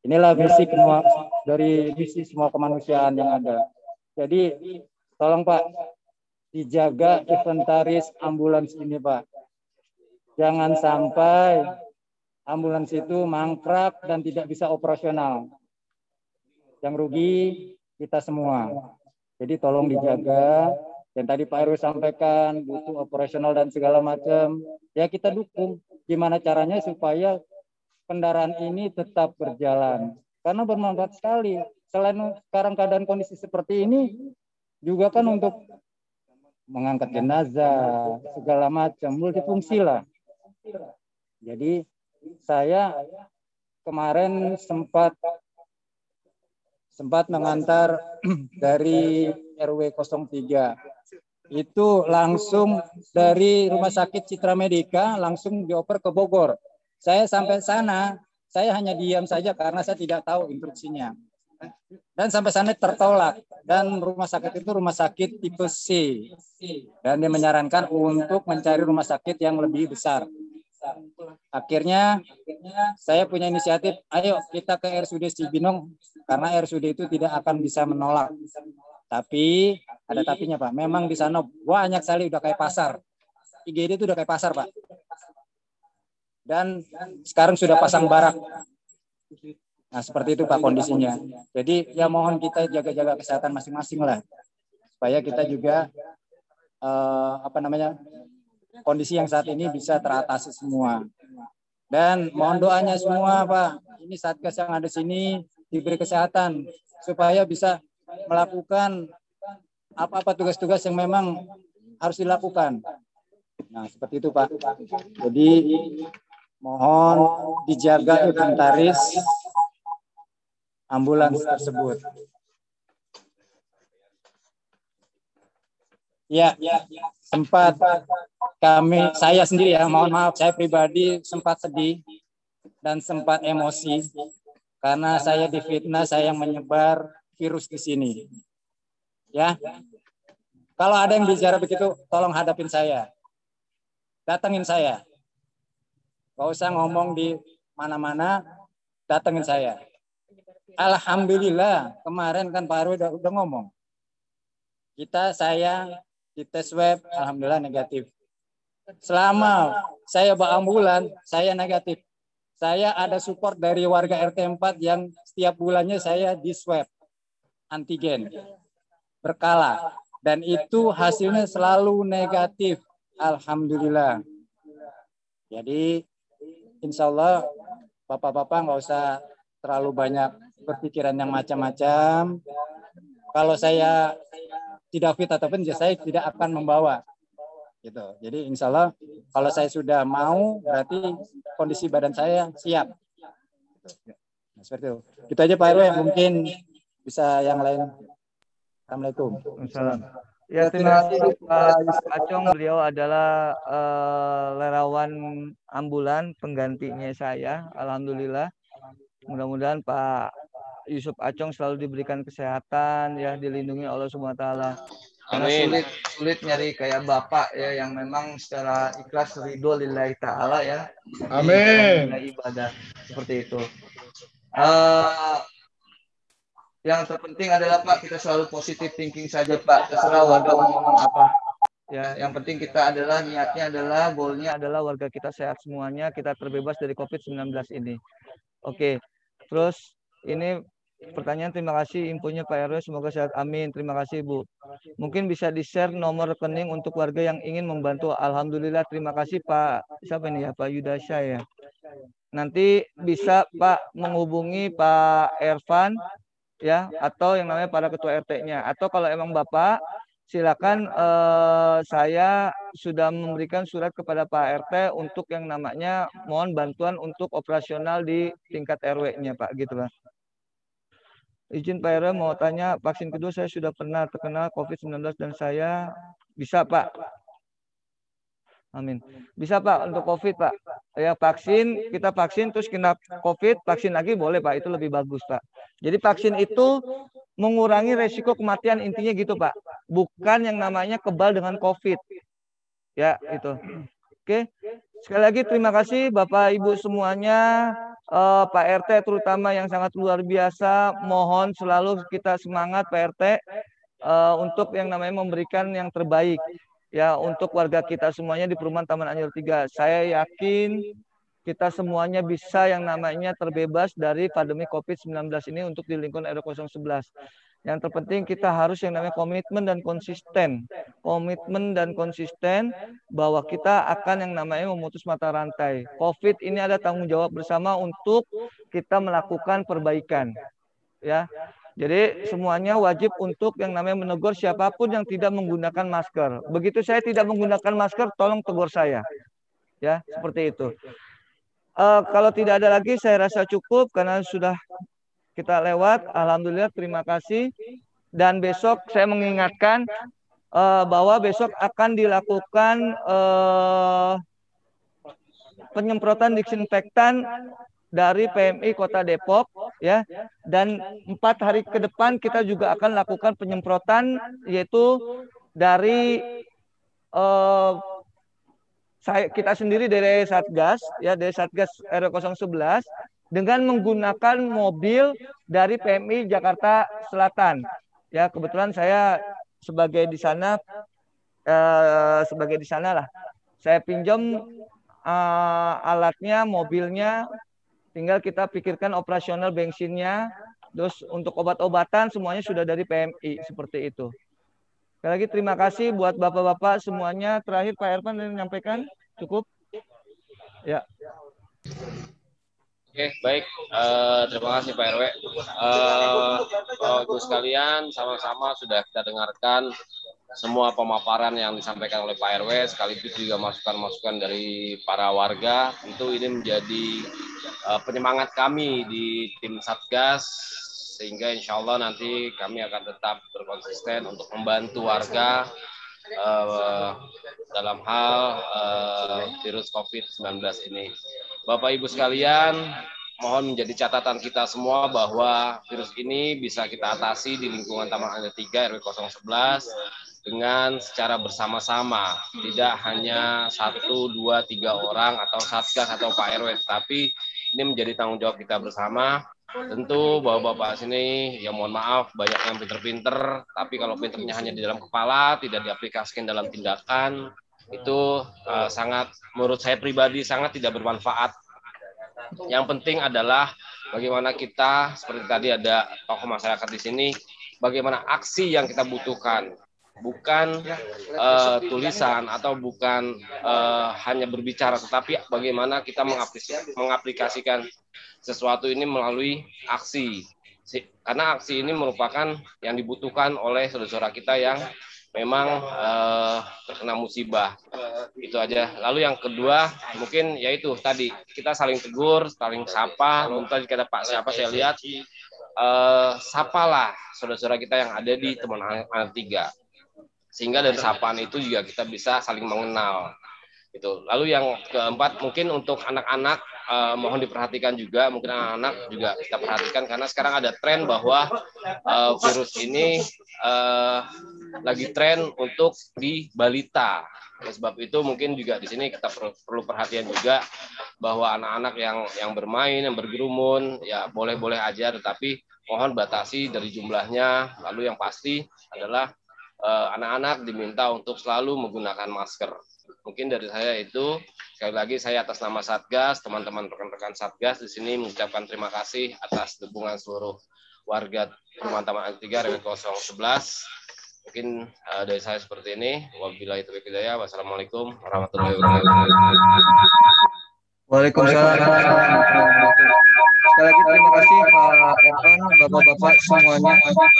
Inilah visi semua kemanusiaan yang ada. Jadi tolong Pak, dijaga inventaris ambulans ini Pak. Jangan sampai ambulans itu mangkrak dan tidak bisa operasional. Yang rugi kita semua. Jadi tolong dijaga. Dan tadi Pak RW sampaikan butuh operasional dan segala macam. Ya kita dukung. Gimana caranya supaya kendaraan ini tetap berjalan. Karena bermanfaat sekali. Selain sekarang keadaan kondisi seperti ini, juga kan untuk mengangkat jenazah, segala macam, multifungsi lah. Jadi saya kemarin sempat mengantar dari RW 03. Itu langsung dari Rumah Sakit Citra Medika langsung dioper ke Bogor. Saya sampai sana, saya hanya diam saja karena saya tidak tahu instruksinya. Dan sampai sana tertolak. Dan rumah sakit itu rumah sakit tipe C. Dan dia menyarankan untuk mencari rumah sakit yang lebih besar. Akhirnya saya punya inisiatif, ayo kita ke RSUD Cibinong karena RSUD itu tidak akan bisa menolak. Tapi ada tapinya Pak, memang di sana banyak sekali udah kayak pasar. IGD itu udah kayak pasar Pak. Dan sekarang sudah pasang barak. Nah seperti itu Pak kondisinya. Jadi ya mohon kita jaga-jaga kesehatan masing-masing lah, supaya kita juga kondisi yang saat ini bisa teratasi semua. Dan mohon doanya semua Pak, ini Satgas yang ada di sini diberi kesehatan supaya bisa melakukan apa-apa tugas-tugas yang memang harus dilakukan. Nah seperti itu Pak. Jadi mohon dijaga inventaris ambulans tersebut. Ya, sempat saya sendiri ya, mohon maaf, saya pribadi sempat sedih dan sempat emosi karena saya difitnah, saya yang menyebar virus di sini. Ya, kalau ada yang bicara begitu, tolong hadapin saya, datengin saya. Gak usah ngomong di mana-mana, datengin saya. Alhamdulillah, kemarin kan Pak RW udah ngomong. Saya dites swab, alhamdulillah negatif. Selama saya bawa ambulan, saya negatif. Saya ada support dari warga RT 4 yang setiap bulannya saya di swab antigen berkala. Dan itu hasilnya selalu negatif. Alhamdulillah. Jadi insya Allah Bapak-bapak nggak usah terlalu banyak berpikiran yang macam-macam. Kalau saya tidak fit ataupun saya tidak akan membawa. Gitu. Jadi insya Allah kalau saya sudah mau berarti kondisi badan saya siap. Nah, seperti itu. Kita aja Pak RW, mungkin bisa yang lain. Assalamualaikum. Ya terima kasih Pak Yusuf Acong. Beliau adalah relawan ambulan penggantinya saya. Alhamdulillah. Mudah-mudahan Pak Yusuf Acong selalu diberikan kesehatan, ya dilindungi Allah SWT. Karena sulit nyari kayak bapak ya yang memang secara ikhlas ridho lillahi ta'ala ya. Amin. Ibadah seperti itu. Yang terpenting adalah Pak kita selalu positive thinking saja Pak. Terserah warga mau ngomong apa. Ya, yang penting kita adalah niatnya adalah goalnya adalah warga kita sehat semuanya, kita terbebas dari COVID-19 ini. Oke. Terus ini pertanyaan, terima kasih infonya Pak RW, semoga sehat, amin. Terima kasih Bu. Mungkin bisa di-share nomor rekening untuk warga yang ingin membantu. Alhamdulillah, terima kasih Pak. Siapa ini ya, Pak Yudasya ya. Nanti bisa Pak menghubungi Pak Ervan ya, atau yang namanya para ketua RT-nya. Atau kalau emang Bapak, silakan saya sudah memberikan surat kepada Pak RT untuk yang namanya mohon bantuan untuk operasional di tingkat RW-nya Pak, gitu Pak. Izin Pak RW mau tanya, vaksin kedua saya sudah pernah terkena COVID-19 dan saya bisa Pak. Amin. Bisa Pak untuk COVID Pak. Ya vaksin, kita vaksin terus kena COVID, vaksin lagi boleh Pak, itu lebih bagus Pak. Jadi vaksin itu mengurangi resiko kematian, intinya gitu Pak. Bukan yang namanya kebal dengan COVID. Ya itu. Oke. Sekali lagi terima kasih Bapak Ibu semuanya. Pak RT terutama yang sangat luar biasa, mohon selalu kita semangat Pak RT untuk yang namanya memberikan yang terbaik ya untuk warga kita semuanya di Perumahan Taman Anyer 3. Saya yakin kita semuanya bisa yang namanya terbebas dari pandemi COVID-19 ini untuk di lingkungan RW 011. Yang terpenting kita harus yang namanya komitmen dan konsisten. Komitmen dan konsisten bahwa kita akan yang namanya memutus mata rantai. COVID ini ada tanggung jawab bersama untuk kita melakukan perbaikan. Ya. Jadi semuanya wajib untuk yang namanya menegur siapapun yang tidak menggunakan masker. Begitu saya tidak menggunakan masker, tolong tegur saya. Ya, seperti itu. Kalau tidak ada lagi, saya rasa cukup karena sudah kita lewat. Alhamdulillah, terima kasih. Dan besok saya mengingatkan bahwa besok akan dilakukan penyemprotan disinfektan dari PMI Kota Depok, ya. Dan 4 hari ke depan kita juga akan lakukan penyemprotan, yaitu dari kita sendiri dari Satgas, ya dari Satgas RW 011 dengan menggunakan mobil dari PMI Jakarta Selatan. Ya kebetulan saya sebagai di sana lah. Saya pinjam alatnya, mobilnya, tinggal kita pikirkan operasional bensinnya, terus untuk obat-obatan semuanya sudah dari PMI seperti itu. Sekali lagi terima kasih buat bapak-bapak semuanya. Terakhir Pak Ervan yang menyampaikan, cukup? Ya. Oke, baik. Terima kasih Pak RW. Bapak Ibu sekalian, sama-sama sudah kita dengarkan semua pemaparan yang disampaikan oleh Pak RW, sekaligus juga masukan-masukan dari para warga. Tentu ini menjadi penyemangat kami di tim Satgas, sehingga insya Allah nanti kami akan tetap berkonsisten untuk membantu warga dalam hal virus COVID-19 ini. Bapak Ibu sekalian, mohon menjadi catatan kita semua bahwa virus ini bisa kita atasi di lingkungan Taman Anyer 3 RW 011 dengan secara bersama-sama, tidak hanya 1, 2, 3 orang atau Satgas atau Pak RW, tapi ini menjadi tanggung jawab kita bersama. Tentu bapak-bapak sini, ya mohon maaf, banyak yang pinter-pinter, tapi kalau pinternya hanya di dalam kepala, tidak diaplikasikan dalam tindakan, itu sangat, menurut saya pribadi, sangat tidak bermanfaat. Yang penting adalah bagaimana kita, seperti tadi ada tokoh masyarakat di sini, bagaimana aksi yang kita butuhkan. Bukan tulisan atau bukan hanya berbicara, tetapi bagaimana kita mengaplikasikan sesuatu ini melalui aksi. Karena aksi ini merupakan yang dibutuhkan oleh saudara-saudara kita yang memang terkena musibah. Itu aja. Lalu yang kedua, mungkin yaitu tadi kita saling tegur, saling sapa. Mungkin tadi kata Pak siapa saya lihat, sapalah saudara-saudara kita yang ada di Taman Anyer 3. Sehingga dari sapaan itu juga kita bisa saling mengenal. Itu. Lalu yang keempat, mungkin untuk anak-anak mohon diperhatikan juga, mungkin anak-anak juga kita perhatikan karena sekarang ada tren bahwa virus ini lagi tren untuk di balita. Oleh sebab itu mungkin juga di sini kita perlu perhatian juga bahwa anak-anak yang bermain, yang bergerumun, ya boleh-boleh aja, tetapi mohon batasi dari jumlahnya. Lalu yang pasti adalah anak-anak diminta untuk selalu menggunakan masker. Mungkin dari saya itu, sekali lagi saya atas nama Satgas, teman-teman rekan-rekan Satgas di sini mengucapkan terima kasih atas dukungan seluruh warga Perumahan Taman Anyer 3 RW 011. Mungkin dari saya seperti ini. Wabillahi taufiq wal hidayah. Wassalamualaikum warahmatullahi wabarakatuh. Waalaikumsalam. Sekali lagi terima kasih Pak Ervan, bapak-bapak semuanya.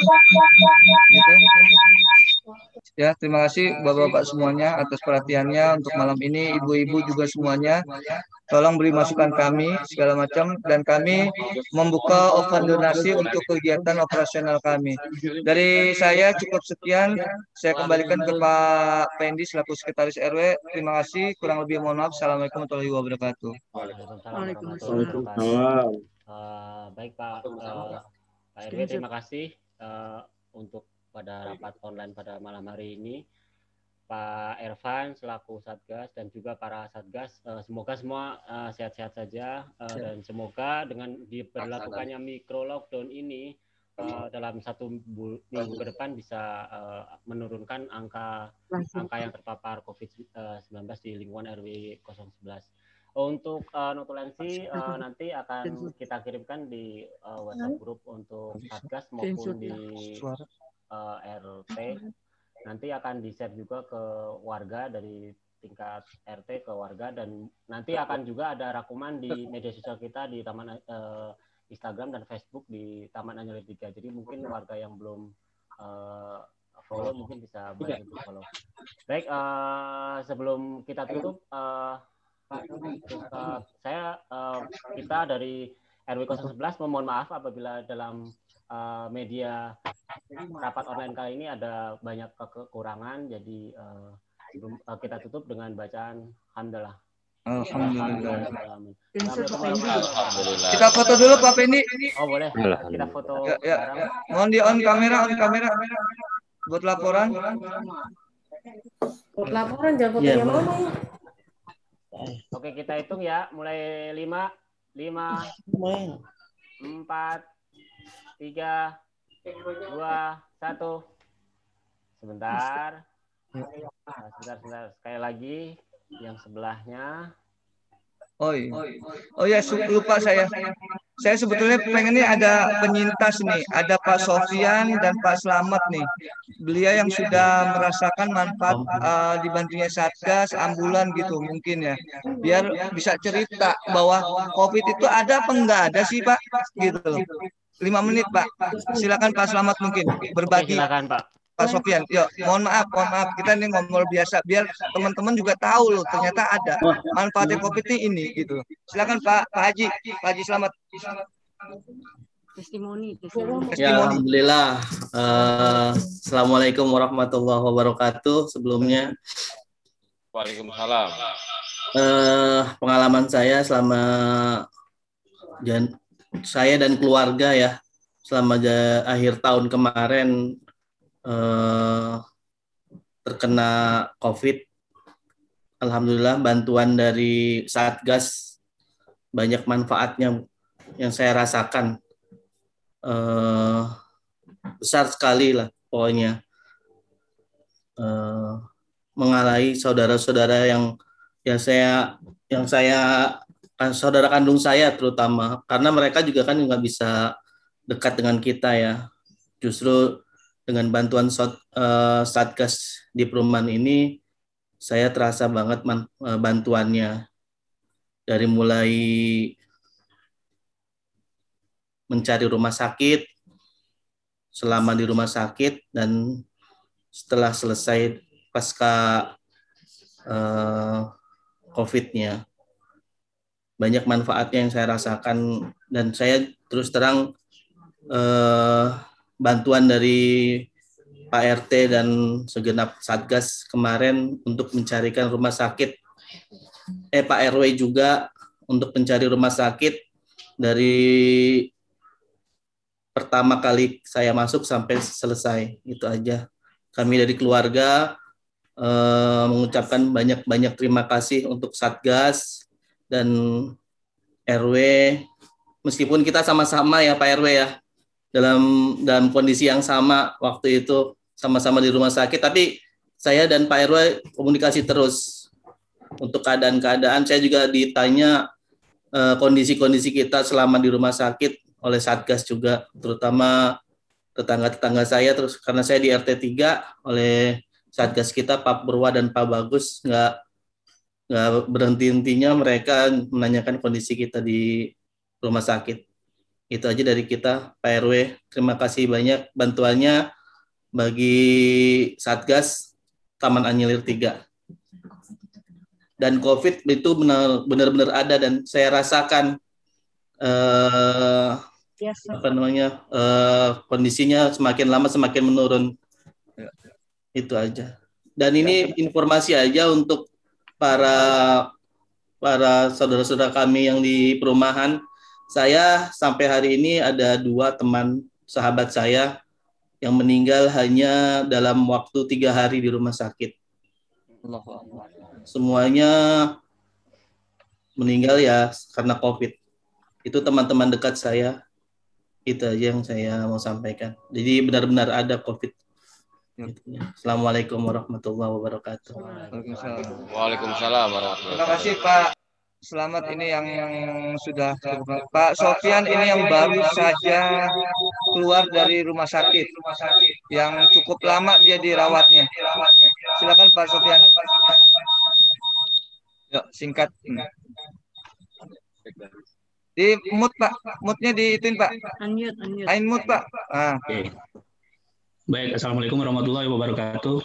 Gitu. Ya, terima kasih bapak-bapak semuanya atas perhatiannya untuk malam ini, ibu-ibu juga semuanya. Tolong beri masukan kami segala macam dan kami membuka open donasi untuk kegiatan operasional kami. Dari saya cukup sekian, saya kembalikan ke Pak Pendi selaku Sekretaris RW. Terima kasih, kurang lebih mohon maaf. Assalamualaikum warahmatullahi wabarakatuh. Waalaikumsalam. Baik Pak RW, terima kasih untuk pada rapat online pada malam hari ini. Pak Ervan selaku Satgas dan juga para Satgas. Semoga semua sehat-sehat saja dan semoga dengan diberlakukannya micro lockdown ini dalam 1 minggu ke depan bisa menurunkan angka yang terpapar COVID-19 di lingkungan RW 011. Untuk notulensi nanti akan kita kirimkan di WhatsApp grup untuk Satgas maupun di RT. Nanti akan di-share juga ke warga dari tingkat RT ke warga dan nanti akan juga ada rangkuman di media sosial kita di Taman Instagram dan Facebook di Taman Anyer 3. Jadi mungkin warga yang belum follow mungkin bisa bantu follow. Baik, sebelum kita tutup, kita dari RW 011 memohon maaf apabila dalam media rapat online kali ini ada banyak kekurangan, jadi kita tutup dengan bacaan hamdalah. Alhamdulillah. Alhamdulillah. Kita foto dulu Pak Pendi. Oh boleh. Kita foto. Ya. Mohon di on kamera buat laporan. Buat laporan jangan fotonya mama ya. Oke, kita hitung ya, mulai 5, 4, 3, 2, 1. Sebentar. Sekali lagi yang sebelahnya. Oh ya, lupa saya. Saya sebetulnya pengen nih ada penyintas nih, ada Pak Sofian dan Pak Slamet nih. Beliau yang sudah merasakan manfaat dibantunya Satgas, ambulan gitu mungkin ya. Biar bisa cerita bahwa COVID itu ada apa enggak ada sih Pak? Gitu loh. 5 menit Pak. Silakan Pak Slamet mungkin berbagi. Silakan Pak. Pak Sofian, yuk, mohon maaf, kita ini ngomong biasa, biar teman-teman juga tahu loh, ternyata ada manfaatnya COVID ini, gitu. Silakan Pak Haji selamat. Testimoni. Ya, alhamdulillah. Assalamualaikum warahmatullahi wabarakatuh. Sebelumnya, Waalaikumsalam. Pengalaman saya selama saya dan keluarga ya, selama akhir tahun kemarin. Terkena COVID, alhamdulillah bantuan dari Satgas banyak manfaatnya yang saya rasakan, besar sekali lah pokoknya, mengalahi saudara-saudara yang saudara kandung saya terutama, karena mereka juga kan nggak bisa dekat dengan kita ya, justru dengan bantuan Satgas di perumahan ini, saya terasa banget bantuannya. Dari mulai mencari rumah sakit, selama di rumah sakit, dan setelah selesai pasca COVID-nya. Banyak manfaatnya yang saya rasakan, dan saya terus terang bantuan dari Pak RT dan segenap Satgas kemarin untuk mencarikan rumah sakit. Pak RW juga untuk mencari rumah sakit dari pertama kali saya masuk sampai selesai. Itu aja. Kami dari keluarga mengucapkan banyak-banyak terima kasih untuk Satgas dan RW. Meskipun kita sama-sama ya Pak RW ya, dalam kondisi yang sama waktu itu, sama-sama di rumah sakit, tapi saya dan Pak RW komunikasi terus untuk keadaan-keadaan. Saya juga ditanya kondisi-kondisi kita selama di rumah sakit oleh Satgas juga, terutama tetangga-tetangga saya, terus karena saya di RT 3 oleh Satgas kita Pak Purwa dan Pak Bagus, nggak berhenti-hentinya mereka menanyakan kondisi kita di rumah sakit. Itu aja dari kita, Pak RW. Terima kasih banyak bantuannya bagi Satgas Taman Anyer 3. Dan COVID itu benar-benar ada dan saya rasakan kondisinya semakin lama semakin menurun. Itu aja. Dan ini informasi aja untuk para saudara-saudara kami yang di perumahan. Saya sampai hari ini ada 2 teman sahabat saya yang meninggal hanya dalam waktu 3 hari di rumah sakit. Semuanya meninggal ya karena COVID. Itu teman-teman dekat saya. Itu aja yang saya mau sampaikan. Jadi benar-benar ada COVID. Assalamualaikum warahmatullahi wabarakatuh. Waalaikumsalam warahmatullahi Terima kasih Pak Selamat ini yang sudah Pak Sofyan ini yang baru saja keluar dari rumah sakit yang cukup lama dia dirawatnya. Silakan Pak Sofyan. Yuk, singkat. Di mute Pak, mute-nya diituin Pak. Unmute Pak. Ah. Oke. Baik, assalamualaikum warahmatullahi wabarakatuh.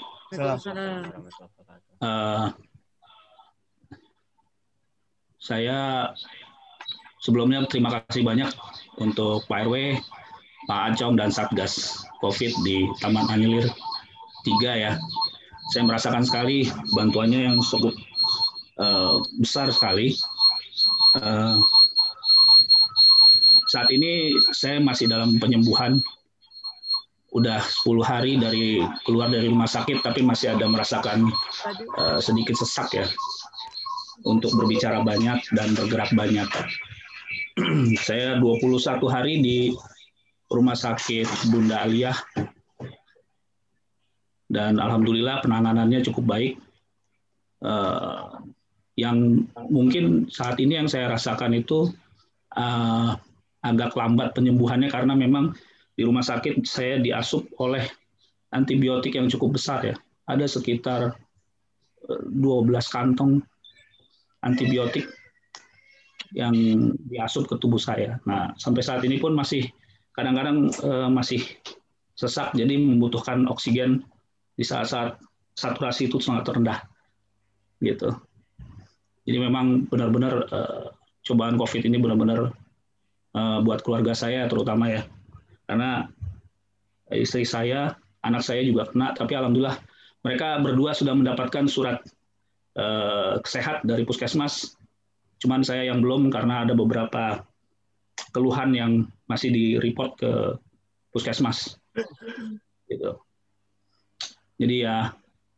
Saya sebelumnya terima kasih banyak untuk Pak RW, Pak Acong, dan Satgas COVID di Taman Anyelir 3 ya. Saya merasakan sekali bantuannya yang cukup besar sekali. Saat ini saya masih dalam penyembuhan. Udah 10 hari dari keluar dari rumah sakit, tapi masih ada merasakan sedikit sesak ya. Untuk berbicara banyak dan bergerak banyak. Saya 21 hari di Rumah Sakit Bunda Aliyah. Dan alhamdulillah penanganannya cukup baik. Yang mungkin saat ini yang saya rasakan itu agak lambat penyembuhannya karena memang di rumah sakit saya diasup oleh antibiotik yang cukup besar ya. Ada sekitar 12 kantong antibiotik yang diasup ke tubuh saya. Nah, sampai saat ini pun masih kadang-kadang masih sesak, jadi membutuhkan oksigen di saat-saat saturasi itu sangat rendah, gitu. Jadi memang benar-benar cobaan COVID ini benar-benar buat keluarga saya terutama ya, karena istri saya, anak saya juga kena, tapi alhamdulillah mereka berdua sudah mendapatkan surat sehat dari puskesmas, cuman saya yang belum karena ada beberapa keluhan yang masih di-report ke puskesmas, gitu. Jadi ya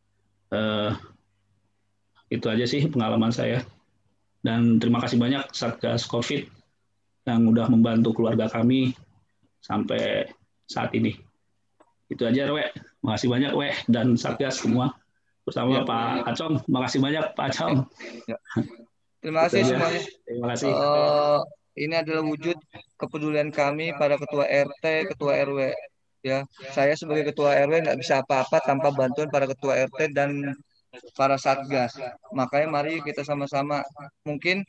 itu aja sih pengalaman saya, dan terima kasih banyak Satgas COVID yang udah membantu keluarga kami sampai saat ini. Itu aja RW, makasih banyak W dan Satgas semua. Bersama ya, Pak Acong, makasih banyak Pak Acong. Ya. Terima kasih semuanya. Terima kasih. Ini adalah wujud kepedulian kami pada ketua RT, ketua RW. Ya, saya sebagai ketua RW nggak bisa apa-apa tanpa bantuan para ketua RT dan para satgas. Makanya mari kita sama-sama. Mungkin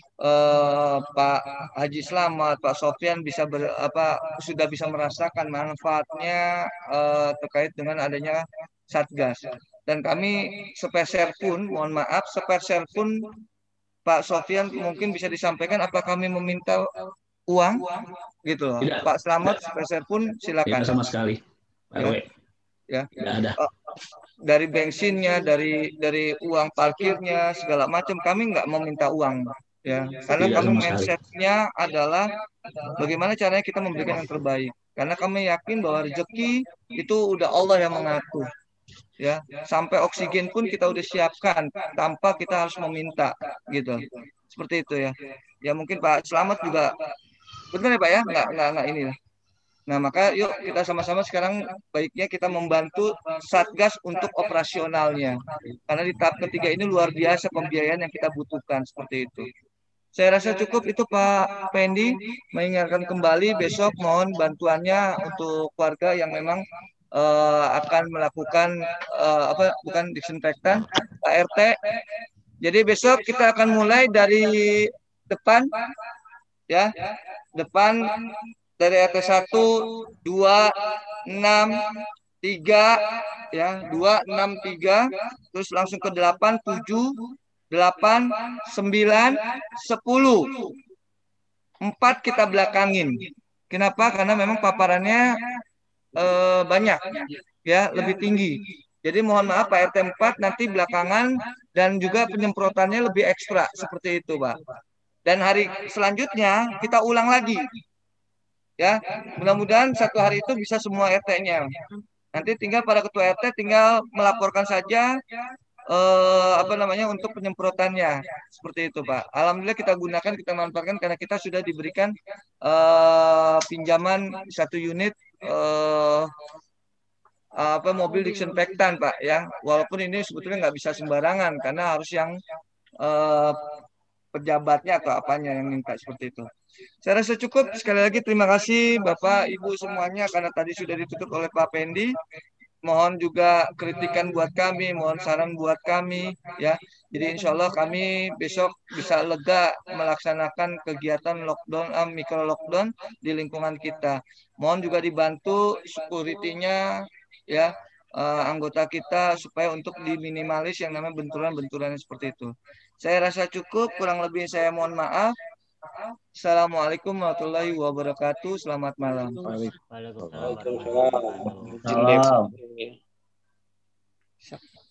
Pak Haji Slamet, Pak Sofyan sudah bisa merasakan manfaatnya terkait dengan adanya satgas. Dan kami sepeser pun, mohon maaf, sepeser pun Pak Sofyan mungkin bisa disampaikan apa kami meminta uang, gitu loh. Tidak, Pak Slamet sepeser pun silakan. Tidak sama sekali. Ya. Tidak ada. Dari bensinnya, dari uang parkirnya, segala macam kami nggak meminta uang, ya. Karena tidak, kami mindsetnya adalah bagaimana caranya kita memberikan yang terbaik. Karena kami yakin bahwa rezeki itu udah Allah yang mengatur. Ya, sampai oksigen pun kita udah siapkan tanpa kita harus meminta, gitu. Seperti itu ya. Ya mungkin Pak Slamet juga benar ya Pak ya, nggak ini lah. Nah maka yuk kita sama-sama sekarang baiknya kita membantu Satgas untuk operasionalnya. Karena di tahap ketiga ini luar biasa pembiayaan yang kita butuhkan seperti itu. Saya rasa cukup itu Pak Pendi, mengingatkan kembali besok mohon bantuannya untuk keluarga yang memang akan melakukan bukan disinfektan, Pak RT. Jadi besok kita akan mulai dari depan, ya, depan dari RT 1, 2, 6, 3, ya, 2, 6, 3, terus langsung ke 8, 7, 8, 9, 10. 4 kita belakangin. Kenapa? Karena memang paparannya banyak, ya, lebih tinggi. Jadi mohon maaf Pak RT 4 nanti belakangan dan juga penyemprotannya lebih ekstra seperti itu Pak. Dan hari selanjutnya kita ulang lagi. Ya, mudah-mudahan satu hari itu bisa semua RT-nya. Nanti tinggal para ketua RT tinggal melaporkan saja untuk penyemprotannya seperti itu Pak. Alhamdulillah kita gunakan, kita manfaatkan karena kita sudah diberikan pinjaman 1 unit mobil disinfektan Pak ya. Walaupun ini sebetulnya nggak bisa sembarangan karena harus yang pejabatnya atau apanya yang minta seperti itu. Saya rasa cukup. Sekali lagi terima kasih Bapak Ibu semuanya karena tadi sudah ditutup oleh Pak Pendi. Mohon juga kritikan buat kami, mohon saran buat kami ya. Jadi insya Allah kami besok bisa lega melaksanakan kegiatan lockdown, mikro lockdown di lingkungan kita. Mohon juga dibantu security-nya ya, anggota kita supaya untuk diminimalis yang namanya benturan-benturan seperti itu. Saya rasa cukup, kurang lebih saya mohon maaf. Assalamualaikum warahmatullahi wabarakatuh. Selamat malam. Waalaikumsalam warahmatullahi wabarakatuh. Salam.